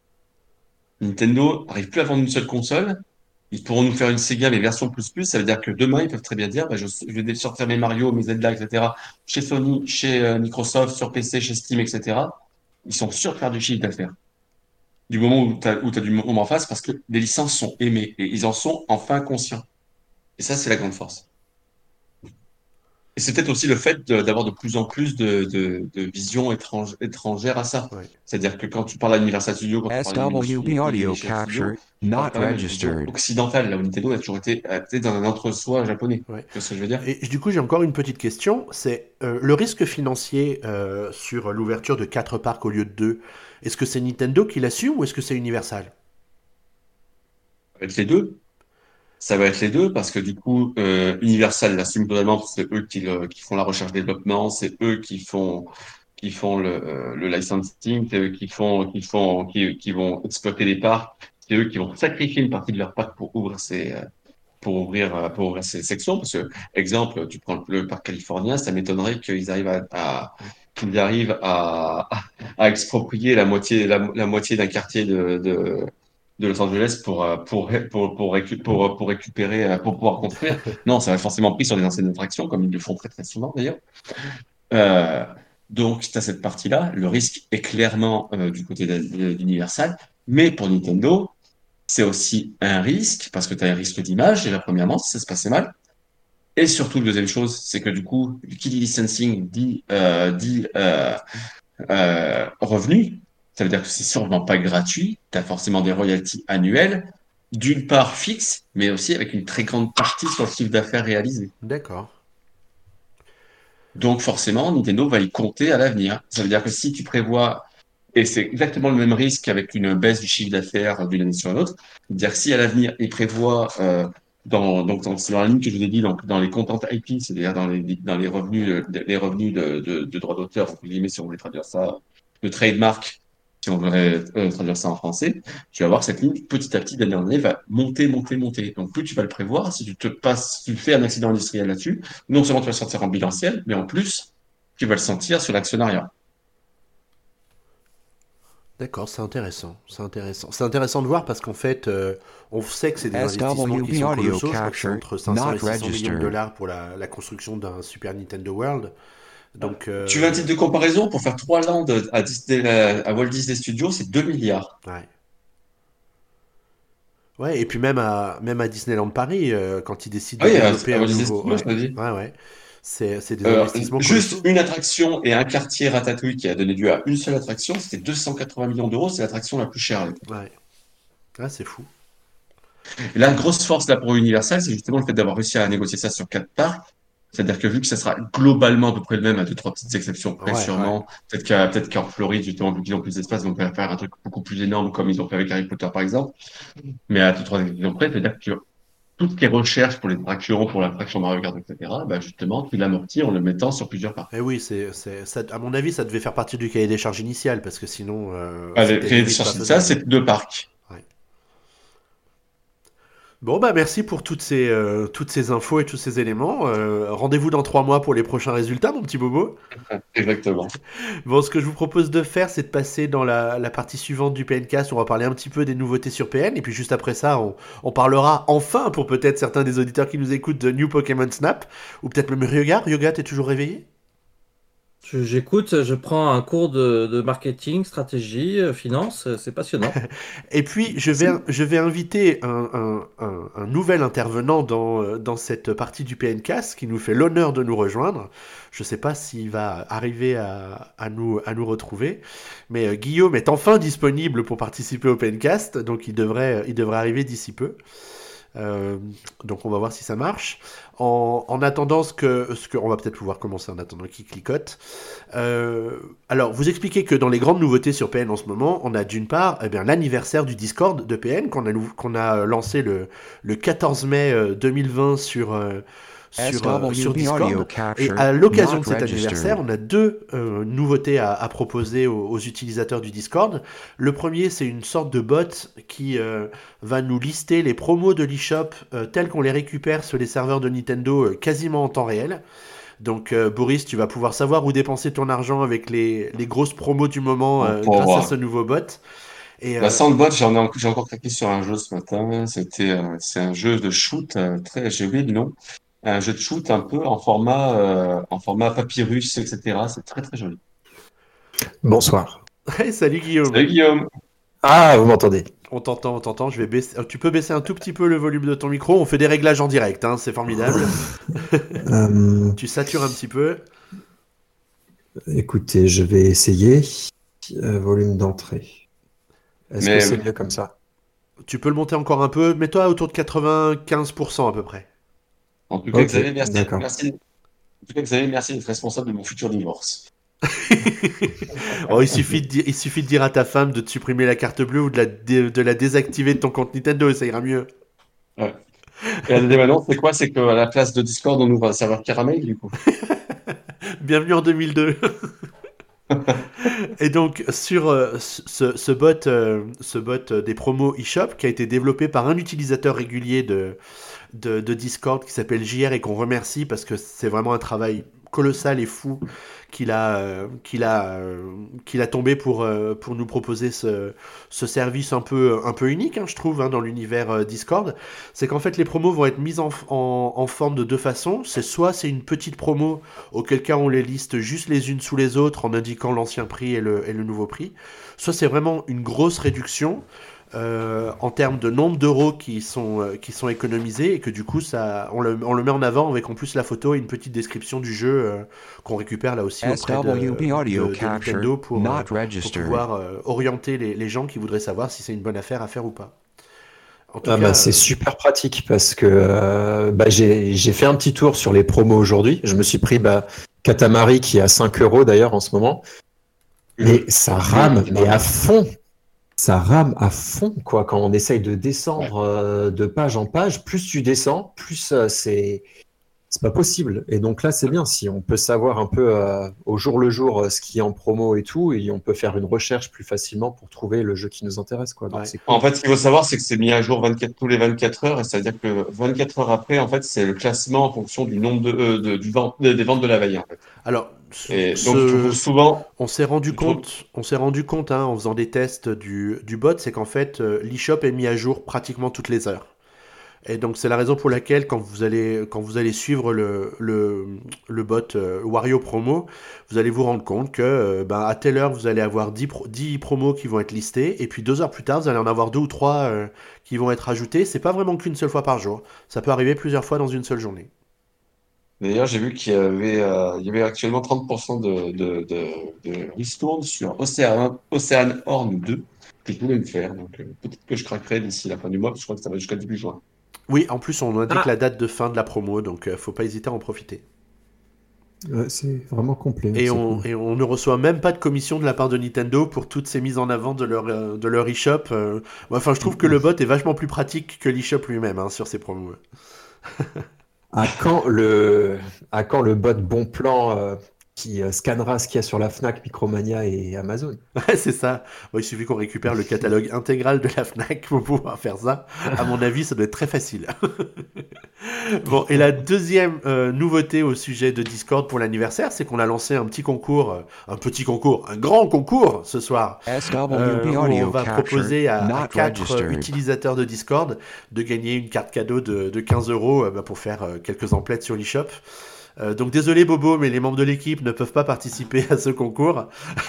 Nintendo n'arrive plus à vendre une seule console. Ils pourront nous faire une Sega, mais version plus plus. Ça veut dire que demain, ils peuvent très bien dire, bah, je, je vais sortir mes Mario, mes Zelda, et cetera, chez Sony, chez euh, Microsoft, sur P C, chez Steam, et cetera. Ils sont sûrs de faire du chiffre d'affaires. Du moment où tu as, où t'as du monde en face, parce que les licences sont aimées et ils en sont enfin conscients. Et ça, c'est la grande force. Et c'est peut-être aussi le fait de- d'avoir de plus en plus de, de, de visions étrange, étrangères à ça. Ouais. C'est-à-dire que quand tu parles d'Universal Studios, quand tu parles S W B audio d'Illumination Studios, capture tu parles not quand même d'une vision registered. occidentale, là où Nintendo a toujours été, a été dans un entre-soi japonais. Ouais. Tu vois ce que je veux dire? Et du coup, j'ai encore une petite question. C'est euh, le risque financier euh, sur l'ouverture de quatre parcs au lieu de deux. Est-ce que c'est Nintendo qui l'assume ou est-ce que c'est Universal? Ça va être les deux. Ça va être les deux parce que du coup, euh, Universal l'assume totalement parce que c'est eux qui, le, qui font la recherche-développement, c'est eux qui font qui font le, euh, le licensing, c'est eux qui font qui font qui, qui vont exploiter les parcs, c'est eux qui vont sacrifier une partie de leur parc pour ouvrir ces euh, pour ouvrir euh, pour ouvrir ces sections. Parce que exemple, tu prends le, le parc californien, ça m'étonnerait qu'ils arrivent à, à qu'ils arrivent à, à exproprier la moitié la, la moitié d'un quartier de, de de Los Angeles pour, euh, pour, pour, pour, récu- pour, pour récupérer, euh, pour pouvoir construire. Non, ça va être forcément pris sur des anciennes attractions, comme ils le font très très souvent d'ailleurs. Euh, donc, tu as cette partie-là. Le risque est clairement euh, du côté d'U- d'Universal. Mais pour Nintendo, c'est aussi un risque, parce que tu as un risque d'image, déjà premièrement, si ça se passait mal. Et surtout, deuxième chose, c'est que du coup, qui dit licensing dit, euh, dit euh, euh, revenu. Ça veut dire que c'est sûrement pas gratuit. Tu as forcément des royalties annuelles, d'une part fixes, mais aussi avec une très grande partie sur le chiffre d'affaires réalisé. D'accord. Donc forcément, Nintendo va y compter à l'avenir. Ça veut dire que si tu prévois, et c'est exactement le même risque avec une baisse du chiffre d'affaires d'une année sur l'autre, c'est-à-dire que si à l'avenir, ils prévoient, euh, dans, donc dans, c'est dans la ligne que je vous ai dit, donc dans les content I P, c'est-à-dire dans les, dans les revenus, de, les revenus de, de, de droits d'auteur, entre guillemets, si on voulait traduire ça, de trademark, si on voudrait euh, traduire ça en français, tu vas voir que cette ligne, petit à petit, d'année en année, va monter, monter, monter. Donc plus tu vas le prévoir, si tu te passes, si tu fais un accident industriel là-dessus, non seulement tu vas le sentir en bilanciel, mais en plus, tu vas le sentir sur l'actionnariat. D'accord, c'est intéressant. C'est intéressant. C'est intéressant de voir parce qu'en fait, euh, on sait que c'est des investissements qui S W B sont audio colossaux. Je crois que c'est capture entre cinq cents not et six cents millions de registered. dollars pour la, la construction d'un Super Nintendo World. Donc, Tu veux un euh, titre de comparaison pour faire trois lands à, Disney, à Walt Disney Studios, c'est deux milliards. ouais. Ouais, et puis même à, même à Disneyland Paris, euh, quand ils décident Ah de oui, à, développer à un Walt Disney nouveau. Studios, Ouais, je t'ai dit. ouais, ouais. C'est, c'est des Euh, investissements juste colossaux. une attraction et un quartier Ratatouille qui a donné lieu à une seule attraction, c'était deux cent quatre-vingts millions d'euros, c'est l'attraction la plus chère à l'époque. Ouais. Ah, c'est fou. Et la grosse force là pour Universal, c'est justement le fait d'avoir réussi à négocier ça sur quatre parcs. C'est-à-dire que vu que ça sera globalement à peu près le même, à deux, trois petites exceptions près Ouais, ouais. sûrement, peut-être qu'à, peut-être qu'en Floride, justement, vu qu'ils ont plus d'espace, ils vont pouvoir faire un truc beaucoup plus énorme comme ils ont fait avec Harry Potter, par exemple. Mais à deux, trois exceptions près, c'est-à-dire que toutes tes recherches pour les tractions, pour l'attraction Mario Kart, et cetera, bah, justement, tu l'amortis en le mettant sur plusieurs parcs. Et oui, c'est, c'est, ça- à mon avis, ça devait faire partie du cahier des charges initial parce que sinon, euh, Allez, c'était créer des limite pas chercher ça, faisable. c'est deux parcs. Ouais. Bon, bah merci pour toutes ces, euh, toutes ces infos et tous ces éléments. Euh, rendez-vous dans trois mois pour les prochains résultats, mon petit bobo. Exactement. Bon, ce que je vous propose de faire, c'est de passer dans la, la partie suivante du P N Cast. On va parler un petit peu des nouveautés sur P N. Et puis juste après ça, on, on parlera enfin, pour peut-être certains des auditeurs qui nous écoutent, de New Pokémon Snap. Ou peut-être même Ryoga. Ryoga, t'es toujours réveillé? Je- J'écoute, je prends un cours de, de marketing, stratégie, euh, finance, euh, c'est passionnant. Et puis, je vais, je vais inviter un, un- un- un nouvel intervenant dans, euh, dans cette partie du P N Cast qui nous fait l'honneur de nous rejoindre. Je ne sais pas s'il va arriver à, à nous, à nous retrouver, mais euh, Guillaume est enfin disponible pour participer au P N Cast, donc il devrait, il devrait arriver d'ici peu. Euh, donc on va voir si ça marche. En, en attendant, ce que, ce que, on va peut-être pouvoir commencer en attendant qu'il clicote. Euh, alors, vous expliquez que dans les grandes nouveautés sur P N en ce moment, on a d'une part eh bien, l'anniversaire du Discord de P N qu'on a, nou- qu'on a lancé le, le quatorze mai euh, deux mille vingt sur, euh, sur, euh, sur S W B audio Discord. Et capture à l'occasion not de cet anniversaire, registered. on a deux euh, nouveautés à, à proposer aux, aux utilisateurs du Discord. Le premier, c'est une sorte de bot qui euh, va nous lister les promos de l'eShop euh, tels qu'on les récupère sur les serveurs de Nintendo euh, quasiment en temps réel. Donc euh, Boris, tu vas pouvoir savoir où dépenser ton argent avec les, les grosses promos du moment euh, Pour grâce à voir. ce nouveau bot. Et La euh, Sandbot, j'en ai, en- j'ai encore craqué sur un jeu ce matin. C'était, euh, c'est un jeu de shoot, euh, très, j'ai oublié le nom. Un jeu de shoot un peu en format, euh, en format papyrus, et cetera. C'est très, très joli. Bonsoir. hey, salut Guillaume. Salut Guillaume. Ah, vous m'entendez? On t'entend, on t'entend. Je vais baisser. Tu peux baisser un tout petit peu le volume de ton micro. On fait des réglages en direct, hein, c'est formidable. Euh, Tu satures un petit peu. écoutez, je vais essayer. Euh, volume d'entrée. Est-ce Mais- que c'est mieux comme ça? Tu peux le monter encore un peu. Mets-toi autour de quatre-vingt-quinze pour cent à peu près. En tout cas, Ok, Xavier, merci, d'accord. merci. En tout cas, Xavier, merci d'être responsable de mon futur divorce. Oh, il suffit de dire, il suffit de dire à ta femme de te supprimer la carte bleue ou de la, dé- de la désactiver de ton compte Nintendo, et ça ira mieux. Ouais. Et la deuxième annonce, c'est quoi? C'est qu'à la place de Discord, on ouvre un serveur Caramel, du coup. Bienvenue en deux mille deux. Et donc sur euh, ce, ce bot, euh, ce bot euh, des promos eShop qui a été développé par un utilisateur régulier de, de, de Discord qui s'appelle J R et qu'on remercie parce que c'est vraiment un travail colossal et fou qu'il a, euh, qu'il a, euh, qu'il a tombé pour, euh, pour nous proposer ce, ce service un peu, un peu unique, hein, je trouve, hein, dans l'univers euh, Discord. C'est qu'en fait, les promos vont être mises en, en, en forme de deux façons. C'est soit c'est une petite promo, auquel cas on les liste juste les unes sous les autres en indiquant l'ancien prix et le, et le nouveau prix. Soit c'est vraiment une grosse réduction euh, en termes de nombre d'euros qui sont, euh, qui sont économisés et que du coup ça, on, le, on le met en avant avec en plus la photo et une petite description du jeu euh, qu'on récupère là aussi auprès de, S W B audio de- de capture Nintendo pour, euh, not pour registered. pouvoir euh, orienter les, les gens qui voudraient savoir si c'est une bonne affaire à faire ou pas. En tout Ah cas, bah, c'est euh, super pratique parce que euh, bah, j'ai j'ai fait un petit tour sur les promos aujourd'hui. Je me suis pris bah, Katamari qui est à cinq euros d'ailleurs en ce moment. Mais ça rame, mais à fond. Ça rame à fond, quoi. Quand on essaye de descendre euh, de page en page, plus tu descends, plus euh, c'est c'est pas possible. Et donc là, c'est bien si on peut savoir un peu euh, au jour le jour euh, ce qui est en promo et tout, et on peut faire une recherche plus facilement pour trouver le jeu qui nous intéresse, quoi. Donc Ouais. c'est cool. En fait, ce qu'il faut savoir, c'est que c'est mis à jour vingt-quatre, tous les vingt-quatre heures, et c'est-à-dire que vingt-quatre heures après, en fait, c'est le classement en fonction du nombre de, euh, de- du vent- des ventes de la veille, en fait. alors, ce- Et ce- donc, il faut souvent, on s'est rendu il faut- compte, on s'est rendu compte hein, en faisant des tests du, du bot, c'est qu'en fait, euh, l'eShop est mis à jour pratiquement toutes les heures. Et donc c'est la raison pour laquelle quand vous allez, quand vous allez suivre le, le, le bot euh, Wario Promo, vous allez vous rendre compte que euh, ben, à telle heure vous allez avoir dix, pro- dix promos qui vont être listés et puis deux heures plus tard vous allez en avoir deux ou trois euh, qui vont être ajoutés. C'est pas vraiment qu'une seule fois par jour, ça peut arriver plusieurs fois dans une seule journée. d'ailleurs, j'ai vu qu'il y avait, euh, il y avait actuellement trente pour cent de, de, de, de ristournes sur Océan, Océan Horn deux, que je voulais me faire. Donc, euh, peut-être que je craquerai d'ici la fin du mois, parce que je crois que ça va jusqu'à début juin. Oui, en plus on indique Ah. la date de fin de la promo, donc euh, faut pas hésiter à en profiter. Ouais, c'est vraiment complet. Et c'est on, cool. et on ne reçoit même pas de commission de la part de Nintendo pour toutes ces mises en avant de leur, euh, de leur eShop. euh. Enfin, je trouve que le bot est vachement plus pratique que l'eShop lui-même hein, sur ces promos. À quand le, à quand le bot bon plan euh, qui euh, scannera ce qu'il y a sur la Fnac, Micromania et Amazon? Ouais, c'est ça. Bon, il suffit qu'on récupère le catalogue intégral de la Fnac pour pouvoir faire ça. À mon avis, ça doit être très facile. Bon, et la deuxième euh, nouveauté au sujet de Discord pour l'anniversaire, c'est qu'on a lancé un petit concours, euh, un petit concours, un grand concours ce soir. S Euh, W B où on audio va capture proposer à, à not quatre registered. utilisateurs de Discord de gagner une carte cadeau de, de quinze euros euh, bah, pour faire euh, quelques emplettes sur l'eShop. Euh, donc désolé Bobo, mais les membres de l'équipe ne peuvent pas participer à ce concours.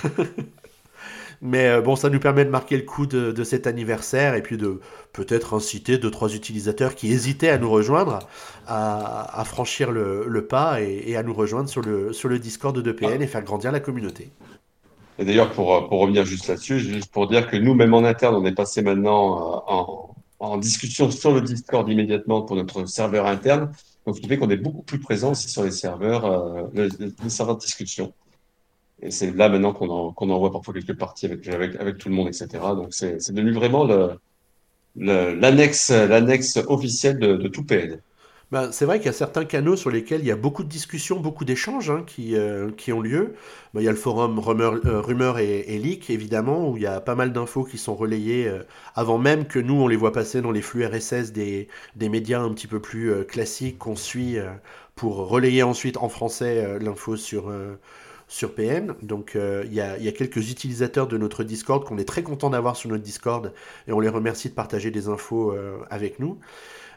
Mais euh, bon, ça nous permet de marquer le coup de, de cet anniversaire et puis de peut-être inciter deux, trois utilisateurs qui hésitaient à nous rejoindre à, à franchir le, le pas et, et à nous rejoindre sur le, sur le Discord de P N et faire grandir la communauté. Et d'ailleurs, pour, euh, pour revenir juste là-dessus, juste pour dire que nous, même en interne, on est passé maintenant euh, en, en discussion sur le Discord immédiatement pour notre serveur interne. Donc, ce qui fait qu'on est beaucoup plus présent aussi sur les serveurs, euh, les, les serveurs de discussion. Et c'est là maintenant qu'on en, qu'on envoie parfois quelques parties avec, avec, avec tout le monde, et cetera. Donc, c'est, c'est devenu vraiment le, le, l'annexe, l'annexe officielle de, de tout P N. Ben, c'est vrai qu'il y a certains canaux sur lesquels il y a beaucoup de discussions, beaucoup d'échanges hein, qui, euh, qui ont lieu. Ben, il y a le forum Rumeur, euh, Rumeur et, et Leak, évidemment, où il y a pas mal d'infos qui sont relayées euh, avant même que nous, on les voit passer dans les flux R S S des, des médias un petit peu plus euh, classiques qu'on suit euh, pour relayer ensuite en français euh, l'info sur, euh, sur P N. Donc euh, il y a, il y a quelques utilisateurs de notre Discord qu'on est très content d'avoir sur notre Discord et on les remercie de partager des infos euh, avec nous.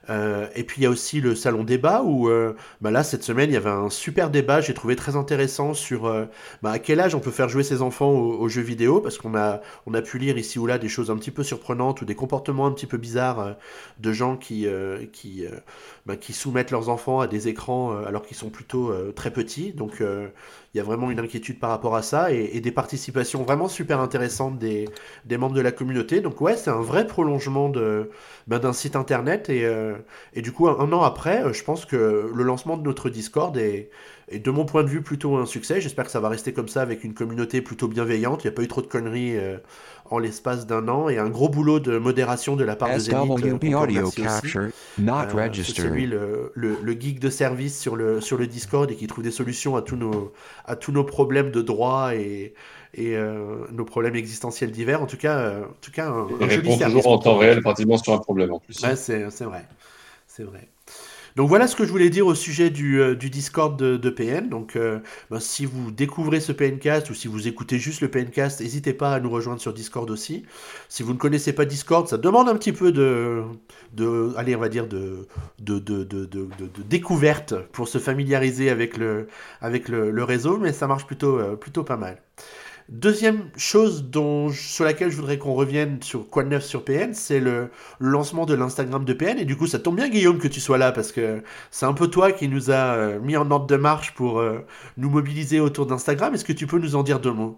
Euh, et puis il y a aussi le salon débat où euh, bah là cette semaine il y avait un super débat, j'ai trouvé très intéressant sur euh, bah, à quel âge on peut faire jouer ses enfants aux, aux jeux vidéo, parce qu'on a, on a pu lire ici ou là des choses un petit peu surprenantes ou des comportements un petit peu bizarres euh, de gens qui, euh, qui, euh, bah, qui soumettent leurs enfants à des écrans euh, alors qu'ils sont plutôt euh, très petits. Donc euh, il y a vraiment une inquiétude par rapport à ça et, et des participations vraiment super intéressantes des, des membres de la communauté. Donc ouais, c'est un vrai prolongement de, ben, d'un site internet et, euh, et du coup un, un an après, euh, je pense que le lancement de notre Discord est, est de mon point de vue plutôt un succès. J'espère que ça va rester comme ça avec une communauté plutôt bienveillante. Il n'y a pas eu trop de conneries euh, en l'espace d'un an et un gros boulot de modération de la part de Zenith. Euh, qu'on peut remercier aussi. Euh, c'est lui le, le, le geek de service sur le, sur le Discord et qui trouve des solutions à tous nos, à tous nos problèmes de droit et, et euh, nos problèmes existentiels divers. En tout cas, euh, en tout cas un, Il un joli répond service. toujours en pour temps toi. réel, pratiquement sur un problème en plus. Ouais, c'est, c'est vrai. C'est vrai. Donc voilà ce que je voulais dire au sujet du, euh, du Discord de, de P N. Donc euh, ben, si vous découvrez ce P N Cast ou si vous écoutez juste le P N Cast, n'hésitez pas à nous rejoindre sur Discord aussi. Si vous ne connaissez pas Discord, ça demande un petit peu de, de allez, on va dire de, de, de, de, de, de- de découverte pour se familiariser avec le, avec le, le réseau, mais ça marche plutôt, euh, plutôt pas mal. Deuxième chose dont, sur laquelle je voudrais qu'on revienne sur quoi de neuf sur P N, c'est le, le lancement de l'Instagram de P N. Et du coup, ça tombe bien, Guillaume, que tu sois là, parce que c'est un peu toi qui nous a euh, mis en ordre de marche pour euh, nous mobiliser autour d'Instagram. Est-ce que tu peux nous en dire deux mots?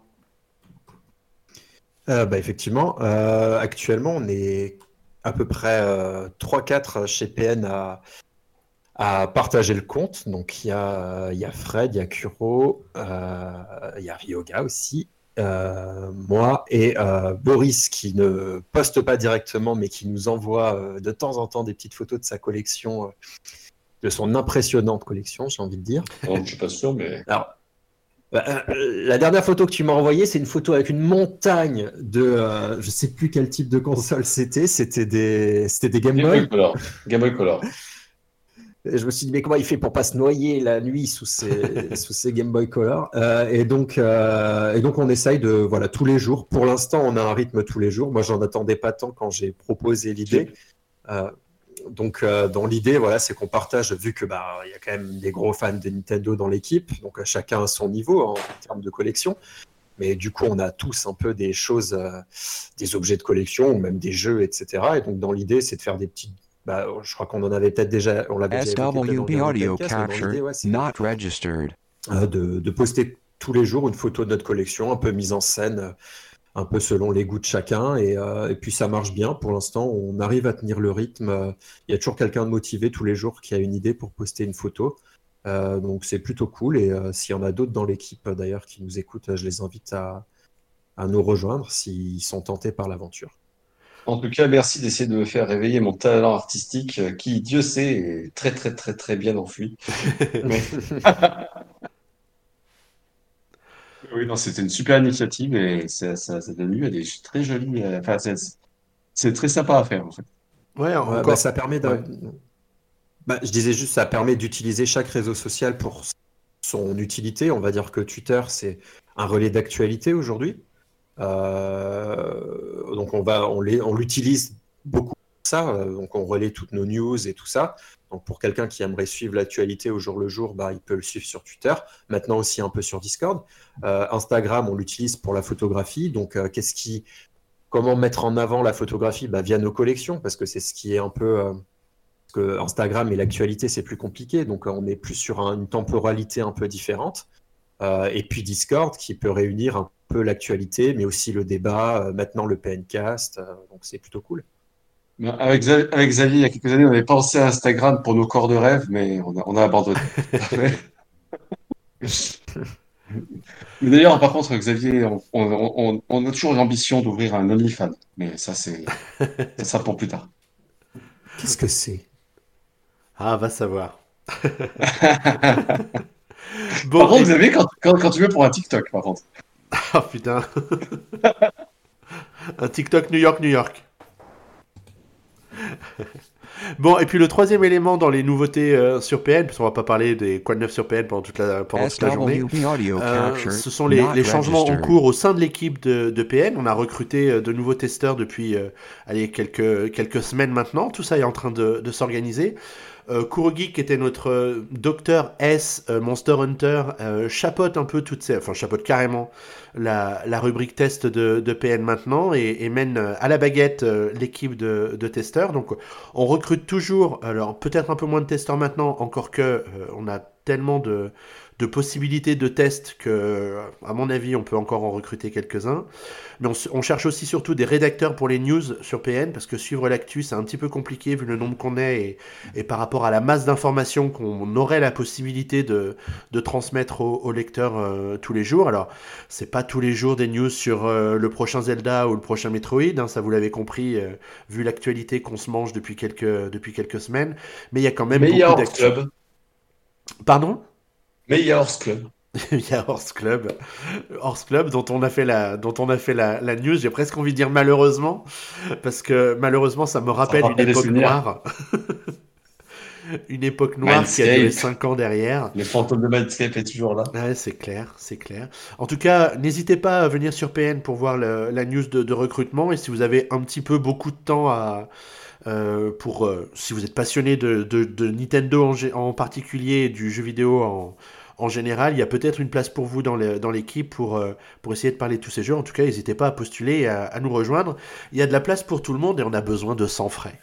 Euh, bah, effectivement, euh, actuellement, on est à peu près euh, trois quatre chez P N à, à partager le compte. Donc, il y a, il y a Fred, il y a Kuro, euh, il y a Ryoga aussi, euh, moi et euh, Boris qui ne poste pas directement, mais qui nous envoie euh, de temps en temps des petites photos de sa collection, euh, de son impressionnante collection, j'ai envie de dire. Non, je suis pas sûr, mais Alors, bah, euh, la dernière photo que tu m'as envoyée, c'est une photo avec une montagne de, euh, je sais plus quel type de console c'était, c'était des, c'était des Game Game Boy. Boy Color. Game Boy Color. Et je me suis dit, mais comment il fait pour pas se noyer la nuit sous ces, sous ces Game Boy Color? Euh, et donc, euh, et donc, on essaye de, voilà, tous les jours. Pour l'instant, on a un rythme tous les jours. Moi, j'en attendais pas tant quand j'ai proposé l'idée. Euh, donc, euh, dans l'idée, voilà, c'est qu'on partage, vu que bah, il y a quand même des gros fans de Nintendo dans l'équipe, donc euh, chacun à son niveau en, en termes de collection. Mais du coup, on a tous un peu des choses, euh, des objets de collection ou même des jeux, et cetera. Et donc, dans l'idée, c'est de faire des petites. Bah, je crois qu'on en avait peut-être déjà, on l'avait déjà évoqué peut-être dans le S W B dernier audio podcast, mais dans capture l'idée, ouais, c'est not registered. euh, de, de poster tous les jours une photo de notre collection, un peu mise en scène, euh, un peu selon les goûts de chacun. Et, euh, et puis ça marche bien. Pour l'instant, on arrive à tenir le rythme. Euh, Il y a toujours quelqu'un de motivé tous les jours qui a une idée pour poster une photo. Euh, donc c'est plutôt cool. Et euh, s'il y en a d'autres dans l'équipe euh, d'ailleurs qui nous écoutent, euh, je les invite à, à nous rejoindre s'ils sont tentés par l'aventure. En tout cas, merci d'essayer de me faire réveiller mon talent artistique, euh, qui, Dieu sait, est très très très très bien enfui. Mais oui, non, c'était une super initiative et ça, ça, ça donne lieu à des très jolies. euh, Enfin, c'est c'est très sympa à faire en fait. Ouais, Ouais, encore. bah, ça permet de... Ouais. Bah, je disais juste, ça permet d'utiliser chaque réseau social pour son utilité. On va dire que Twitter, c'est un relais d'actualité aujourd'hui. Euh, donc on va, on les, on l'utilise beaucoup pour ça. Euh, donc on relaie toutes nos news et tout ça. Donc pour quelqu'un qui aimerait suivre l'actualité au jour le jour, bah, il peut le suivre sur Twitter. Maintenant aussi un peu sur Discord. Euh, Instagram, on l'utilise pour la photographie. Donc euh, qu'est-ce qui, comment mettre en avant la photographie? Bah, via nos collections, parce que c'est ce qui est un peu euh, parce que Instagram et l'actualité, c'est plus compliqué. Donc, euh, on est plus sur un- une temporalité un peu différente. Euh, et puis Discord qui peut réunir un peu l'actualité, mais aussi le débat, euh, maintenant le P N Cast. Euh, donc, c'est plutôt cool. Ben, Avec, Xa- avec Xavier, il y a quelques années, on avait pensé à Instagram pour nos corps de rêve, mais on a, on a abandonné. Mais d'ailleurs, par contre, Xavier, on, on- on- on a toujours l'ambition d'ouvrir un OnlyFans, mais ça, c'est, ça sera pour plus tard. Qu'est-ce que c'est? Ah, va savoir. Par Bon, contre, et... Xavier, quand, quand, quand tu veux pour un TikTok, par contre. ah putain. Un TikTok New York, New York. Bon, et puis le troisième élément dans les nouveautés euh, sur P N, parce qu'on va pas parler des quoi de neuf sur P N pendant toute la, pendant toute la journée, euh, ce sont les, les changements en cours au sein de l'équipe de, de P N. On a recruté euh, de nouveaux testeurs depuis euh, allez, quelques, quelques semaines maintenant. Tout ça est en train de, de s'organiser. Euh, Kurogi, qui était notre euh, docteur S, euh, Monster Hunter, euh, chapeaute un peu toutes ces... Enfin, chapeaute carrément la, la rubrique test de, de P N maintenant et, et mène euh, à la baguette euh, l'équipe de, de testeurs. Donc, on recrute toujours, alors peut-être un peu moins de testeurs maintenant, encore que euh, on a tellement de, de possibilités de tests que, à mon avis, on peut encore en recruter quelques-uns. Mais on, on cherche aussi surtout des rédacteurs pour les news sur P N, parce que suivre l'actu, c'est un petit peu compliqué vu le nombre qu'on est et, et par rapport à la masse d'informations qu'on aurait la possibilité de, de transmettre aux, aux lecteurs euh, tous les jours. Alors, c'est pas tous les jours des news sur euh, le prochain Zelda ou le prochain Metroid, hein, ça vous l'avez compris, euh, vu l'actualité qu'on se mange depuis quelques, depuis quelques semaines. Mais il y a quand même Meilleur beaucoup d'actu. Club. Pardon? Meilleur Club. Il y a Horse Club, Horse Club dont on a fait la, dont on a fait la, la news. J'ai presque envie de dire malheureusement, parce que malheureusement ça me rappelle Ça une rappelle des époque souvenirs. noire, une époque noire qui a duré Mindscape. cinq ans derrière. Le fantôme de Mindscape est toujours là. Ouais, c'est clair, c'est clair. En tout cas, n'hésitez pas à venir sur P N pour voir le- la news de, de recrutement, et si vous avez un petit peu beaucoup de temps à euh, pour euh, si vous êtes passionné de, de, de Nintendo en, gé- en particulier et du jeu vidéo en, en général, il y a peut-être une place pour vous dans le- dans l'équipe pour, euh, pour essayer de parler de tous ces jeux. En tout cas, n'hésitez pas à postuler et à, à nous rejoindre. Il y a de la place pour tout le monde et on a besoin de cent frais.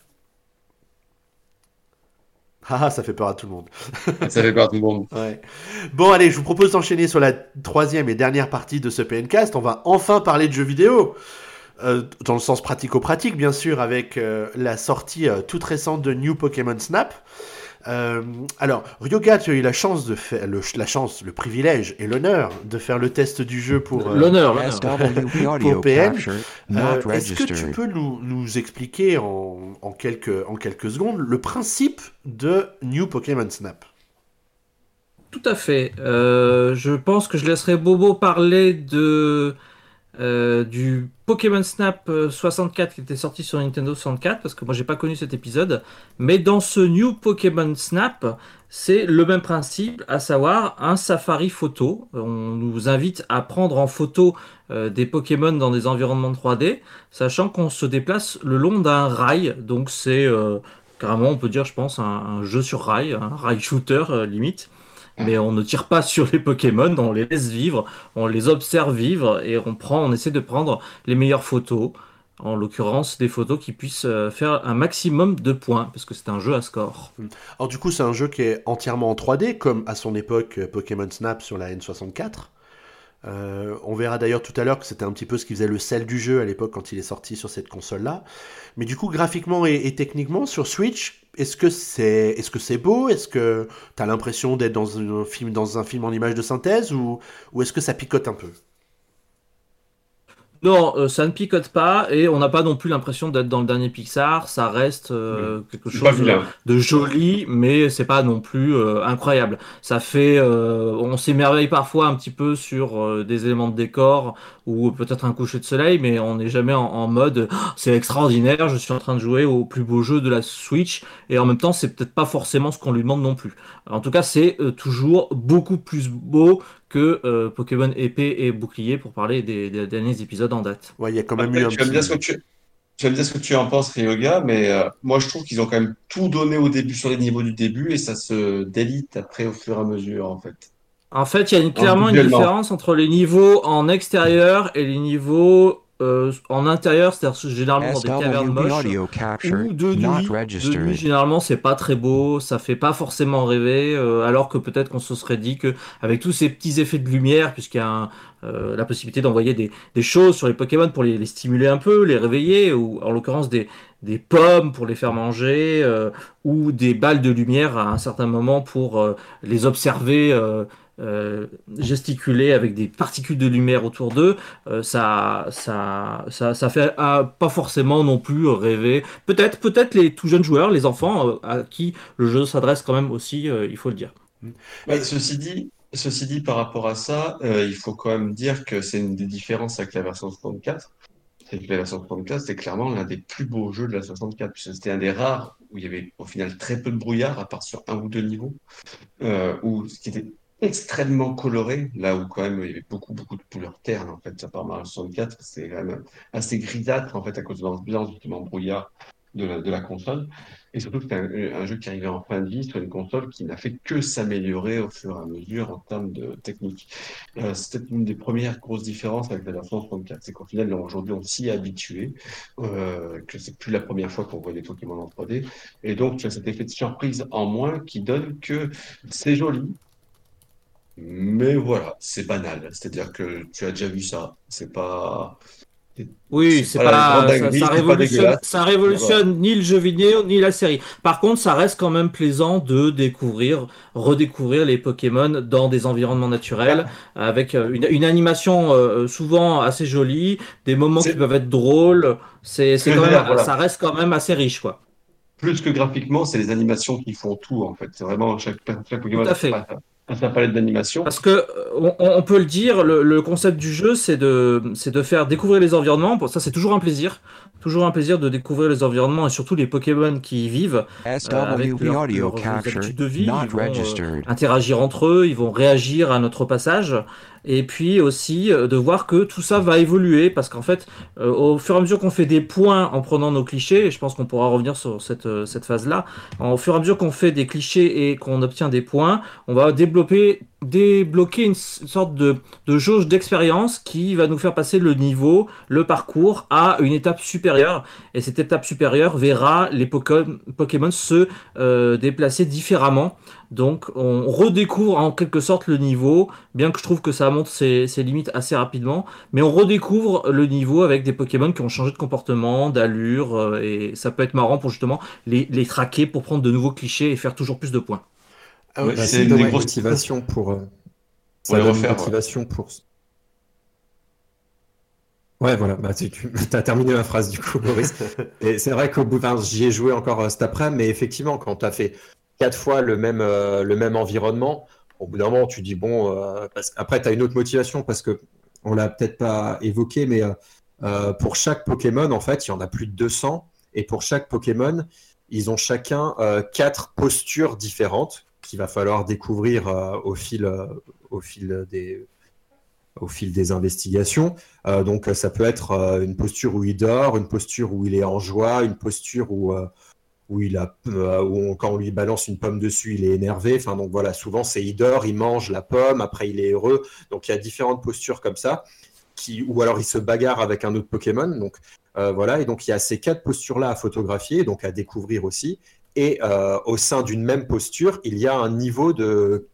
Ah, ça fait peur à tout le monde. Ça fait peur à tout le monde. Ouais. Bon, allez, je vous propose d'enchaîner sur la troisième et dernière partie de ce P N Cast. On va enfin parler de jeux vidéo. Euh, dans le sens pratico-pratique, bien sûr, avec euh, la sortie euh, toute récente de New Pokémon Snap. Euh, alors, Ryoga, tu as eu la chance de faire le, la chance, le privilège et l'honneur de faire le test du jeu pour euh, L'honneur, l'honneur. pour P N. Euh, Est-ce que tu peux nous, nous expliquer en, en, quelques, en quelques secondes le principe de New Pokémon Snap? Tout à fait. Euh, je pense que je laisserai Bobo parler de euh, du Pokémon Snap euh, soixante-quatre qui était sorti sur Nintendo soixante-quatre, parce que moi j'ai pas connu cet épisode. Mais dans ce New Pokémon Snap, c'est le même principe, à savoir un safari photo. On nous invite à prendre en photo euh, des Pokémon dans des environnements trois D, sachant qu'on se déplace le long d'un rail. Donc c'est euh, carrément, on peut dire, je pense, un, un jeu sur rail, un rail shooter euh, limite. Mais on ne tire pas sur les Pokémon, on les laisse vivre, on les observe vivre et on prend, on essaie de prendre les meilleures photos. En l'occurrence, des photos qui puissent euh, faire un maximum de points, parce que c'est un jeu à score. Alors du coup, c'est un jeu qui est entièrement en trois D, comme à son époque euh, Pokémon Snap sur la N soixante-quatre. Euh, on verra d'ailleurs tout à l'heure que c'était un petit peu ce qui faisait le sel du jeu à l'époque quand il est sorti sur cette console-là. Mais du coup, graphiquement et, et techniquement, sur Switch, est-ce que c'est est-ce que c'est beau? Est-ce que tu as l'impression d'être dans un film, dans un film en image de synthèse ou, ou est-ce que ça picote un peu? Non, euh, ça ne picote pas et on n'a pas non plus l'impression d'être dans le dernier Pixar. Ça reste euh, quelque C'est pas chose vilain. de joli, mais c'est pas non plus euh, incroyable. Ça fait, euh, on s'émerveille parfois un petit peu sur euh, des éléments de décor ou peut-être un coucher de soleil, mais on n'est jamais en, en mode oh, c'est extraordinaire. Je suis en train de jouer au plus beau jeu de la Switch et en même temps c'est peut-être pas forcément ce qu'on lui demande non plus. En tout cas, c'est euh, toujours beaucoup plus beau que euh, Pokémon épée et bouclier pour parler des, des derniers épisodes en date. Ouais, il y a quand même Après, eu un tu vas me dire ce que petit... tu, tu vas me dire ce que tu en penses, Ryoga, mais euh, moi je trouve qu'ils ont quand même tout donné au début sur les niveaux du début et ça se délite après au fur et à mesure en fait. En fait, il y a une- clairement une Individuellement. différence entre les niveaux en extérieur et les niveaux euh, en intérieur, c'est-à-dire généralement dans des cavernes moches ou de nuit. De nuit, généralement, c'est pas très beau, ça fait pas forcément rêver, euh, alors que peut-être qu'on se serait dit que avec tous ces petits effets de lumière, puisqu'il y a un, euh, la possibilité d'envoyer des, des choses sur les Pokémon pour les, les stimuler un peu, les réveiller, ou en l'occurrence des, des pommes pour les faire manger, euh, ou des balles de lumière à un certain moment pour euh, les observer. Euh, euh, gesticuler avec des particules de lumière autour d'eux, euh, ça, ça, ça, ça fait euh, pas forcément non plus rêver. Peut-être, peut-être les tout jeunes joueurs, les enfants, euh, à qui le jeu s'adresse quand même aussi, euh, il faut le dire. Mais ceci dit, ceci dit par rapport à ça, euh, il faut quand même dire que c'est une des différences avec la version soixante-quatre. c'est que la version soixante-quatre, c'était clairement l'un des plus beaux jeux de la soixante-quatre, puisque c'était un des rares où il y avait au final très peu de brouillard, à part sur un ou deux niveaux, euh, où ce qui était extrêmement coloré, là où quand même il y avait beaucoup, beaucoup de couleurs ternes, en fait, à part Mario soixante-quatre, c'est quand même assez grisâtre, en fait, à cause de l'ambiance, justement, brouillard de la, de la console. Et surtout, c'était un, un jeu qui arrivait en fin de vie sur une console qui n'a fait que s'améliorer au fur et à mesure en termes de technique. Euh, c'était une des premières grosses différences avec la version soixante-quatre. C'est qu'au final, là, aujourd'hui, on s'y est habitué, euh, que c'est plus la première fois qu'on voit des Pokémon en trois D. Et donc, tu as cet effet de surprise en moins qui donne que c'est joli, mais voilà, c'est banal. C'est-à-dire que tu as déjà vu ça. C'est pas, Oui, c'est c'est pas la grande pas ça, dinguerie, ça c'est pas révolutionne, dégueulasse. ça Mais voilà. révolutionne ni le jeu vidéo ni la série. Par contre, ça reste quand même plaisant de découvrir, redécouvrir les Pokémon dans des environnements naturels, Bah, avec euh, une, une animation euh, souvent assez jolie, des moments qui c'est peuvent être drôles. C'est, ce que c'est je quand veux dire, même, voilà. ça reste quand même assez riche, quoi. Plus que graphiquement, c'est les animations qui font tout, en fait. C'est vraiment chaque, chaque Tout Pokémon à fait. a sa palette d'animation. Parce que euh, on, on peut le dire, le, le concept du jeu, c'est de, c'est de faire découvrir les environnements. Bon, ça, c'est toujours un plaisir, toujours un plaisir de découvrir les environnements et surtout les Pokémon qui y vivent euh, avec S W P leur- audio leurs capture habitudes de vie. Ils not vont euh, registered. interagir entre eux, ils vont réagir à notre passage. Et puis aussi euh, de voir que tout ça va évoluer parce qu'en fait, euh, au fur et à mesure qu'on fait des points en prenant nos clichés, et je pense qu'on pourra revenir sur cette, euh, cette phase-là, au fur et à mesure qu'on fait des clichés et qu'on obtient des points, on va développer, débloquer une s- sorte de, de jauge d'expérience qui va nous faire passer le niveau, le parcours à une étape supérieure. Et cette étape supérieure verra les Poké- Pokémon se euh, déplacer différemment. Donc on redécouvre en quelque sorte le niveau, bien que je trouve que ça montre ses, ses limites assez rapidement, mais on redécouvre le niveau avec des Pokémon qui ont changé de comportement, d'allure, euh, et ça peut être marrant pour justement les, les traquer pour prendre de nouveaux clichés et faire toujours plus de points. Ah Ouais, ouais, Bah, c'est ça une donne des une grosses. motivation pour, euh, Pour ça les donne une refaire, ouais. motivation pour. Ouais, voilà, bah, tu, tu as terminé ma phrase du coup, Boris. Et c'est vrai qu'au bout, enfin, j'y ai joué encore euh, cet après-midi, mais effectivement, quand tu as fait quatre fois le même, euh, le même environnement, au bout d'un moment, tu dis bon, euh, parce... après, tu as une autre motivation parce que on l'a peut-être pas évoqué, mais euh, euh, pour chaque Pokémon, en fait, il y en a plus de deux cents, et pour chaque Pokémon, ils ont chacun euh, quatre postures différentes qu'il va falloir découvrir euh, au fil, euh, au fil des, au fil des investigations. Euh, donc ça peut être euh, une posture où il dort, une posture où il est en joie, une posture où, euh, où, il a, euh, où on- quand on lui balance une pomme dessus, il est énervé. Enfin, donc voilà, souvent c'est il dort, il mange la pomme, après il est heureux. Donc il y a différentes postures comme ça, qui, ou alors il se bagarre avec un autre Pokémon. Donc euh, voilà, et donc il y a ces quatre postures-là à photographier, donc à découvrir aussi. Et euh, au sein d'une même posture, il y a un niveau de,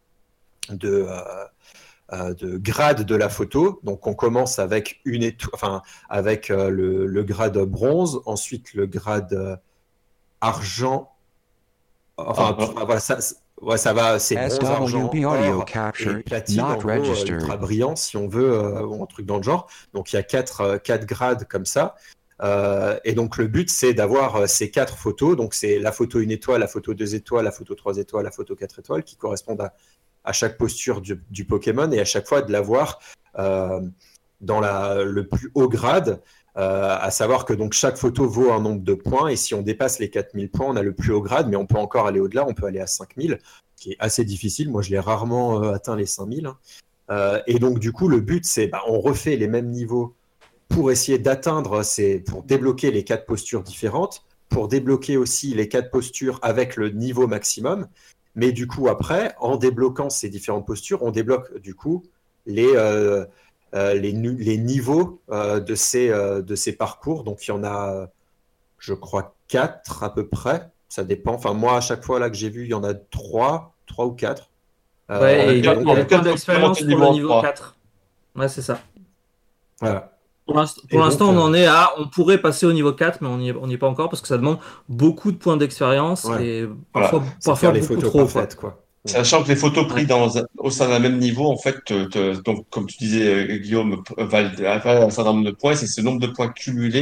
de, euh, euh, de grade de la photo. Donc on commence avec une étoile, enfin avec euh, le, le grade bronze, ensuite le grade euh, argent. Enfin, Ah, ah. voilà, ça, ouais, ça va, c'est bronze, argent, S W P audio or et capture platine, en not gros, euh, registered. ultra brillant, si on veut, euh, ou un truc dans le genre. Donc il y a quatre, euh, quatre grades comme ça. Euh, et donc le but, c'est d'avoir euh, ces quatre photos. Donc c'est la photo une étoile, la photo deux étoiles, la photo trois étoiles, la photo quatre étoiles, qui correspondent à, à chaque posture du, du Pokémon, et à chaque fois de l'avoir euh, dans la, le plus haut grade. Euh, à savoir que donc chaque photo vaut un nombre de points, et si on dépasse les quatre mille points, on a le plus haut grade, mais on peut encore aller au-delà, on peut aller à cinq mille, ce qui est assez difficile. Moi, je l'ai rarement euh, atteint les cinq mille. Hein. Euh, et donc, du coup, le but, c'est bah, on refait les mêmes niveaux pour essayer d'atteindre, c'est pour débloquer les quatre postures différentes, pour débloquer aussi les quatre postures avec le niveau maximum. Mais du coup, après, en débloquant ces différentes postures, on débloque du coup les, euh, euh, les, les niveaux euh, de, ces, euh, de ces parcours. Donc, il y en a, je crois, quatre à peu près. Ça dépend. Enfin, moi, à chaque fois là que j'ai vu, il y en a trois, trois ou quatre. En Ouais, Euh, et tout il y et a, cas, il donc, y a en des tout voilà. cas, points faut bien monter d'expérience le pour niveau le en niveau trois. quatre. Ouais, c'est ça. Voilà. Pour l'inst- pour Et l'instant, donc, on en euh, est à, on pourrait passer au niveau quatre, mais on n'y est, on n'y est pas encore parce que ça demande beaucoup de points d'expérience ouais, et Voilà. parfois, c'est parfois faire les beaucoup photos trop, quoi. parfaites, quoi. Sachant que les photos prises Ouais. dans, un- au sein d'un même niveau, en fait, te- te- donc, comme tu disais, euh, Guillaume, p- valent, valent un certain nombre de points. C'est ce nombre de points cumulés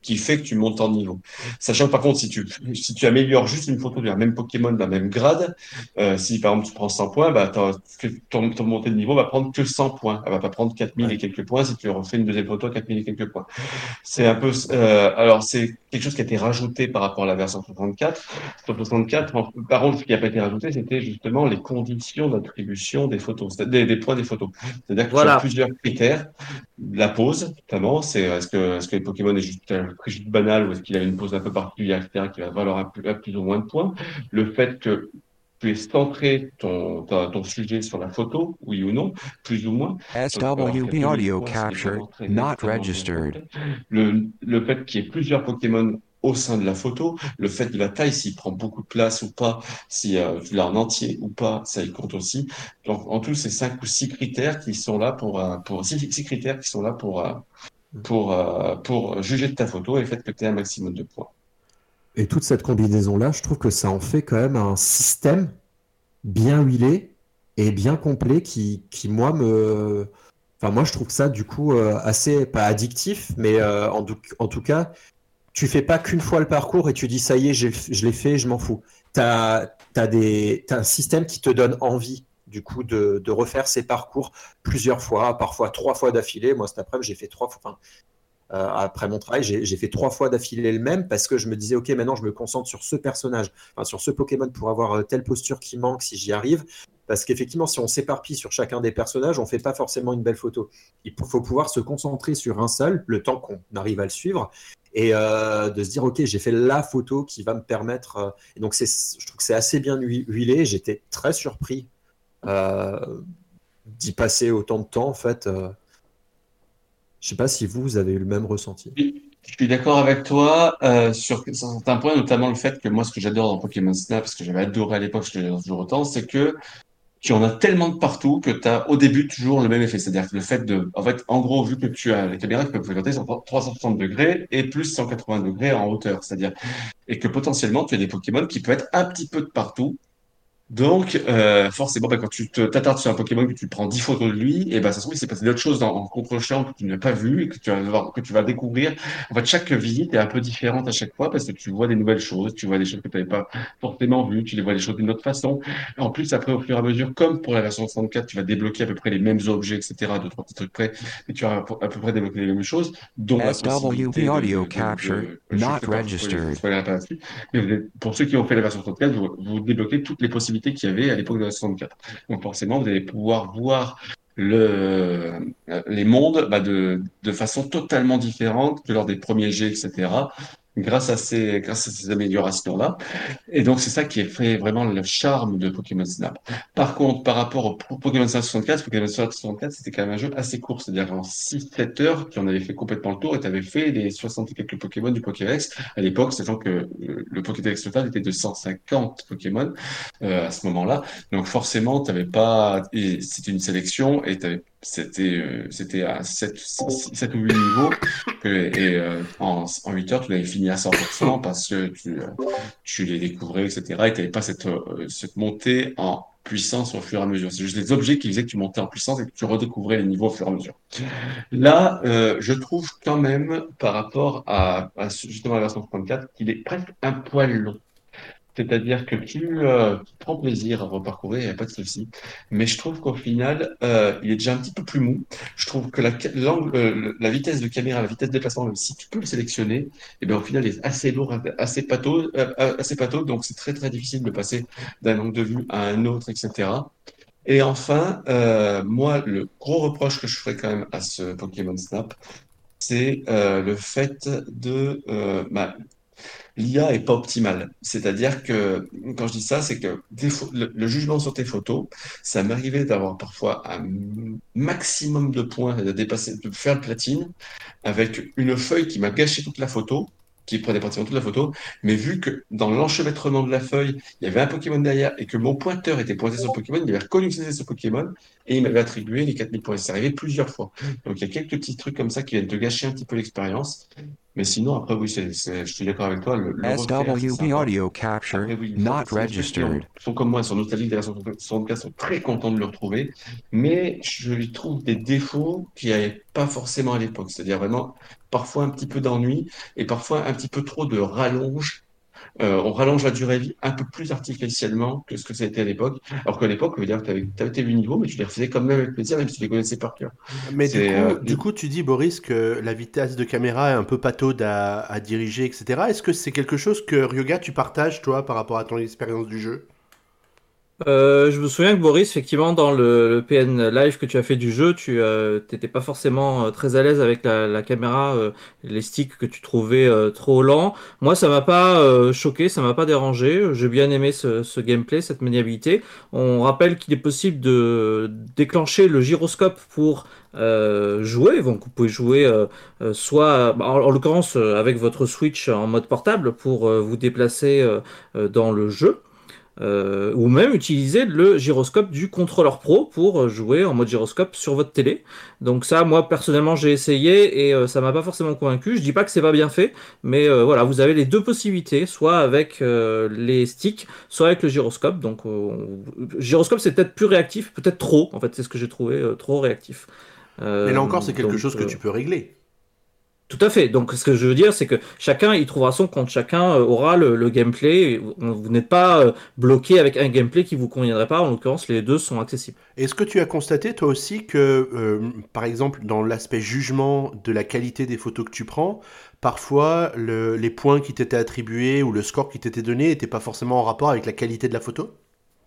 qui fait que tu montes en niveau. Sachant que par contre, si tu, si tu améliores juste une photo d'un même Pokémon, d'un même grade, euh, si par exemple tu prends cent points, bah, t'as- ton, ton montée de niveau va prendre que cent points. Elle va pas prendre quatre mille Ouais. et quelques points si tu refais une deuxième photo à quatre mille et quelques points. C'est un peu, euh, alors c'est quelque chose qui a été rajouté par rapport à la version soixante-quatre. Sur soixante-quatre, en- par contre, ce qui n'a pas été rajouté, c'était justement les conditions d'attribution des photos, c'est- des, des points des photos. C'est-à-dire que tu as Voilà. plusieurs critères. La pose, notamment, c'est est-ce que, est-ce que les Pokémon est juste, euh, juste banal ou est-ce qu'il a une pose un peu particulière, et cetera, qui va valoir un plus, un plus ou moins de points. Le fait que tu aies centré ton, ta- ton sujet sur la photo, oui ou non, plus ou moins. Donc, alors, qu'il y a S W B deux mille audio points, c'est captured, vraiment très not extrêmement, très registered. complet. Le, le fait qu'il y ait plusieurs Pokémon au sein de la photo, le fait de la taille, s'il prend beaucoup de place ou pas, si euh, tu l'as en entier ou pas, ça y compte aussi. Donc, en tout, c'est cinq ou six critères qui sont là pour, euh, pour six, six critères qui sont là pour, euh, pour, euh, pour juger de ta photo et le fait que tu aies un maximum de points. Et toute cette combinaison-là, je trouve que ça en fait quand même un système bien huilé et bien complet qui, qui moi, me... Enfin, moi, je trouve ça, du coup, euh, assez, pas addictif, mais euh, en, tout- en tout cas, tu fais pas qu'une fois le parcours et tu dis, ça y est, j'ai- je l'ai fait, je m'en fous. T'as, t'as des, t'as un système qui te donne envie, du coup, de, de refaire ces parcours plusieurs fois, parfois trois fois d'affilée. Moi, cet après-midi, j'ai fait trois fois, enfin, euh, après mon travail, j'ai j'ai fait trois fois d'affilée le même parce que je me disais, OK, maintenant je me concentre sur ce personnage, enfin, sur ce Pokémon pour avoir euh, telle posture qui manque si j'y arrive. Parce qu'effectivement, si on s'éparpille sur chacun des personnages, on ne fait pas forcément une belle photo. Il faut pouvoir se concentrer sur un seul, le temps qu'on arrive à le suivre, et euh, de se dire, OK, j'ai fait la photo qui va me permettre. euh, Et donc, c'est, je trouve que c'est assez bien hui- huilé. J'étais très surpris euh, d'y passer autant de temps, en fait. euh. Je ne sais pas si vous, vous avez eu le même ressenti. Je suis d'accord avec toi euh, sur sur certains points, notamment le fait que moi, ce que j'adore dans Pokémon Snap, ce que j'avais adoré à l'époque, ce que j'adore toujours autant, c'est que tu en as tellement de partout que tu as au début toujours le même effet. C'est-à-dire que le fait de, en fait, en gros, vu que tu as les caméras qui peuvent fréquenter sur trois cent soixante degrés et plus cent quatre-vingts degrés en hauteur, c'est-à-dire, et que potentiellement tu as des Pokémon qui peuvent être un petit peu de partout. Donc, euh, forcément, bah, quand tu te t'attardes sur un Pokémon, que tu prends dix photos de lui, et ben ça se trouve, il s'est passé d'autres choses dans, en contre-champ que tu n'as pas vu et que tu vas voir, que tu vas découvrir. En fait, chaque visite est un peu différente à chaque fois parce que tu vois des nouvelles choses, tu vois des choses que tu n'avais pas forcément vues, tu les vois des choses d'une autre façon. En plus, après, au fur et à mesure, comme pour la version soixante-quatre, tu vas débloquer à peu près les mêmes objets, et cetera, deux, trois petits trucs près, et tu vas à peu près débloquer les mêmes choses, dont la S W possibilité B de, audio de, de, captured, de- je ne not fais pas spoiler, registered. spoiler pas là-dessus, mais vous êtes- pour ceux qui ont fait la version soixante-quatre, vous, vous débloquez toutes les possibilités qu'il y avait à l'époque de la soixante-quatre. Donc forcément, vous allez pouvoir voir le, euh, les mondes bah, de, de façon totalement différente que lors des premiers jets, et cetera. Grâce à ces, grâce à ces améliorations-là. Et donc, c'est ça qui est fait vraiment le charme de Pokémon Snap. Par contre, par rapport au Pro- Pokémon Snap soixante-quatre, Pokémon Snap soixante-quatre, c'était quand même un jeu assez court. C'est-à-dire en six sept heures, tu en avais fait complètement le tour et tu avais fait les soixante et quelques Pokémon du Pokédex. À l'époque, sachant que euh, le Pokédex total était de cent cinquante Pokémon euh, à ce moment-là. Donc, forcément, tu n'avais pas... et c'était une sélection et t'avais c'était euh, c'était à sept sept ou huit niveaux que, et euh, en, en huit heures, tu l'avais fini à cent pour cent parce que tu, euh, tu les découvrais, et cetera. Et tu n'avais pas cette, euh, cette montée en puissance au fur et à mesure. C'est juste les objets qui faisaient que tu montais en puissance et que tu redécouvrais les niveaux au fur et à mesure. Là, euh, je trouve quand même, par rapport à, à ce- justement la version soixante-quatre, qu'il est presque un poil long. C'est-à-dire que tu, euh, tu prends plaisir à reparcourir, il n'y a pas de souci. Mais je trouve qu'au final, euh, il est déjà un petit peu plus mou. Je trouve que la, ca- l'angle, euh, la vitesse de caméra, la vitesse de déplacement, même si tu peux le sélectionner, et bien au final, il est assez lourd, assez pâteau, euh, euh, assez pâteau, donc c'est très très difficile de passer d'un angle de vue à un autre, et cetera. Et enfin, euh, moi, le gros reproche que je ferais quand même à ce Pokémon Snap, c'est euh, le fait de euh, bah, l'I A est pas optimale. C'est-à-dire que, quand je dis ça, c'est que des pho- le, le jugement sur tes photos, ça m'arrivait d'avoir parfois un maximum de points, de dépasser, de faire le platine, avec une feuille qui m'a gâché toute la photo, qui prenait pratiquement toute la photo, mais vu que dans l'enchevêtrement de la feuille, il y avait un Pokémon derrière et que mon pointeur était pointé sur le Pokémon, il avait reconnu que c'était ce Pokémon et il m'avait attribué les quatre mille points. C'est arrivé plusieurs fois. Donc il y a quelques petits trucs comme ça qui viennent te gâcher un petit peu l'expérience. Mais sinon, après, oui, c'est, c'est, je suis d'accord avec toi, le, le refaire, c'est S W B sympa. audio capture Après, oui, une fois not que c'est ceux qui ont- registered. sont comme moi, sont nostalgiques derrière son soixante-quatre, sont très contents de le retrouver, mais je lui trouve des défauts qu'il n'y avait pas forcément à l'époque. C'est-à-dire vraiment parfois un petit peu d'ennui et parfois un petit peu trop de rallonge. Euh, on rallonge la durée de vie un peu plus artificiellement que ce que ça a été à l'époque. Alors qu'à l'époque, tu avais tes huit niveaux, mais tu les refaisais quand même avec plaisir, même si tu les connaissais par cœur. Mais du C'est, coup, euh, du coup, tu dis, Boris, que la vitesse de caméra est un peu pataude à, à diriger, et cetera. Est-ce que c'est quelque chose que Ryoga, tu partages, toi, par rapport à ton expérience du jeu? Euh, je me souviens que Boris, effectivement, dans le, le P N live que tu as fait du jeu, tu euh, t'étais pas forcément euh, très à l'aise avec la, la caméra, euh, les sticks que tu trouvais euh, trop lents. Moi, ça m'a pas euh, choqué, ça m'a pas dérangé. J'ai bien aimé ce, ce gameplay, cette maniabilité. On rappelle qu'il est possible de déclencher le gyroscope pour euh, jouer. Donc, vous pouvez jouer euh, euh, soit, bah, en, en l'occurrence, euh, avec votre Switch en mode portable pour euh, vous déplacer euh, euh, dans le jeu. Euh, ou même utiliser le gyroscope du contrôleur pro pour jouer en mode gyroscope sur votre télé. Donc ça, moi personnellement, j'ai essayé et euh, ça m'a pas forcément convaincu. Je dis pas que c'est pas bien fait, mais euh, voilà, vous avez les deux possibilités, soit avec euh, les sticks, soit avec le gyroscope. Donc euh, gyroscope, c'est peut-être plus réactif, peut-être trop. En fait, c'est ce que j'ai trouvé euh, trop réactif. Mais là Euh, encore, c'est quelque donc chose que euh, tu peux régler. Tout à fait. Donc, ce que je veux dire, c'est que chacun il trouvera son compte, chacun euh, aura le, le gameplay. Vous, vous n'êtes pas euh, bloqué avec un gameplay qui vous conviendrait pas. En l'occurrence, les deux sont accessibles. Est-ce que tu as constaté, toi aussi, que, euh, par exemple, dans l'aspect jugement de la qualité des photos que tu prends, parfois, le- les points qui t'étaient attribués ou le score qui t'était donné n'étaient pas forcément en rapport avec la qualité de la photo?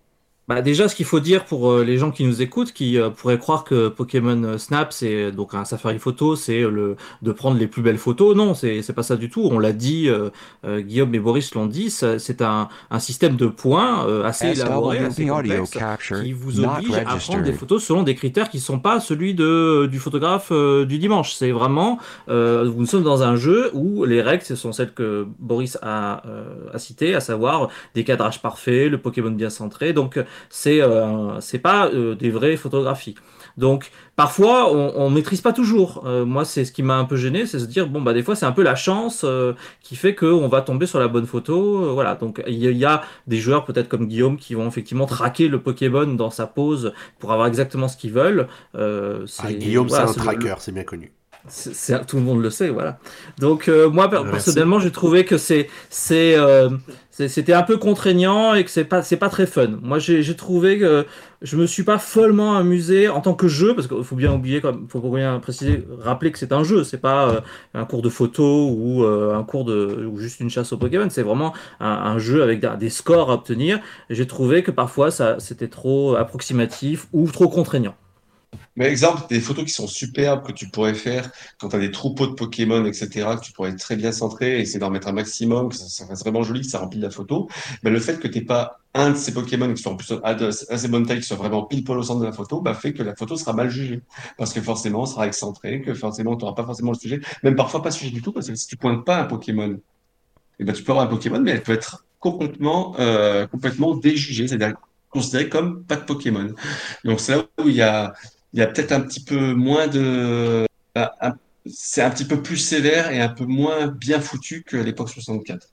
Bah déjà, ce qu'il faut dire pour euh, les gens qui nous écoutent, qui euh, pourraient croire que Pokémon euh, Snap, c'est euh, donc un Safari photo, c'est euh, le de prendre les plus belles photos. Non, c'est c'est pas ça du tout. On l'a dit, euh, euh, Guillaume et Boris l'ont dit, ça- c'est un, un système de points euh, assez élaboré, assez S W B audio complexe, capture qui vous not oblige à prendre des registered. photos selon des critères qui sont pas celui de du photographe euh, du dimanche. C'est vraiment, euh, nous sommes dans un jeu où les règles, ce sont celles que Boris a, euh, a citées, à savoir des cadrages parfaits, le Pokémon bien centré. Donc c'est euh, c'est pas euh, des vraies photographies. Donc parfois on, on maîtrise pas toujours. Euh, moi c'est ce qui m'a un peu gêné, c'est se dire bon bah des fois c'est un peu la chance euh, qui fait qu'on va tomber sur la bonne photo. Euh, voilà donc il y, a il y a des joueurs peut-être comme Guillaume qui vont effectivement traquer le Pokémon dans sa pose pour avoir exactement ce qu'ils veulent. Euh, Ah, c'est Guillaume, c'est voilà un c'est le- le- tracker, c'est bien connu. c'est, c'est- tout le monde le sait, voilà. Donc euh, moi per- Euh, merci. personnellement, j'ai trouvé que c'est c'est euh, c'est- c'était un peu contraignant et que c'est pas c'est pas très fun. Moi, j'ai j'ai trouvé que je me suis pas follement amusé en tant que jeu parce qu'il faut bien oublier comme faut bien préciser rappeler que c'est un jeu, c'est pas euh, un cours de photo ou euh, un cours de ou juste une chasse au Pokémon, c'est vraiment un, un jeu avec des, des scores à obtenir. Et j'ai trouvé que parfois ça c'était trop approximatif ou trop contraignant. Mais exemple, des photos qui sont superbes que tu pourrais faire quand tu as des troupeaux de Pokémon, et cetera, que tu pourrais très bien centrer et essayer d'en mettre un maximum, que ça, ça fasse vraiment joli, que ça remplit la photo. Mais le fait que tu n'aies pas un de ces Pokémon qui soit en plus à de- assez bonne taille, qui soit vraiment pile poil au centre de la photo, bah, fait que la photo sera mal jugée. Parce que forcément, ça sera excentré, que forcément, tu n'auras pas forcément le sujet. Même parfois pas sujet du tout, parce que si tu pointes pas un Pokémon, eh ben, tu peux avoir un Pokémon, mais elle peut être complètement, euh, complètement déjugée, c'est-à-dire considérée comme pas de Pokémon. Donc c'est là où il y a, il y a peut-être un petit peu moins de, un- un- c'est un petit peu plus sévère et un peu moins bien foutu que l'époque soixante-quatre.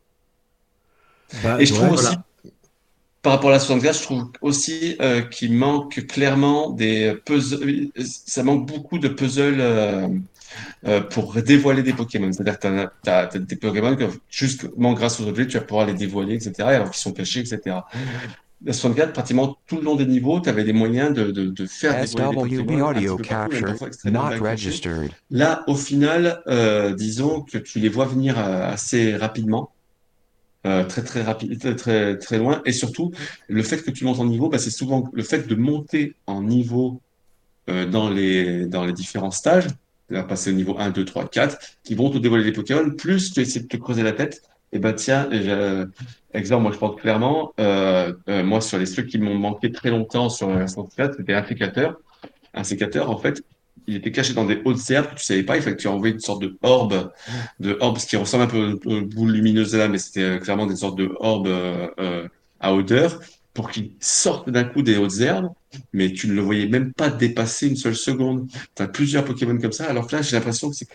Bah, Et je trouve ouais. aussi, Voilà. par rapport à la soixante-quatre, je trouve aussi euh, qu'il manque clairement des puzzles, ça manque beaucoup de puzzles euh, euh, pour dévoiler des Pokémon. C'est-à-dire que tu as, des Pokémon que justement grâce aux objets, tu vas pouvoir les dévoiler, et cetera, alors qu'ils sont cachés, et cetera. La soixante-quatre, pratiquement tout le long des niveaux, tu avais des moyens de, de, de faire dévoiler des S W B Pokémon un petit audio peu partout, même capture parfois extrêmement not bien cachés. registered. Là, au final, euh, disons que tu les vois venir euh, assez rapidement. Euh, très très rapide, très, très très loin, et surtout le fait que tu montes en niveau, bah, c'est souvent le fait de monter en niveau euh, dans les, dans les différents stages, c'est-à-dire passer au niveau un, deux, trois, quatre, qui vont te dévoiler les Pokémon, plus tu essaies de te creuser la tête, et ben tiens, je- exemple, moi je pense clairement, euh, euh, moi sur les trucs qui m'ont manqué très longtemps sur la soixante-quatre, c'était un sécateur. Un sécateur, en fait, il était caché dans des hautes herbes que tu savais pas, il fallait que tu envoies une sorte de orbe, de orbe, ce qui ressemble un peu aux boules lumineuses là, mais c'était euh, clairement des sortes de orbes euh, euh, à odeur, pour qu'ils sortent d'un coup des hautes herbes, mais tu ne le voyais même pas dépasser une seule seconde. Tu as plusieurs Pokémon comme ça, alors que là, j'ai l'impression que c'est quand même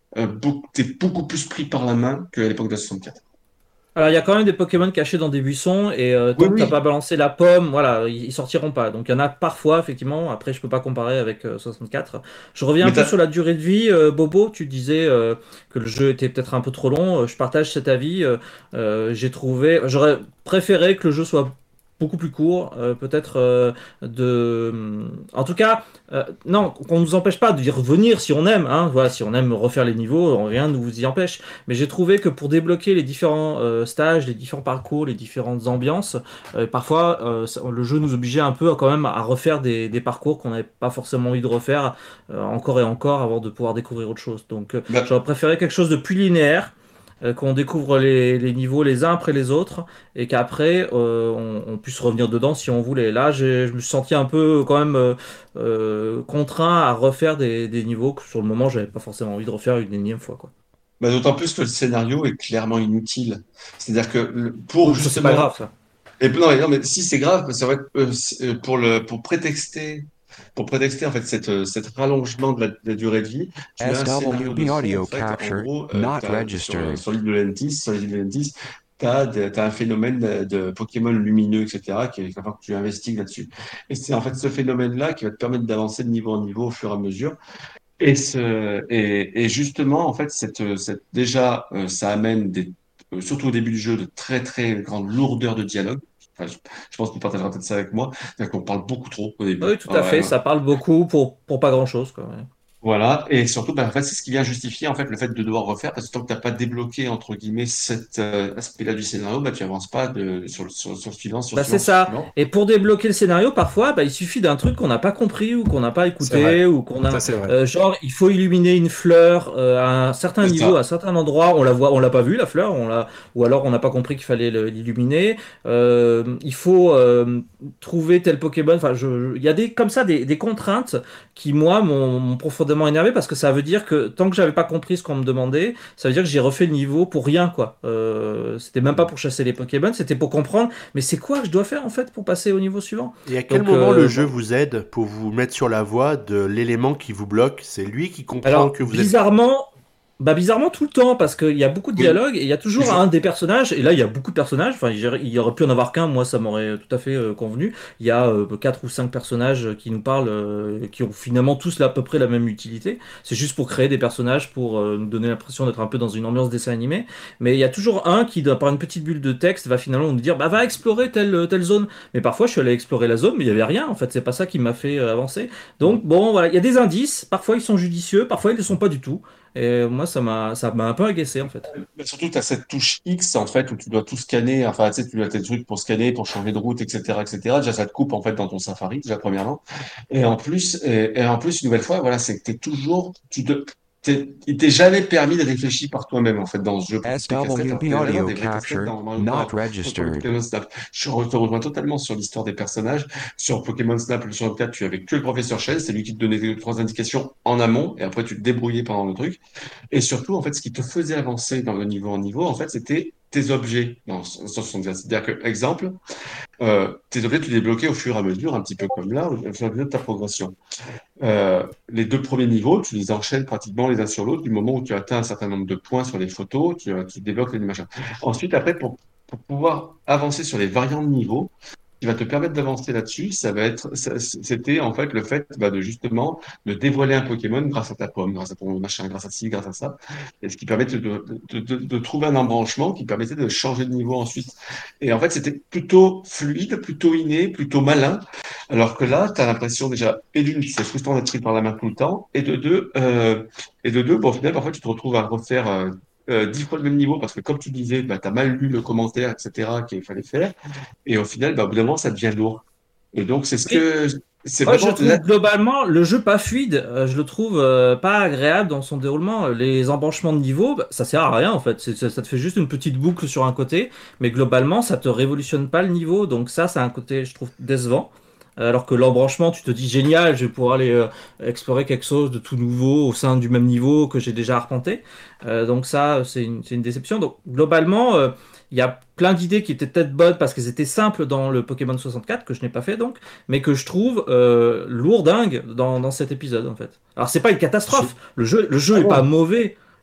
euh, beaucoup, t'es beaucoup plus pris par la main qu'à l'époque de la soixante-quatre. Alors, il y a quand même des Pokémon cachés dans des buissons, et euh, Oui, tant que t'as oui. pas balancé la pomme, voilà, ils, ils sortiront pas. Donc, il y en a parfois, effectivement. Après, je peux pas comparer avec euh, soixante-quatre. Je reviens un Mais peu t'as, sur la durée de vie. euh, Bobo, tu disais euh, que le jeu était peut-être un peu trop long. Euh, je partage cet avis. Euh, euh, j'ai trouvé, j'aurais préféré que le jeu soit beaucoup plus court, euh, peut-être euh, de. En tout cas, euh, non, qu'on nous empêche pas d'y revenir si on aime. Hein, voilà, si on aime refaire les niveaux, rien ne vous y empêche. Mais j'ai trouvé que pour débloquer les différents euh, stages, les différents parcours, les différentes ambiances, euh, parfois euh, ça- le jeu nous obligeait un peu à, quand même à refaire des, des parcours qu'on n'avait pas forcément envie de refaire euh, encore et encore avant de pouvoir découvrir autre chose. Donc euh, bah, j'aurais préféré quelque chose de plus linéaire. euh, qu'on découvre les, les niveaux les uns après les autres et qu'après euh, on, on puisse revenir dedans si on voulait. Là, j'ai- je me suis senti un peu quand même euh, euh, contraint à refaire des, des niveaux que sur le moment j'avais pas forcément envie de refaire une énième fois, quoi. bah, d'autant plus que le scénario est clairement inutile. C'est-à-dire que le- Oui, pour mais ça c'est pas justement. grave ça. Et non, mais non, mais si c'est grave, c'est vrai que euh, c'est- euh, pour le pour prétexter pour prétexter en fait cette euh, cette rallongement de la, de la durée de vie, tu as un scénario de S W B fond en audio fait. En capture gros, euh, not t'as, sur registered. sur l'île de Lentis, sur les îles de Lentis, t'as de- t'as un phénomène de, de Pokémon lumineux, et cetera, qui est- qu'il va falloir que tu investigues là-dessus. Et c'est en fait ce phénomène-là qui va te permettre d'avancer de niveau en niveau au fur et à mesure. Et, ce, et, et justement, en fait, cette, cette, déjà, euh, ça amène des, euh, surtout au début du jeu, de très très grandes lourdeurs de dialogue. Enfin, je, je pense que tu partageras peut-être ça avec moi. C'est-à-dire qu'on parle beaucoup trop au début. Oui, tout à fait, Ouais, ça parle beaucoup pour, pour pas grand-chose, quoi. Ouais. voilà, et surtout, bah, en fait, c'est ce qui vient justifier en fait le fait de devoir refaire, parce que tant que t'as pas débloqué entre guillemets cet euh, aspect-là du scénario, bah tu avances pas de, sur, le- sur, sur le suivant, sur le Bah c'est suivant, sur le ça. suivant. Et pour débloquer le scénario, parfois, bah, il suffit d'un truc qu'on n'a pas compris ou qu'on n'a pas C'est vrai. écouté ou qu'on Ça, a, c'est vrai. euh, genre, il faut illuminer une fleur euh, à un certain C'est niveau, à ça. un certain endroit. On la voit, on l'a pas vu la fleur, on l'a, ou alors on n'a pas compris qu'il fallait le- l'illuminer. Euh, il faut euh, trouver tel Pokémon. Enfin, je, je- il y a des comme ça des, des contraintes qui moi m'ont m'ont profondément énervé parce que ça veut dire que tant que j'avais pas compris ce qu'on me demandait, ça veut dire que j'ai refait le niveau pour rien, quoi. Euh, c'était même pas pour chasser les Pokémon, c'était pour comprendre. Mais c'est quoi que je dois faire en fait pour passer au niveau suivant? Et à quel Donc, moment le euh, jeu bon. vous aide pour vous mettre sur la voie de l'élément qui vous bloque? C'est lui qui comprend Alors, que vous êtes... bizarrement, bah bizarrement tout le temps, parce qu'il y a beaucoup de Oui, dialogues et il y a toujours un toujours. des personnages, et là il y a beaucoup de personnages, enfin il y il y aurait pu en avoir qu'un, moi ça m'aurait tout à fait euh, convenu. Il y a euh, quatre ou cinq personnages qui nous parlent, euh, qui ont finalement tous là, à peu près la même utilité. C'est juste pour créer des personnages, pour euh, nous donner l'impression d'être un peu dans une ambiance dessin animé. Mais il y a toujours un qui, par une petite bulle de texte, va finalement nous dire, bah va explorer telle, telle zone. Mais parfois je suis allé explorer la zone, mais il y avait rien, en fait, c'est pas ça qui m'a fait euh, avancer. Donc bon, voilà, il y a des indices, parfois ils sont judicieux, parfois ils ne le sont pas du tout. Et moi, ça m'a, ça m'a un peu agacé en fait. Mais surtout, tu as cette touche X, en fait, où tu dois tout scanner. Enfin, tu sais, tu as tes trucs pour scanner, pour changer de route, et cetera, et cetera. Déjà, ça te coupe, en fait, dans ton Safari, déjà, premièrement. Et en plus, et, et en plus, une nouvelle fois, voilà, c'est que t'es toujours, tu te, t'es, il t'est jamais permis de réfléchir par toi-même, en fait, dans ce jeu, pour toutes tes casquettes, alors S W B qu'il y a vraiment audio des vraies casquettes capture dans, dans, not dans- sur le registered. Pokémon Snap. Je re- te rejoins totalement sur l'histoire des personnages. Sur Pokémon Snap, le sur le quatre, tu avais que le professeur Chen, c'est lui qui te donnait deux, trois indications en amont, et après, tu te débrouillais pendant le truc. Et surtout, en fait, ce qui te faisait avancer dans le niveau en niveau, en fait, c'était tes objets dans ce soixante-dix. C'est-à-dire que, exemple, euh, tes objets, tu les débloquais au fur et à mesure, un petit peu comme là, au fur et à mesure de ta progression. Euh, les deux premiers niveaux, tu les enchaînes pratiquement les uns sur l'autre du moment où tu atteins un certain nombre de points sur les photos, tu, tu débloques les machins. Ensuite, après, pour, pour pouvoir avancer sur les variants de niveau, qui va te permettre d'avancer là-dessus, ça va être, ça- c'était en fait le fait bah, de justement de dévoiler un Pokémon grâce à ta pomme, grâce à ton machin, grâce à ci, grâce à ça, et ce qui permet de, de, de, de- de trouver un embranchement qui permettait de changer de niveau ensuite. Et en fait, c'était plutôt fluide, plutôt inné, plutôt malin, alors que là, tu as l'impression déjà, et d'une, c'est frustrant d'être pris par la main tout le temps, et de deux, euh, et de deux, bon, au final, parfois, tu te retrouves à refaire euh, euh, dix fois le même niveau parce que, comme tu disais, bah, tu as mal lu le commentaire, et cetera, qu'il fallait faire. Et au final, bah, au bout d'un moment, ça devient lourd. Et donc, c'est ce Oui. que, c'est Moi, je vraiment trouve la- globalement le jeu pas fluide. Euh, je le trouve euh, pas agréable dans son déroulement. Les embranchements de niveau, bah, ça sert à rien en fait. C'est- ça, ça te fait juste une petite boucle sur un côté, mais globalement, ça te révolutionne pas le niveau. Donc ça, c'est un côté, je trouve, décevant. Alors que l'embranchement, tu te dis génial, je vais pouvoir aller euh, explorer quelque chose de tout nouveau au sein du même niveau que j'ai déjà arpenté. Euh, donc ça, c'est une, c'est une déception. Donc globalement, euh, il y a plein d'idées qui étaient peut-être bonnes parce qu'elles étaient simples dans le Pokémon soixante-quatre que je n'ai pas fait donc, mais que je trouve euh, lourdingue dans, dans cet épisode en fait. Alors c'est pas une Je- catastrophe. Le jeu, le jeu Ah est pas non. mauvais.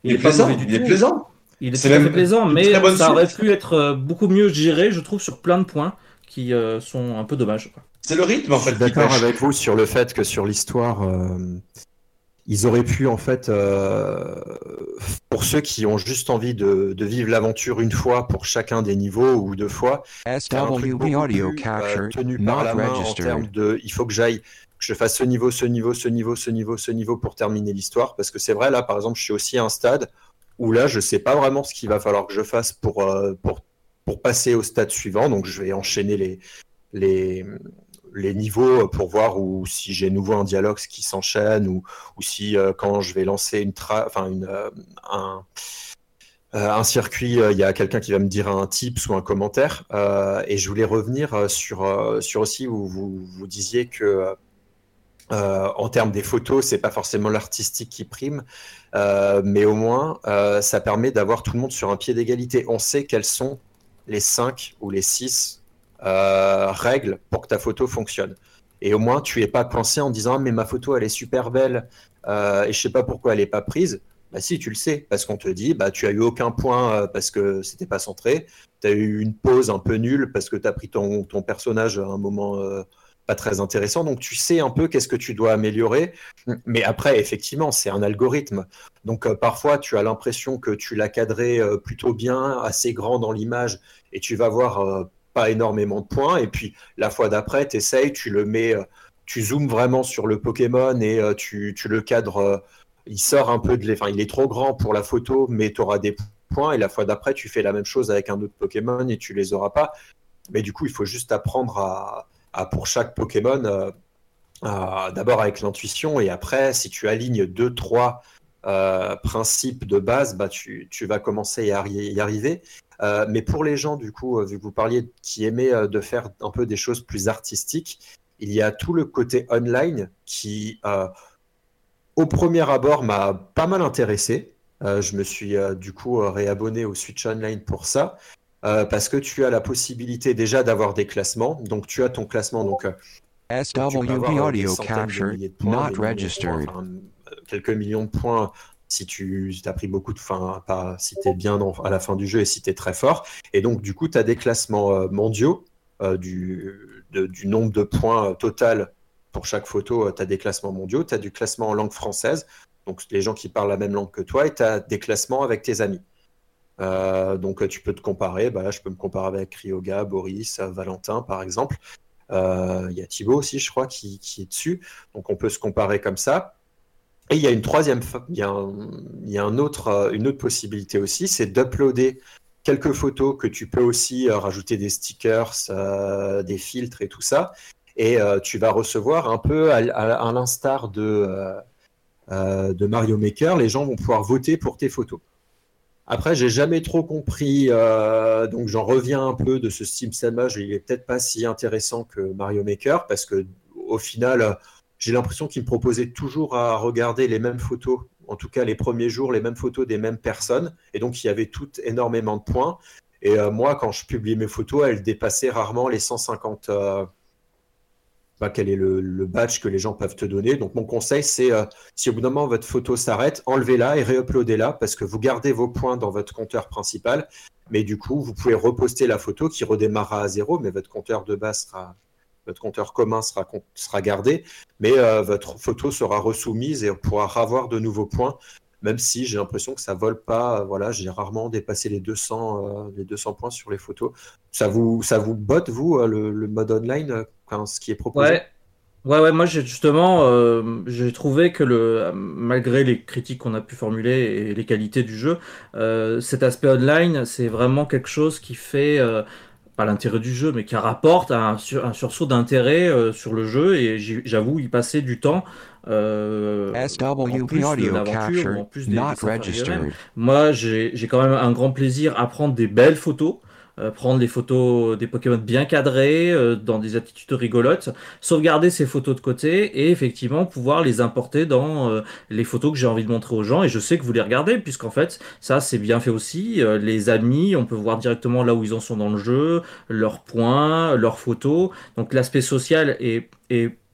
Il est pas plaisant, mauvais du il est tout. plaisant. Il est C'est tout à même fait plaisant, une mais très bonne ça aurait suite. pu être euh, beaucoup mieux géré, je trouve, sur plein de points qui euh, sont un peu dommages, quoi. C'est le rythme, Je en fait, suis qui d'accord pêche. avec vous sur le fait que sur l'histoire, euh, ils auraient pu en fait, euh, pour ceux qui ont juste envie de, de vivre l'aventure une fois pour chacun des niveaux ou deux fois, faire un truc S W B beaucoup audio plus euh, captured, tenu par not la main en registered. termes de, il faut que j'aille, que je fasse ce niveau, ce niveau, ce niveau, ce niveau, ce niveau pour terminer l'histoire. Parce que c'est vrai, là, par exemple, je suis aussi à un stade où là, je sais pas vraiment ce qu'il va falloir que je fasse pour, euh, pour, pour passer au stade suivant. Donc, je vais enchaîner les, les, les niveaux pour voir où, si j'ai nouveau un dialogue qui s'enchaîne ou, ou si euh, quand je vais lancer une tra enfin une, euh, un, euh, un circuit, euh, il y a quelqu'un qui va me dire un tips ou un commentaire. Euh, et je voulais revenir sur, euh, sur aussi où vous, vous disiez que euh, en termes des photos, c'est pas forcément l'artistique qui prime, euh, mais au moins euh, ça permet d'avoir tout le monde sur un pied d'égalité. On sait quelles sont les cinq ou les six euh, règles pour que ta photo fonctionne. Et au moins, tu es pas coincé en disant ah, mais ma photo elle est super belle euh, et je sais pas pourquoi elle est pas prise. Bah si, tu le sais, parce qu'on te dit bah tu as eu aucun point euh, parce que c'était pas centré, tu as eu une pose un peu nulle parce que tu as pris ton, ton personnage à un moment euh, pas très intéressant, donc tu sais un peu qu'est-ce que tu dois améliorer. Mais après, effectivement, c'est un algorithme. Donc euh, parfois, tu as l'impression que tu l'as cadré euh, plutôt bien, assez grand dans l'image, et tu vas voir euh, pas énormément de points. Et puis la fois d'après, tu essayes, tu le mets, euh, tu zoomes vraiment sur le Pokémon et euh, tu, tu le cadres. Euh, il sort un peu de, enfin, il est trop grand pour la photo, mais tu auras des points. Et la fois d'après, tu fais la même chose avec un autre Pokémon et tu les auras pas. Mais du coup, il faut juste apprendre à, à pour chaque Pokémon. Euh, euh, d'abord avec l'intuition et après, si tu alignes deux, trois euh, principes de base, bah, tu, tu vas commencer à y, y arriver. Euh, mais pour les gens, du coup, euh, vu que vous parliez qui aimaient euh, de faire un peu des choses plus artistiques, il y a tout le côté online qui, euh, au premier abord, m'a pas mal intéressé. Euh, je me suis euh, du coup euh, réabonné au Switch Online pour ça. Euh, parce que tu as la possibilité déjà d'avoir des classements. Donc tu as ton classement, donc euh, S donc, tu peux W avoir B euh, des audio centaines de captured, milliers de points, not des millions de points, registered. enfin, euh, quelques millions de points si tu as pris beaucoup de fin, pas, si tu es bien dans- à la fin du jeu et si tu es très fort. Et donc, du coup, tu as des classements euh, mondiaux euh, du, de- du nombre de points euh, total pour chaque photo. Tu as des classements mondiaux, tu as du classement en langue française, donc les gens qui parlent la même langue que toi, et tu as des classements avec tes amis. Euh, donc, euh, tu peux te comparer. Bah, là, je peux me comparer avec Ryoga, Boris, euh, Valentin, par exemple. Euh, Il y a Thibaut aussi, je crois, qui, qui est dessus. Donc, on peut se comparer comme ça. Et il y a une troisième, fa- il y a, un- il y a un autre, euh, une autre possibilité aussi, c'est d'uploader quelques photos que tu peux aussi euh, rajouter des stickers, euh, des filtres et tout ça. Et euh, tu vas recevoir un peu à, à- à l'instar de, euh, euh, de Mario Maker, les gens vont pouvoir voter pour tes photos. Après, j'ai jamais trop compris, euh, donc j'en reviens un peu de ce Steam Sandbox. Il est peut-être pas si intéressant que Mario Maker parce que au final, euh, j'ai l'impression qu'il me proposait toujours à regarder les mêmes photos, en tout cas les premiers jours, les mêmes photos des mêmes personnes, et donc il y avait toutes énormément de points. Et euh, moi, quand je publiais mes photos, elles dépassaient rarement les cent cinquante. Euh, bah, quel est le, le badge que les gens peuvent te donner. Donc, mon conseil, c'est euh, si au bout d'un moment votre photo s'arrête, enlevez-la et réuploadez-la parce que vous gardez vos points dans votre compteur principal. Mais du coup, vous pouvez reposter la photo qui redémarrera à zéro, mais votre compteur de base sera, votre compteur commun sera, sera gardé. Mais euh, votre photo sera resoumise et on pourra avoir de nouveaux points. Même si j'ai l'impression que ça vole pas, euh, voilà, j'ai rarement dépassé les deux cents, euh, les deux cents points sur les photos. Ça vous, ça vous botte, vous, euh, le, le mode online, euh, enfin, ce qui est proposé? Ouais, ouais, ouais, moi j'ai justement, euh, j'ai trouvé que le, malgré les critiques qu'on a pu formuler et les qualités du jeu, euh, cet aspect online, c'est vraiment quelque chose qui fait, euh, pas l'intérêt du jeu, mais qui rapporte un, sur- un sursaut d'intérêt euh, sur le jeu. Et j'y- j'avoue y passer du temps euh, en S W B plus de audio l'aventure ou en captured, plus des, des not safaris eux-mêmes. registered. Moi, j'ai j'ai quand même un grand plaisir à prendre des belles photos. Euh, prendre des photos des Pokémon bien cadrées, euh, dans des attitudes rigolotes, sauvegarder ces photos de côté et effectivement pouvoir les importer dans euh, les photos que j'ai envie de montrer aux gens. Et je sais que vous les regardez, puisqu'en fait, ça c'est bien fait aussi. Euh, les amis, on peut voir directement là où ils en sont dans le jeu, leurs points, leurs photos. Donc l'aspect social est, est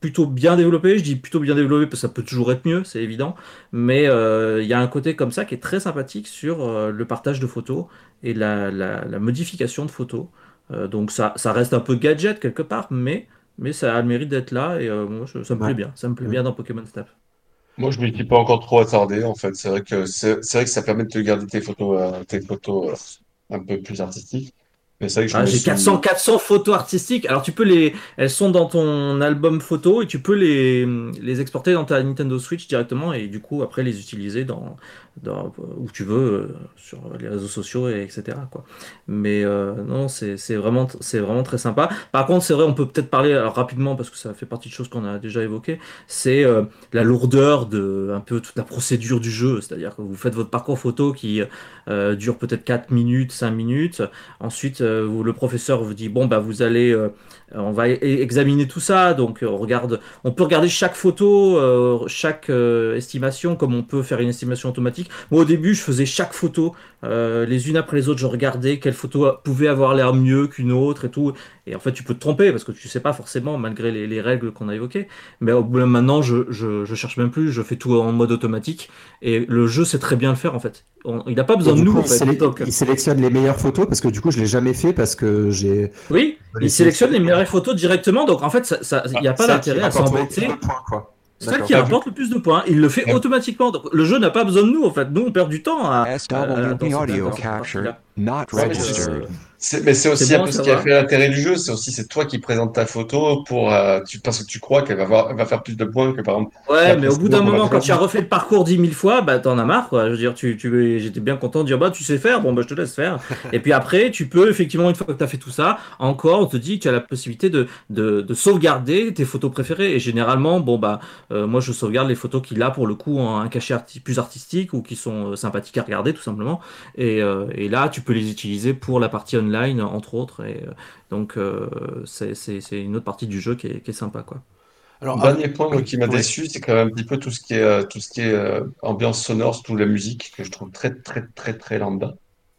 plutôt bien développé. Je dis plutôt bien développé parce que ça peut toujours être mieux, c'est évident. Mais euh, il y a un côté comme ça qui est très sympathique sur euh, le partage de photos et la, la- la modification de photos. Euh, donc ça, ça reste un peu gadget quelque part, mais, mais ça a le mérite d'être là et euh, moi, je- ça me plaît Ouais. bien. Ça me plaît Mm. bien dans Pokémon Snap. Moi, je m'y suis pas encore trop attardé, en fait. C'est vrai que c'est c'est vrai que ça permet de te garder tes photos, euh, tes photos euh, un peu plus artistiques. Mais c'est vrai que je Ah, me j'ai quatre cents, suis. quatre cents photos artistiques. Alors tu peux les, elles sont dans ton album photo et tu peux les, les exporter dans ta Nintendo Switch directement et du coup après les utiliser dans, dans où tu veux euh, sur les réseaux sociaux et etc. quoi. Mais euh, non, c'est c'est vraiment c'est vraiment très sympa. Par contre, c'est vrai, on peut peut-être parler alors, rapidement parce que ça fait partie de choses qu'on a déjà évoquées. C'est euh, la lourdeur de un peu toute la procédure du jeu. C'est-à-dire que vous faites votre parcours photo qui euh, dure peut-être quatre minutes, cinq minutes. Ensuite, euh, vous- le professeur vous dit bon bah vous allez, euh, on va e- examiner tout ça. Donc euh, on regarde, on peut regarder chaque photo, euh, chaque euh, estimation, comme on peut faire une estimation automatique. Moi au début, je faisais chaque photo euh, les unes après les autres. Je regardais quelle photo pouvait avoir l'air mieux qu'une autre et tout. Et en fait, tu peux te tromper parce que tu sais pas forcément malgré les, les règles qu'on a évoquées. Mais au bout d'un maintenant, je, je je cherche même plus. Je fais tout en mode automatique et le jeu sait très bien le faire en fait. On- il n'a pas Et besoin de du nous coup, en il, fait. sélec- Donc il sélectionne les meilleures photos parce que du coup, je l'ai jamais fait parce que j'ai oui, je il l'ai sélectionne sélectionné. les meilleures photos directement, donc en fait, ça, ça- il Ah, n'y a pas celle qui d'intérêt à rapporte le plus s'embêter. de points, quoi. Celle qui D'accord. Ah, vu- rapporte le plus de points, il le fait ah, automatiquement. Donc le jeu n'a pas besoin de nous, en fait. Nous, on perd du temps à, à- à- dans S W B cette, audio dans cette capture partie-là. not Ouais, mais Donc, c'est registered. euh, c'est- mais c'est c'est aussi un bon à peu ce qui a fait savoir. l'intérêt du jeu. C'est aussi c'est toi qui présentes ta photo pour euh, tu, parce que tu crois qu'elle va avoir, elle va faire plus de points que par exemple la Ouais, mais au bout d'un précédente qu'on va moment, quand faire. tu as refait le parcours dix mille fois, bah t'en as marre, quoi. Je veux dire, tu, tu, j'étais bien content de dire, bah tu sais faire, bon bah je te laisse faire. Et puis après, tu peux effectivement, une fois que tu as fait tout ça, encore, on te dit que tu as la possibilité de, de, de sauvegarder tes photos préférées. Et généralement, bon bah, euh, moi je sauvegarde les photos qui là pour le coup ont un cachet arti- plus artistique ou qui sont euh, sympathiques à regarder tout simplement. Et, euh, et là, tu peux les utiliser pour la partie online, entre autres. Et euh, donc, euh, c'est, c'est, c'est une autre partie du jeu qui est, qui est sympa, quoi. Alors, av- Dernier point moi, qui m'a ouais. déçu, c'est quand même un petit peu tout ce qui est euh, tout ce qui est euh, ambiance sonore, surtout la musique que je trouve très très très très lambda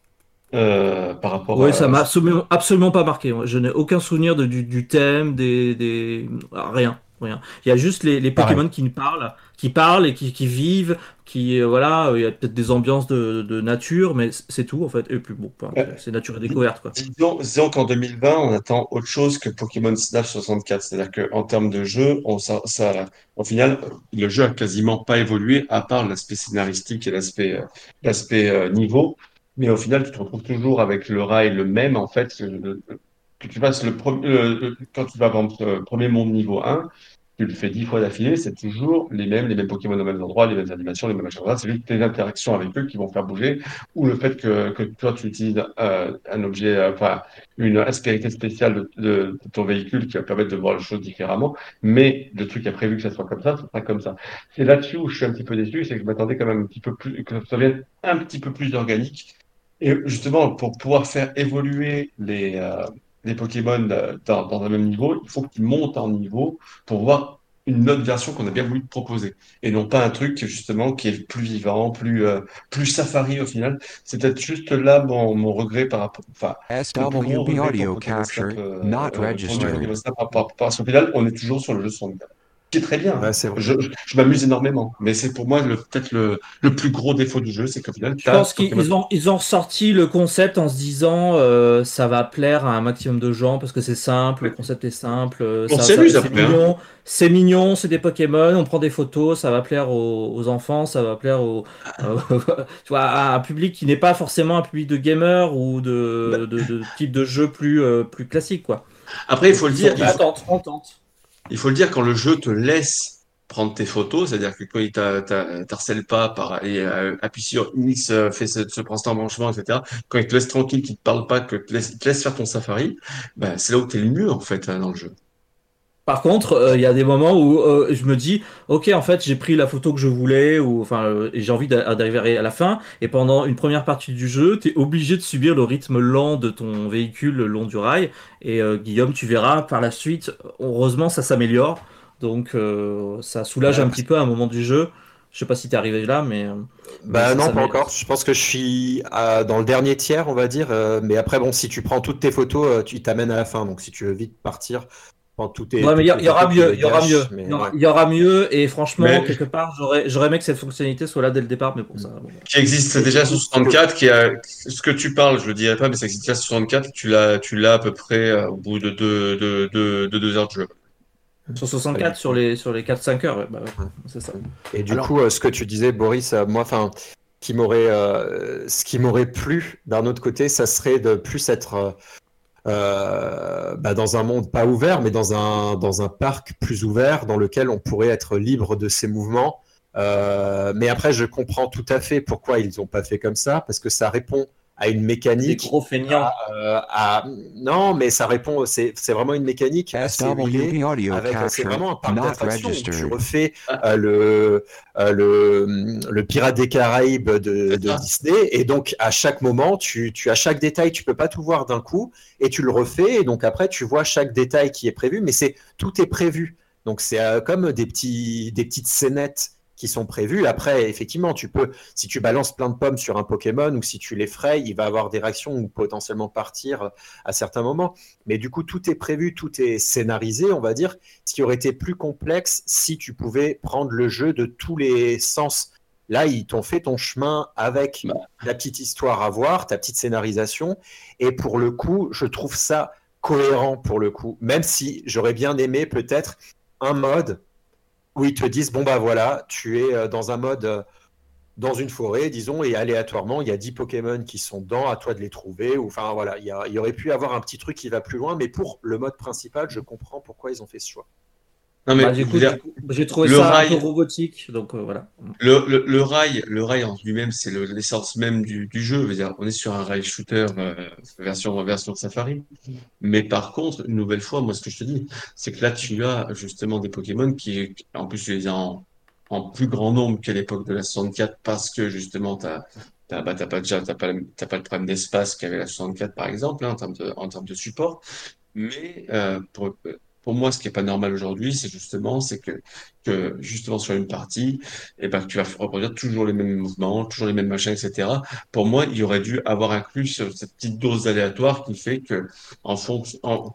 euh, par rapport Oui, ça à m'a absolument, absolument pas marqué. Moi. Je n'ai aucun souvenir de, du, du thème, des, des... ah, rien, rien. Il y a juste les, les Pareil. Pokémon qui nous parlent, qui parlent et qui, qui vivent, qui, euh, voilà, euh, il y a peut-être des ambiances de, de nature, mais c- c'est tout, en fait. Et puis bon, enfin, euh, c'est c'est nature et dis- découverte, quoi. disons, disons qu'en deux mille vingt, on attend autre chose que Pokémon Snap soixante-quatre. C'est-à-dire qu'en termes de jeu, on, ça, ça, au final, le jeu a quasiment pas évolué, à part l'aspect scénaristique et l'aspect euh, l'aspect euh, niveau. Mais au final, tu te retrouves toujours avec le rail le même, en fait. Le- le- que tu fasses le premier, le- le- quand tu vas, par exemple, euh, premier monde niveau un, tu le fais dix fois d'affilée, c'est toujours les mêmes, les mêmes Pokémon au même endroit, les mêmes animations, les mêmes machins. Voilà, c'est juste tes interactions avec eux qui vont faire bouger, ou le fait que, que toi, tu utilises euh, un objet, euh, enfin, une aspérité spéciale de, de- de ton véhicule qui va permettre de voir les choses différemment. Mais le truc a prévu que ça soit comme ça, ça sera comme ça. C'est là-dessus où je suis un petit peu déçu, c'est que je m'attendais quand même un petit peu plus, que ça devienne un petit peu plus organique. Et justement, pour pouvoir faire évoluer les, euh, les Pokémon euh, dans, dans un même niveau, il faut qu'ils montent en niveau pour voir une autre version qu'on a bien voulu te proposer. Et non pas un truc, justement, qui est plus vivant, plus, euh, plus safari au final. C'est peut-être juste là mon, mon regret par rapport, enfin, le plus gros S W B regret pour audio Pokémon Snap, capture euh, not euh, pour nous, registered. Pokémon Snap, par rapport, parce qu'au final, on est toujours sur le jeu son qui est très bien. Ouais, Hein. c'est vrai. Je, je, je m'amuse énormément. Mais c'est pour moi le, peut-être le, le plus gros défaut du jeu, c'est qu'au final, Je tu as pense Pokémon. qu'ils ont, ils ont ressorti le concept en se disant euh, ça va plaire à un maximum de gens parce que c'est simple, le concept est simple, euh, On ça, ça- s'amuse c'est après, hein. mignon, c'est mignon, c'est des Pokémon, on prend des photos, ça va plaire aux, aux enfants, ça va plaire aux, euh, tu vois, à un public qui n'est pas forcément un public de gamer ou de, de, de type de jeu plus, euh, plus classique, quoi. Après, il Donc faut le ils se sont dire, dit il on faut, tente, on tente. il faut le dire quand le jeu te laisse prendre tes photos, c'est-à-dire que quand il t'a- t'a- t'harcèle pas par aller euh, appuyer sur X, euh, fais ce, ce prends cet embranchement, et cetera. Quand il te laisse tranquille, qu'il te parle pas, que te laisse, il te laisse faire ton safari, ben, c'est là où t'es le mieux en fait hein, dans le jeu. Par contre, euh, il y a des moments où euh, je me dis, ok, en fait, j'ai pris la photo que je voulais, ou enfin, euh, et j'ai envie d'a- d'arriver à la fin, et pendant une première partie du jeu, t'es obligé de subir le rythme lent de ton véhicule le long du rail. Et euh, Guillaume, tu verras par la suite, heureusement, ça s'améliore, donc euh, ça soulage Ouais. un petit peu à un moment du jeu. Je sais pas si t'es arrivé là, mais, euh, mais Bah ça non, pas s'améliore. encore. Je pense que je suis à- dans le dernier tiers, on va dire. euh, mais après, bon, si tu prends toutes tes photos, euh, tu t'amènes à la fin. Donc si tu veux vite partir, je Enfin, tout est, Ouais, mais il y, tout il est y aura fait mieux, pour il y aura les mieux, gâches, mais il y aura, ouais. il y aura mieux, et franchement, Mais quelque part, j'aurais, j'aurais aimé que cette fonctionnalité soit là dès le départ, mais pour ça, bon. qui existe Et du déjà coup, sur ce que- soixante-quatre, qui a ce que tu parles, je le dirais pas, mais ça existe déjà sur soixante-quatre. Tu l'as, tu l'as à peu près euh, au bout de deux, de, de, de deux heures de jeu. Sur Ah, du soixante-quatre, sur coup. les, sur les quatre cinq heures, ouais, bah ouais, c'est ça. Et du Alors, coup, euh, ce que tu disais, Boris, euh, moi, enfin, qui m'aurait, euh, ce qui m'aurait plu d'un autre côté, ça serait de plus être euh, euh, bah, dans un monde pas ouvert, mais dans un, dans un parc plus ouvert, dans lequel on pourrait être libre de ses mouvements. Euh, mais après, je comprends tout à fait pourquoi ils n'ont pas fait comme ça, parce que ça répond à une Des mécanique. gros feignants. Euh, à... Non, mais ça répond, c'est c'est vraiment une mécanique assez huilée. Avec, c'est vraiment un parc d'attractions où tu refais Ah, euh, le, euh, le, le Pirate des Caraïbes de, c'est de ça. Disney. Et donc, à chaque moment, tu, tu as chaque détail, tu peux pas tout voir d'un coup, et tu le refais. Et donc, après, tu vois chaque détail qui est prévu, mais c'est tout est prévu. Donc, c'est euh, comme des, petits, des petites scénettes qui sont prévues. Après, effectivement, tu peux, si tu balances plein de pommes sur un Pokémon ou si tu l'effraies, il va avoir des réactions ou potentiellement partir à certains moments. Mais du coup, tout est prévu, tout est scénarisé, on va dire, ce qui aurait été plus complexe si tu pouvais prendre le jeu de tous les sens. Là, ils t'ont fait ton chemin avec Bah, ta petite histoire à voir, ta petite scénarisation. Et pour le coup, je trouve ça cohérent pour le coup. Même si j'aurais bien aimé peut-être un mode où ils te disent, bon bah voilà, tu es euh, dans un mode, euh, dans une forêt, disons, et aléatoirement, il y a dix Pokémon qui sont dedans, à toi de les trouver. Ou, enfin voilà, il y, a- il y aurait pu avoir un petit truc qui va plus loin, mais pour le mode principal, je comprends pourquoi ils ont fait ce choix. non Bah, mais je du veux coup, dire, du coup, j'ai trouvé le ça un peu rail, robotique, donc euh, voilà. le, le, le rail, le rail en lui-même, c'est le- l'essence même du, du jeu. Je veux dire, on est sur un rail shooter euh, version version Safari. Mais par contre, une nouvelle fois, moi, ce que je te dis, c'est que là, tu as justement des Pokémon qui, en plus, tu les as en, en plus grand nombre qu'à l'époque de la soixante-quatre parce que justement, t'as, t'as, bah, t'as pas déjà, t'as pas, le- t'as pas le problème d'espace qu'avait la soixante-quatre, par exemple, hein, en termes de, en termes de support. Mais euh, pour, pour moi, ce qui est pas normal aujourd'hui, c'est justement, c'est que, que justement sur une partie, et ben, tu vas reproduire toujours les mêmes mouvements, toujours les mêmes machins, et cetera. Pour moi, il aurait dû avoir inclus ce- cette petite dose aléatoire qui fait que, en fonction, en,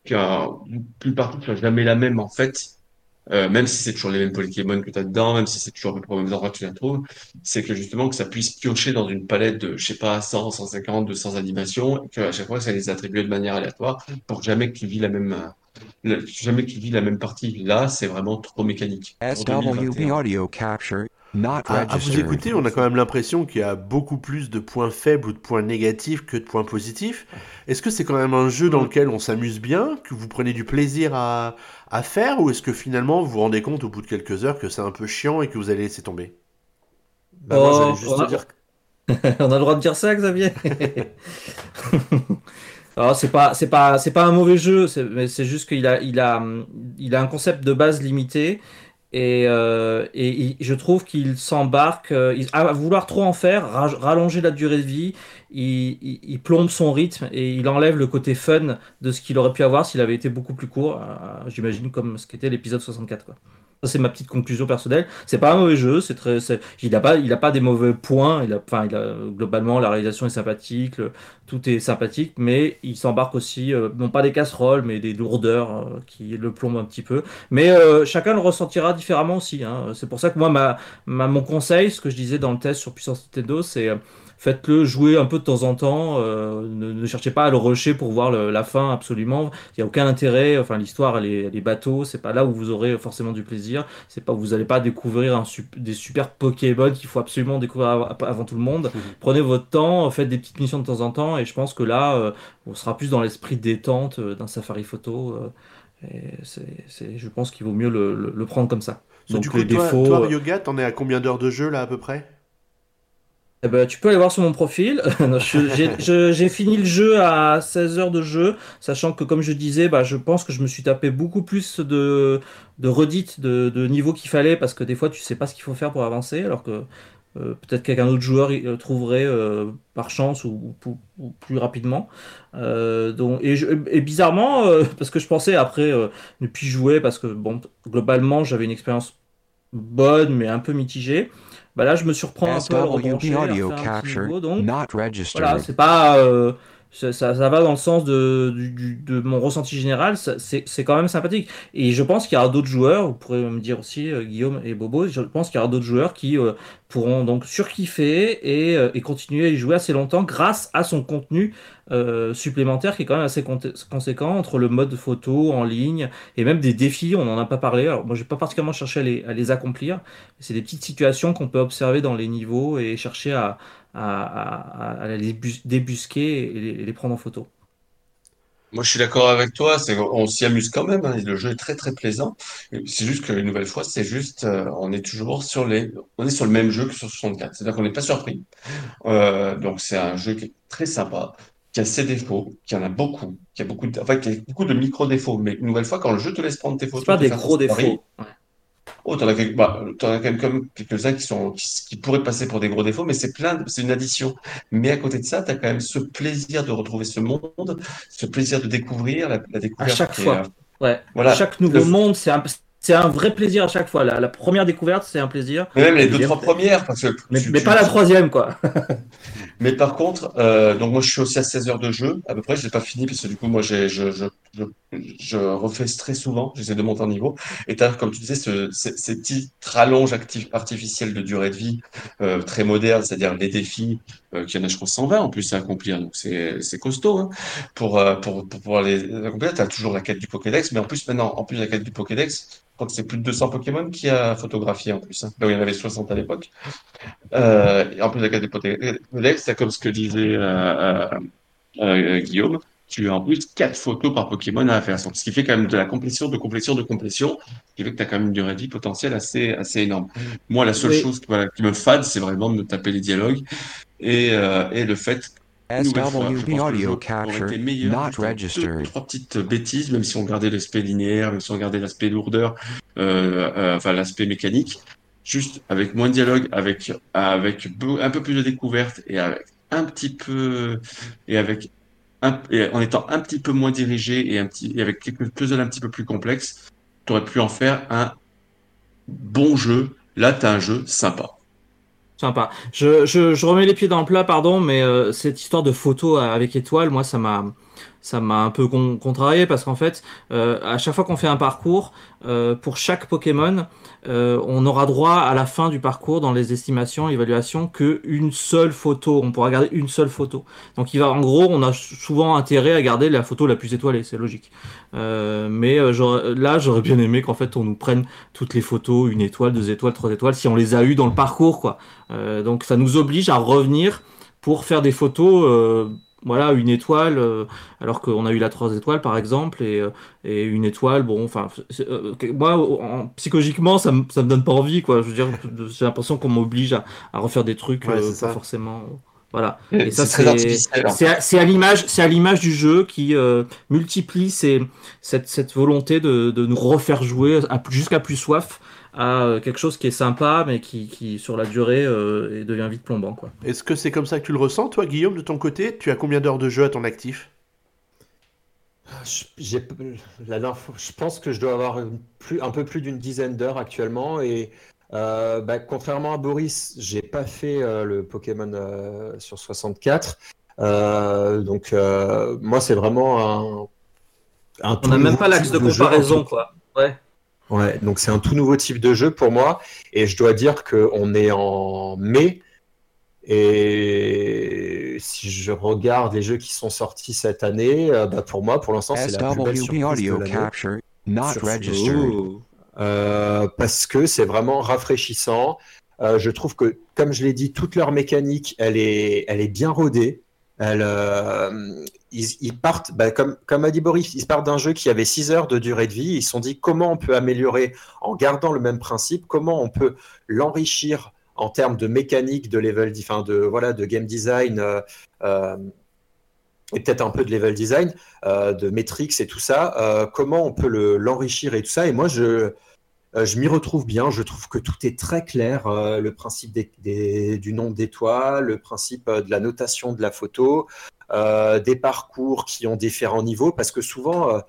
qu'une partie soit jamais la même en fait. Euh, même si c'est toujours les mêmes Pokémon que tu as dedans, même si c'est toujours au même endroit que tu les trouves, c'est que justement que ça puisse piocher dans une palette de, je sais pas, cent, cent cinquante, deux cents animations, et qu'à chaque fois, ça les attribue de manière aléatoire pour jamais que tu vis la même, euh, le- jamais que tu vis la même partie. Là, c'est vraiment trop mécanique. Pour deux mille vingt et un. audio capture not À, à vous registered. écouter, on a quand même l'impression qu'il y a beaucoup plus de points faibles ou de points négatifs que de points positifs. Est-ce que c'est quand même un jeu dans lequel on s'amuse bien, que vous prenez du plaisir à, à faire, ou est-ce que finalement vous vous rendez compte au bout de quelques heures que c'est un peu chiant et que vous allez laisser tomber? Bah, moi, j'allais Oh, juste on te a, dire. on a le droit de dire ça, Xavier? Alors, c'est pas, c'est pas, c'est pas un mauvais jeu, c'est, mais c'est juste qu'il a, il a, hum, il a un concept de base limité. Et, euh, et il- je trouve qu'il s'embarque euh, il- à vouloir trop en faire, ra- rallonger la durée de vie, il, il- il plombe son rythme et il enlève le côté fun de ce qu'il aurait pu avoir s'il avait été beaucoup plus court, euh, j'imagine comme ce qu'était l'épisode soixante-quatre, quoi. Ça, c'est ma petite conclusion personnelle. C'est pas un mauvais jeu, c'est très, c'est- il a pas, il a pas des mauvais points. Il a, enfin, il a, globalement, la réalisation est sympathique, le- tout est sympathique, mais il s'embarque aussi, euh, non pas des casseroles, mais des lourdeurs euh, qui le plombent un petit peu. Mais euh, chacun le ressentira différemment aussi, hein. C'est pour ça que moi, ma, ma- mon conseil, ce que je disais dans le test sur Puissance Nintendo, c'est euh, faites-le jouer un peu de temps en temps. Euh, ne, ne cherchez pas à le rusher pour voir le- la fin absolument. Il n'y a aucun intérêt. Enfin, l'histoire, elle est, elle est bateau. C'est pas là où vous aurez forcément du plaisir. C'est pas, vous n'allez pas découvrir un sup- des super Pokémon qu'il faut absolument découvrir av- avant tout le monde. Prenez votre temps, faites des petites missions de temps en temps, et je pense que là, euh, on sera plus dans l'esprit de détente euh, d'un safari photo. euh, et c'est, c'est- je pense qu'il vaut mieux le, le- le prendre comme ça. So, du Donc coup, les toi, défauts, toi euh, Ryoga, t'en es à combien d'heures de jeu là à peu près? eh ben, tu peux aller voir sur mon profil. Non, je- J'ai je- j'ai fini le jeu à seize heures de jeu, sachant que comme je disais, bah, je pense que je me suis tapé beaucoup plus de, de redites de, de niveau qu'il fallait, parce que des fois tu sais pas ce qu'il faut faire pour avancer, alors que euh, peut-être qu'un autre joueur il, euh, trouverait euh, par chance ou, ou- ou plus rapidement. Euh, donc, et, je- et bizarrement, euh, parce que je pensais après euh, ne plus jouer, parce que bon, globalement j'avais une expérience bonne mais un peu mitigée. Bah là, je me surprends un peu à le rebrancher, à audio refaire un petit capture niveau, donc not voilà, registered. c'est pas, euh, ça, ça, ça va dans le sens de, du, du- de mon ressenti général, ça- c'est c'est quand même sympathique. Et je pense qu'il y aura d'autres joueurs, vous pourrez me dire aussi, euh, Guillaume et Bobo, je pense qu'il y aura d'autres joueurs qui euh, pourront donc surkiffer et, euh, et continuer à y jouer assez longtemps grâce à son contenu euh, supplémentaire qui est quand même assez conté- conséquent entre le mode photo en ligne et même des défis, on n'en a pas parlé. Alors moi, j'ai pas particulièrement cherché à les, à les accomplir, mais c'est des petites situations qu'on peut observer dans les niveaux et chercher à à, à- à les bus- débusquer et les, et les prendre en photo. Moi, je suis d'accord avec toi. C'est, on s'y amuse quand même, hein. Le jeu est très très plaisant. C'est juste qu'une nouvelle fois, c'est juste, euh, on est toujours sur les, on est sur le même jeu que sur soixante-quatre. C'est-à-dire qu'on n'est pas surpris. Euh, donc c'est un jeu qui est très sympa, qui a ses défauts, qui en a beaucoup, qui a beaucoup de, enfin, qui a beaucoup de micro-défauts. Mais une nouvelle fois, quand le jeu te laisse prendre tes C'est photos, pas te des faire ton gros story, défauts. Ouais. oh, t'en as quelques, bah, t'en as quand même comme quelques-uns qui sont, qui, qui pourraient passer pour des gros défauts, mais c'est plein, de- c'est une addition. Mais à côté de ça, t'as quand même ce plaisir de retrouver ce monde, ce plaisir de découvrir, la, la À découverte chaque qui est, euh, fois. Ouais. voilà, Chaque le, nouveau monde, c'est un, c'est un vrai plaisir à chaque fois. La, la première découverte, c'est un plaisir. mais même La les deux, deuxième, trois peut-être. premières, parce que Mais, tu, mais pas tu, la tu- troisième, quoi. mais par contre, euh, donc moi je suis aussi à seize heures de jeu, à peu près, je l'ai pas fini, parce que du coup, moi j'ai, je, je, je, je refais très souvent, j'essaie de monter en niveau. Et t'as, comme tu disais, ce, ces, ces petites rallonges actif- artificielles de durée de vie, euh, très modernes, c'est-à-dire les défis, euh, qu'il y en a, je crois, cent vingt en plus à accomplir, donc c'est, c'est costaud, hein, pour, euh, pour, pour pouvoir les accomplir. T'as toujours la quête du Pokédex, mais en plus, maintenant, en plus de la quête du Pokédex, je crois que c'est plus de deux cents Pokémon qui a photographié en plus, hein. Là où il y en avait soixante à l'époque. Euh, et en plus de la carte des Pokédex, c'est comme ce que disait euh, euh, euh, Guillaume, tu as en plus quatre photos par Pokémon à faire. Ce qui fait quand même de la complétion, de complétion, de complétion, ce qui fait que tu as quand même une durée de vie potentielle assez, assez énorme. Moi, la seule Oui. chose voilà, qui me fade, c'est vraiment de me taper les dialogues et, euh, et le fait, une nouvelle fois, je S W B pense que le jeu audio aurait capture été meilleur not juste avec deux ou registered. trois petites bêtises, même si on gardait l'aspect linéaire, même si on gardait l'aspect lourdeur, euh, euh, enfin l'aspect mécanique, juste avec moins de dialogue, avec, avec be- un peu plus de découverte et avec un petit peu, et avec un- et en étant un petit peu moins dirigé et un petit, et avec quelques puzzles un petit peu plus complexes, tu aurais pu en faire un bon jeu. Là, tu as un jeu sympa. Sympa. Je, je, je remets les pieds dans le plat, pardon, mais euh, cette histoire de photo avec étoile, moi, ça m'a, ça m'a un peu con- contrarié parce qu'en fait, euh, à chaque fois qu'on fait un parcours, euh, pour chaque Pokémon, euh, on aura droit à la fin du parcours, dans les estimations, évaluations, que une seule photo. On pourra garder une seule photo. Donc, il va, en gros, on a souvent intérêt à garder la photo la plus étoilée, c'est logique. Euh, mais euh, j'aurais- là, j'aurais bien aimé qu'en fait, on nous prenne toutes les photos, une étoile, deux étoiles, trois étoiles, si on les a eues dans le parcours, quoi. Euh, donc ça nous oblige à revenir pour faire des photos, euh, voilà, une étoile, euh, alors qu'on a eu la trois étoiles par exemple, et, euh, et une étoile, bon, enfin, c'est- euh, moi, en- psychologiquement, ça me, ça me donne pas envie, quoi. Je veux dire, j'ai l'impression qu'on m'oblige à, à refaire des trucs, Ouais, euh, c'est pas ça. forcément. Voilà. Et Et ça, c'est très c'est artificiel, en c'est fait. à, c'est à l'image, c'est à l'image du jeu qui euh, multiplie ces, cette, cette volonté de, de nous refaire jouer à- jusqu'à plus soif à euh, quelque chose qui est sympa, mais qui, qui sur la durée, euh, et devient vite plombant, quoi. Est-ce que c'est comme ça que tu le ressens, toi, Guillaume, de ton côté? Tu as combien d'heures de jeu à ton actif? Je, j'ai- la dernière fois- je pense que je dois avoir une- plus, un peu plus d'une dizaine d'heures actuellement et euh, bah, contrairement à Boris, j'ai pas fait euh, le Pokémon euh, sur soixante-quatre. Euh, donc euh, moi c'est vraiment un, un On tout n'a même nouveau pas l'axe type de de jeu en comparaison, tout. quoi. Ouais. Ouais, donc c'est un tout nouveau type de jeu pour moi et je dois dire qu'on est en mai. Et si je regarde les jeux qui sont sortis cette année, euh, bah pour moi, pour l'instant, c'est la plus belle S W B surprise de audio l'année. capture not Sur ce registered. Ouh. Euh, parce que c'est vraiment rafraîchissant. Euh, je trouve que, comme je l'ai dit, toute leur mécanique, elle est, elle est bien rodée. Elle, euh, ils, ils partent, bah, comme, comme a dit Boris, ils partent d'un jeu qui avait six heures de durée de vie. Ils se sont dit comment on peut améliorer en gardant le même principe, comment on peut l'enrichir en termes de mécanique, de level, enfin de voilà, de game design. Euh, euh, et peut-être un peu de level design, euh, de métriques et tout ça, euh, comment on peut le, l'enrichir et tout ça. Et moi, je, euh, je m'y retrouve bien. Je trouve que tout est très clair. Euh, le principe des, des, du nombre d'étoiles, le principe euh, de la notation de la photo, euh, des parcours qui ont différents niveaux. Parce que souvent, euh,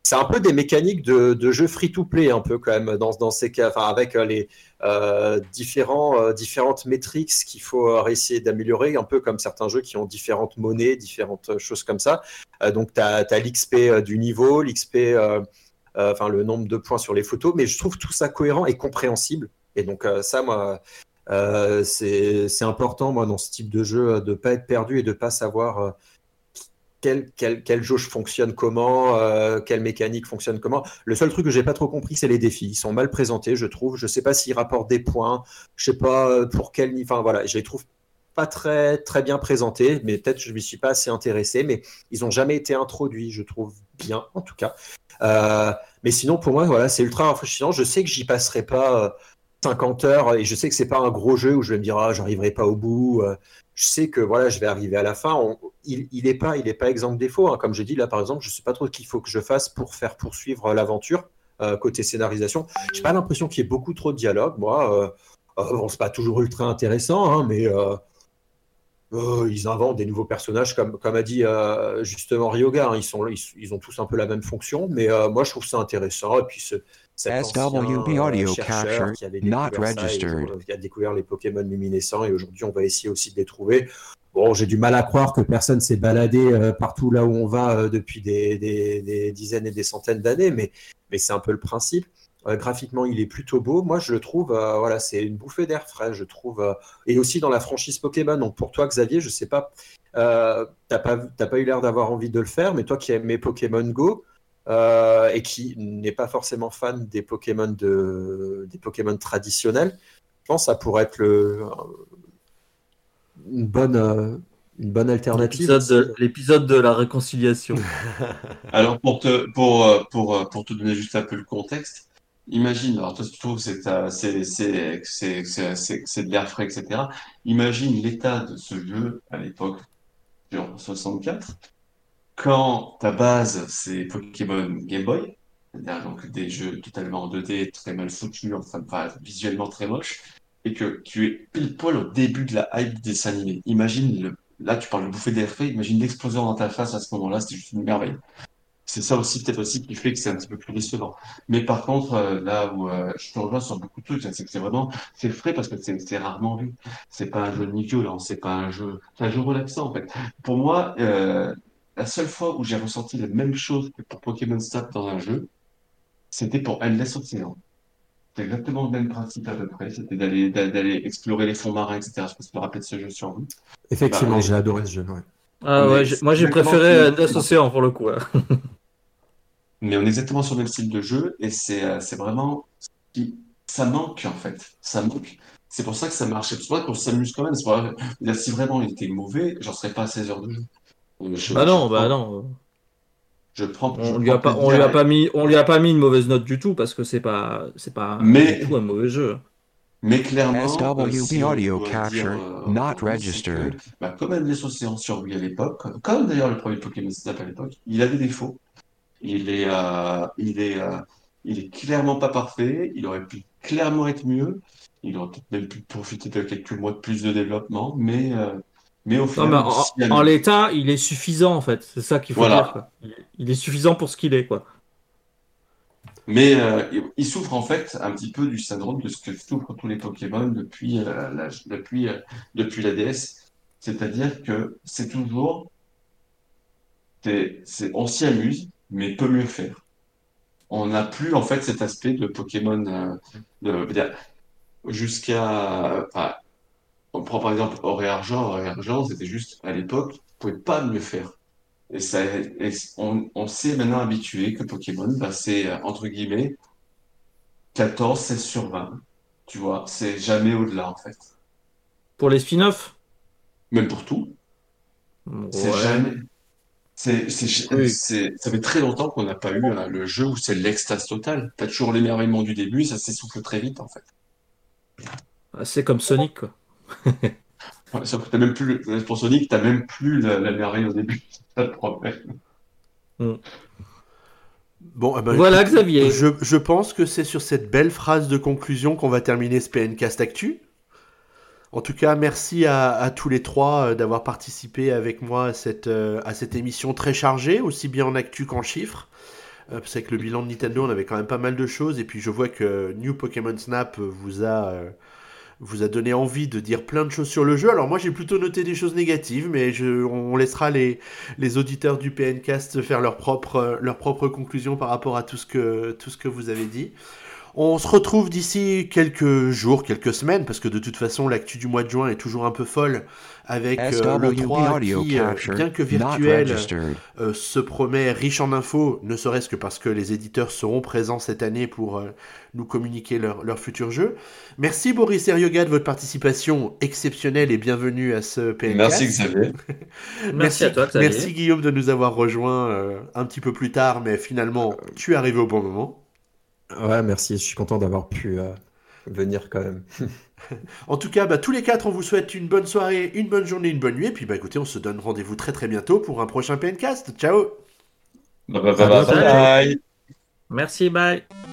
c'est un peu des mécaniques de, de jeux free-to-play, un peu quand même, dans, dans ces cas, enfin, avec les euh, différents, euh, différentes métriques qu'il faut euh, essayer d'améliorer, un peu comme certains jeux qui ont différentes monnaies, différentes choses comme ça. Euh, donc, tu as l'X P euh, du niveau, l'X P, euh, euh, enfin, le nombre de points sur les photos, mais je trouve tout ça cohérent et compréhensible. Et donc, euh, ça, moi, euh, c'est c'est important, moi, dans ce type de jeu, de ne pas être perdu et de ne pas savoir. Euh, Quelle, quelle, quelle jauge fonctionne comment, euh, quelle mécanique fonctionne comment. Le seul truc que j'ai pas trop compris, c'est les défis. Ils sont mal présentés, je trouve. Je sais pas s'ils rapportent des points. Je sais pas pour quel niveau. Enfin voilà, je les trouve pas très très bien présentés, mais peut-être je m'y suis pas assez intéressé. Mais ils ont jamais été introduits, je trouve bien en tout cas. Euh, mais sinon pour moi, voilà, c'est ultra rafraîchissant. Je sais que j'y passerai pas euh, cinquante heures et je sais que c'est pas un gros jeu où je vais me dire ah j'arriverai pas au bout. Euh, je sais que voilà, je vais arriver à la fin. On, il, il est pas, il est pas exempt de défaut. Hein. Comme je dis là, par exemple, je sais pas trop ce qu'il faut que je fasse pour faire poursuivre l'aventure euh, côté scénarisation. J'ai pas l'impression qu'il y ait beaucoup trop de dialogue. Moi, euh, euh, bon, c'est pas toujours ultra intéressant, hein, mais euh, euh, ils inventent des nouveaux personnages, comme comme a dit euh, justement Ryoga. Hein, ils sont, ils, ils ont tous un peu la même fonction, mais euh, moi je trouve ça intéressant. Et puis ce, cet S W B ancien audio euh, chercheur capture qui avait not découvert ça, et, registered. qui a découvert les Pokémon luminescents, et aujourd'hui on va essayer aussi de les trouver. Bon, j'ai du mal à croire que personne s'est baladé euh, partout là où on va euh, depuis des, des, des dizaines et des centaines d'années, mais, mais c'est un peu le principe. Euh, graphiquement, il est plutôt beau. Moi, je le trouve, euh, voilà, c'est une bouffée d'air frais, je trouve. Euh, et aussi dans la franchise Pokémon. Donc pour toi, Xavier, je sais pas, euh, t'as pas, t'as pas eu l'air d'avoir envie de le faire, mais toi qui aimes mes Pokémon Go euh, et qui n'est pas forcément fan des Pokémon de, des Pokémon traditionnels, je pense que ça pourrait être le une bonne, euh, une bonne alternative. L'épisode de, l'épisode de la réconciliation. Alors, pour te, pour, euh, pour, euh, pour te donner juste un peu le contexte, imagine, alors toi, tu trouves que c'est, euh, c'est, c'est, c'est, c'est, c'est, c'est de l'air frais, et cetera. Imagine l'état de ce jeu à l'époque, sur soixante-quatre, quand ta base, c'est Pokémon Game Boy, c'est-à-dire donc des jeux totalement en deux D, très mal foutus, enfin, pas visuellement très moches, et que tu es pile poil au début de la hype du dessin animé. Imagine, le, là tu parles de bouffer d'air frais, imagine l'explosion dans ta face à ce moment-là, c'était juste une merveille. C'est ça aussi, peut-être aussi, qui fait que c'est un petit peu plus décevant. Mais par contre, euh, là où euh, je te rejoins sur beaucoup de trucs, c'est que c'est vraiment, c'est frais parce que c'est c'est rarement vu. C'est pas un jeu de Nickelodeon, c'est pas un jeu, c'est un jeu relaxant en fait. Pour moi, euh, la seule fois où j'ai ressenti la même chose que pour Pokémon Snap dans un jeu, c'était pour Endless Ocean. C'est exactement le même principe à peu près. C'était d'aller d'a- d'aller explorer les fonds marins, et cetera. Je peux me rappeler de ce jeu sur vous. Bah, on Effectivement, est, j'ai adoré ce jeu. Ouais. Ah on ouais, est j'ai- moi j'ai exactement sur préféré le même Endless style. Ocean pour le coup. hein. Mais on est exactement sur le même style de jeu et c'est euh, c'est vraiment qui- ça manque en fait. Ça manque. C'est pour ça que ça marche. C'est pour ça qu'on s'amuse quand même. C'est pour ça que- si vraiment il était mauvais, j'en serais pas à seize heures de jeu. Euh, Je, Bah je non, bah prends, non. je prends, je On lui prends a pas, on lui plaisir a à... pas mis, on lui a pas mis une mauvaise note du tout parce que c'est pas, c'est pas du tout Mais, un mauvais jeu. mais clairement, euh, si S W B on audio doit dire capture euh, not aujourd'hui, c'est que, registered. bah, comme Endless Ocean sur Wii à l'époque, comme, comme d'ailleurs le premier Pokémon Snap à l'époque, il a des défauts. Il est, euh, il est, euh, il est clairement pas parfait. Il aurait pu clairement être mieux. Il aurait peut-être même pu profiter de quelques mois de plus de développement, mais, euh, mais au Non, mais final, on en, s'y en amuse. l'état, il est suffisant en fait. C'est ça qu'il faut dire, Voilà. quoi. Il est, il est suffisant pour ce qu'il est, quoi. Mais euh, il il souffre en fait un petit peu du syndrome de ce que souffrent tous les Pokémon depuis, euh, la, depuis, euh, depuis la D S. C'est-à-dire que c'est toujours, c'est, c'est- on s'y amuse, mais peut mieux faire. On n'a plus en fait cet aspect de Pokémon euh, de, jusqu'à, enfin, on prend par exemple Or et Argent. Or et Argent, c'était juste, à l'époque, on pouvait pas mieux faire. Et ça, et on, on s'est maintenant habitué que Pokémon, bah, c'est, euh, entre guillemets, quatorze, seize sur vingt. Tu vois, c'est jamais au-delà, en fait. Pour les spin-offs, Même pour tout, c'est ouais. jamais, c'est, c'est, Oui. c'est, ça fait très longtemps qu'on n'a pas eu hein, le jeu où c'est l'extase totale. T'as toujours l'émerveillement du début, ça s'essouffle très vite, en fait. Ah, c'est comme Sonic, quoi. Ouais, sauf que t'as même plus, le- pour Sonic, t'as même plus la, la merveille au début. C'est ça le problème. Mm. Bon, eh ben, Voilà, écoute, Xavier. je, je pense que c'est sur cette belle phrase de conclusion qu'on va terminer ce P N Cast Actu. En tout cas, merci à, à tous les trois euh, d'avoir participé avec moi à cette, euh, à cette émission très chargée, aussi bien en actu qu'en chiffres. Euh, c'est que le bilan de Nintendo, on avait quand même pas mal de choses. Et puis je vois que New Pokémon Snap vous a, euh, vous a donné envie de dire plein de choses sur le jeu. Alors moi j'ai plutôt noté des choses négatives, mais je, on laissera les, les auditeurs du P N Cast faire leur propre, leur propre conclusion par rapport à tout ce que, tout ce que vous avez dit. On se retrouve d'ici quelques jours, quelques semaines, parce que de toute façon, l'actu du mois de juin est toujours un peu folle, avec euh, le trois qui, euh, bien que virtuel, euh, se promet riche en infos, ne serait-ce que parce que les éditeurs seront présents cette année pour euh, nous communiquer leur, leur futur jeu. Merci Boris et Ryoga de votre participation exceptionnelle et bienvenue à ce P N Cast. Merci Xavier. merci, merci à toi Xavier. Merci Guillaume de nous avoir rejoints euh, un petit peu plus tard, mais finalement, tu es arrivé au bon moment. Ouais, merci, je suis content d'avoir pu euh, venir quand même. En tout cas, bah, tous les quatre, on vous souhaite une bonne soirée, une bonne journée, une bonne nuit. Et puis, bah, écoutez, on se donne rendez-vous très très bientôt pour un prochain P N Cast. Ciao. Bye bye bye bye. Bye. Merci, bye.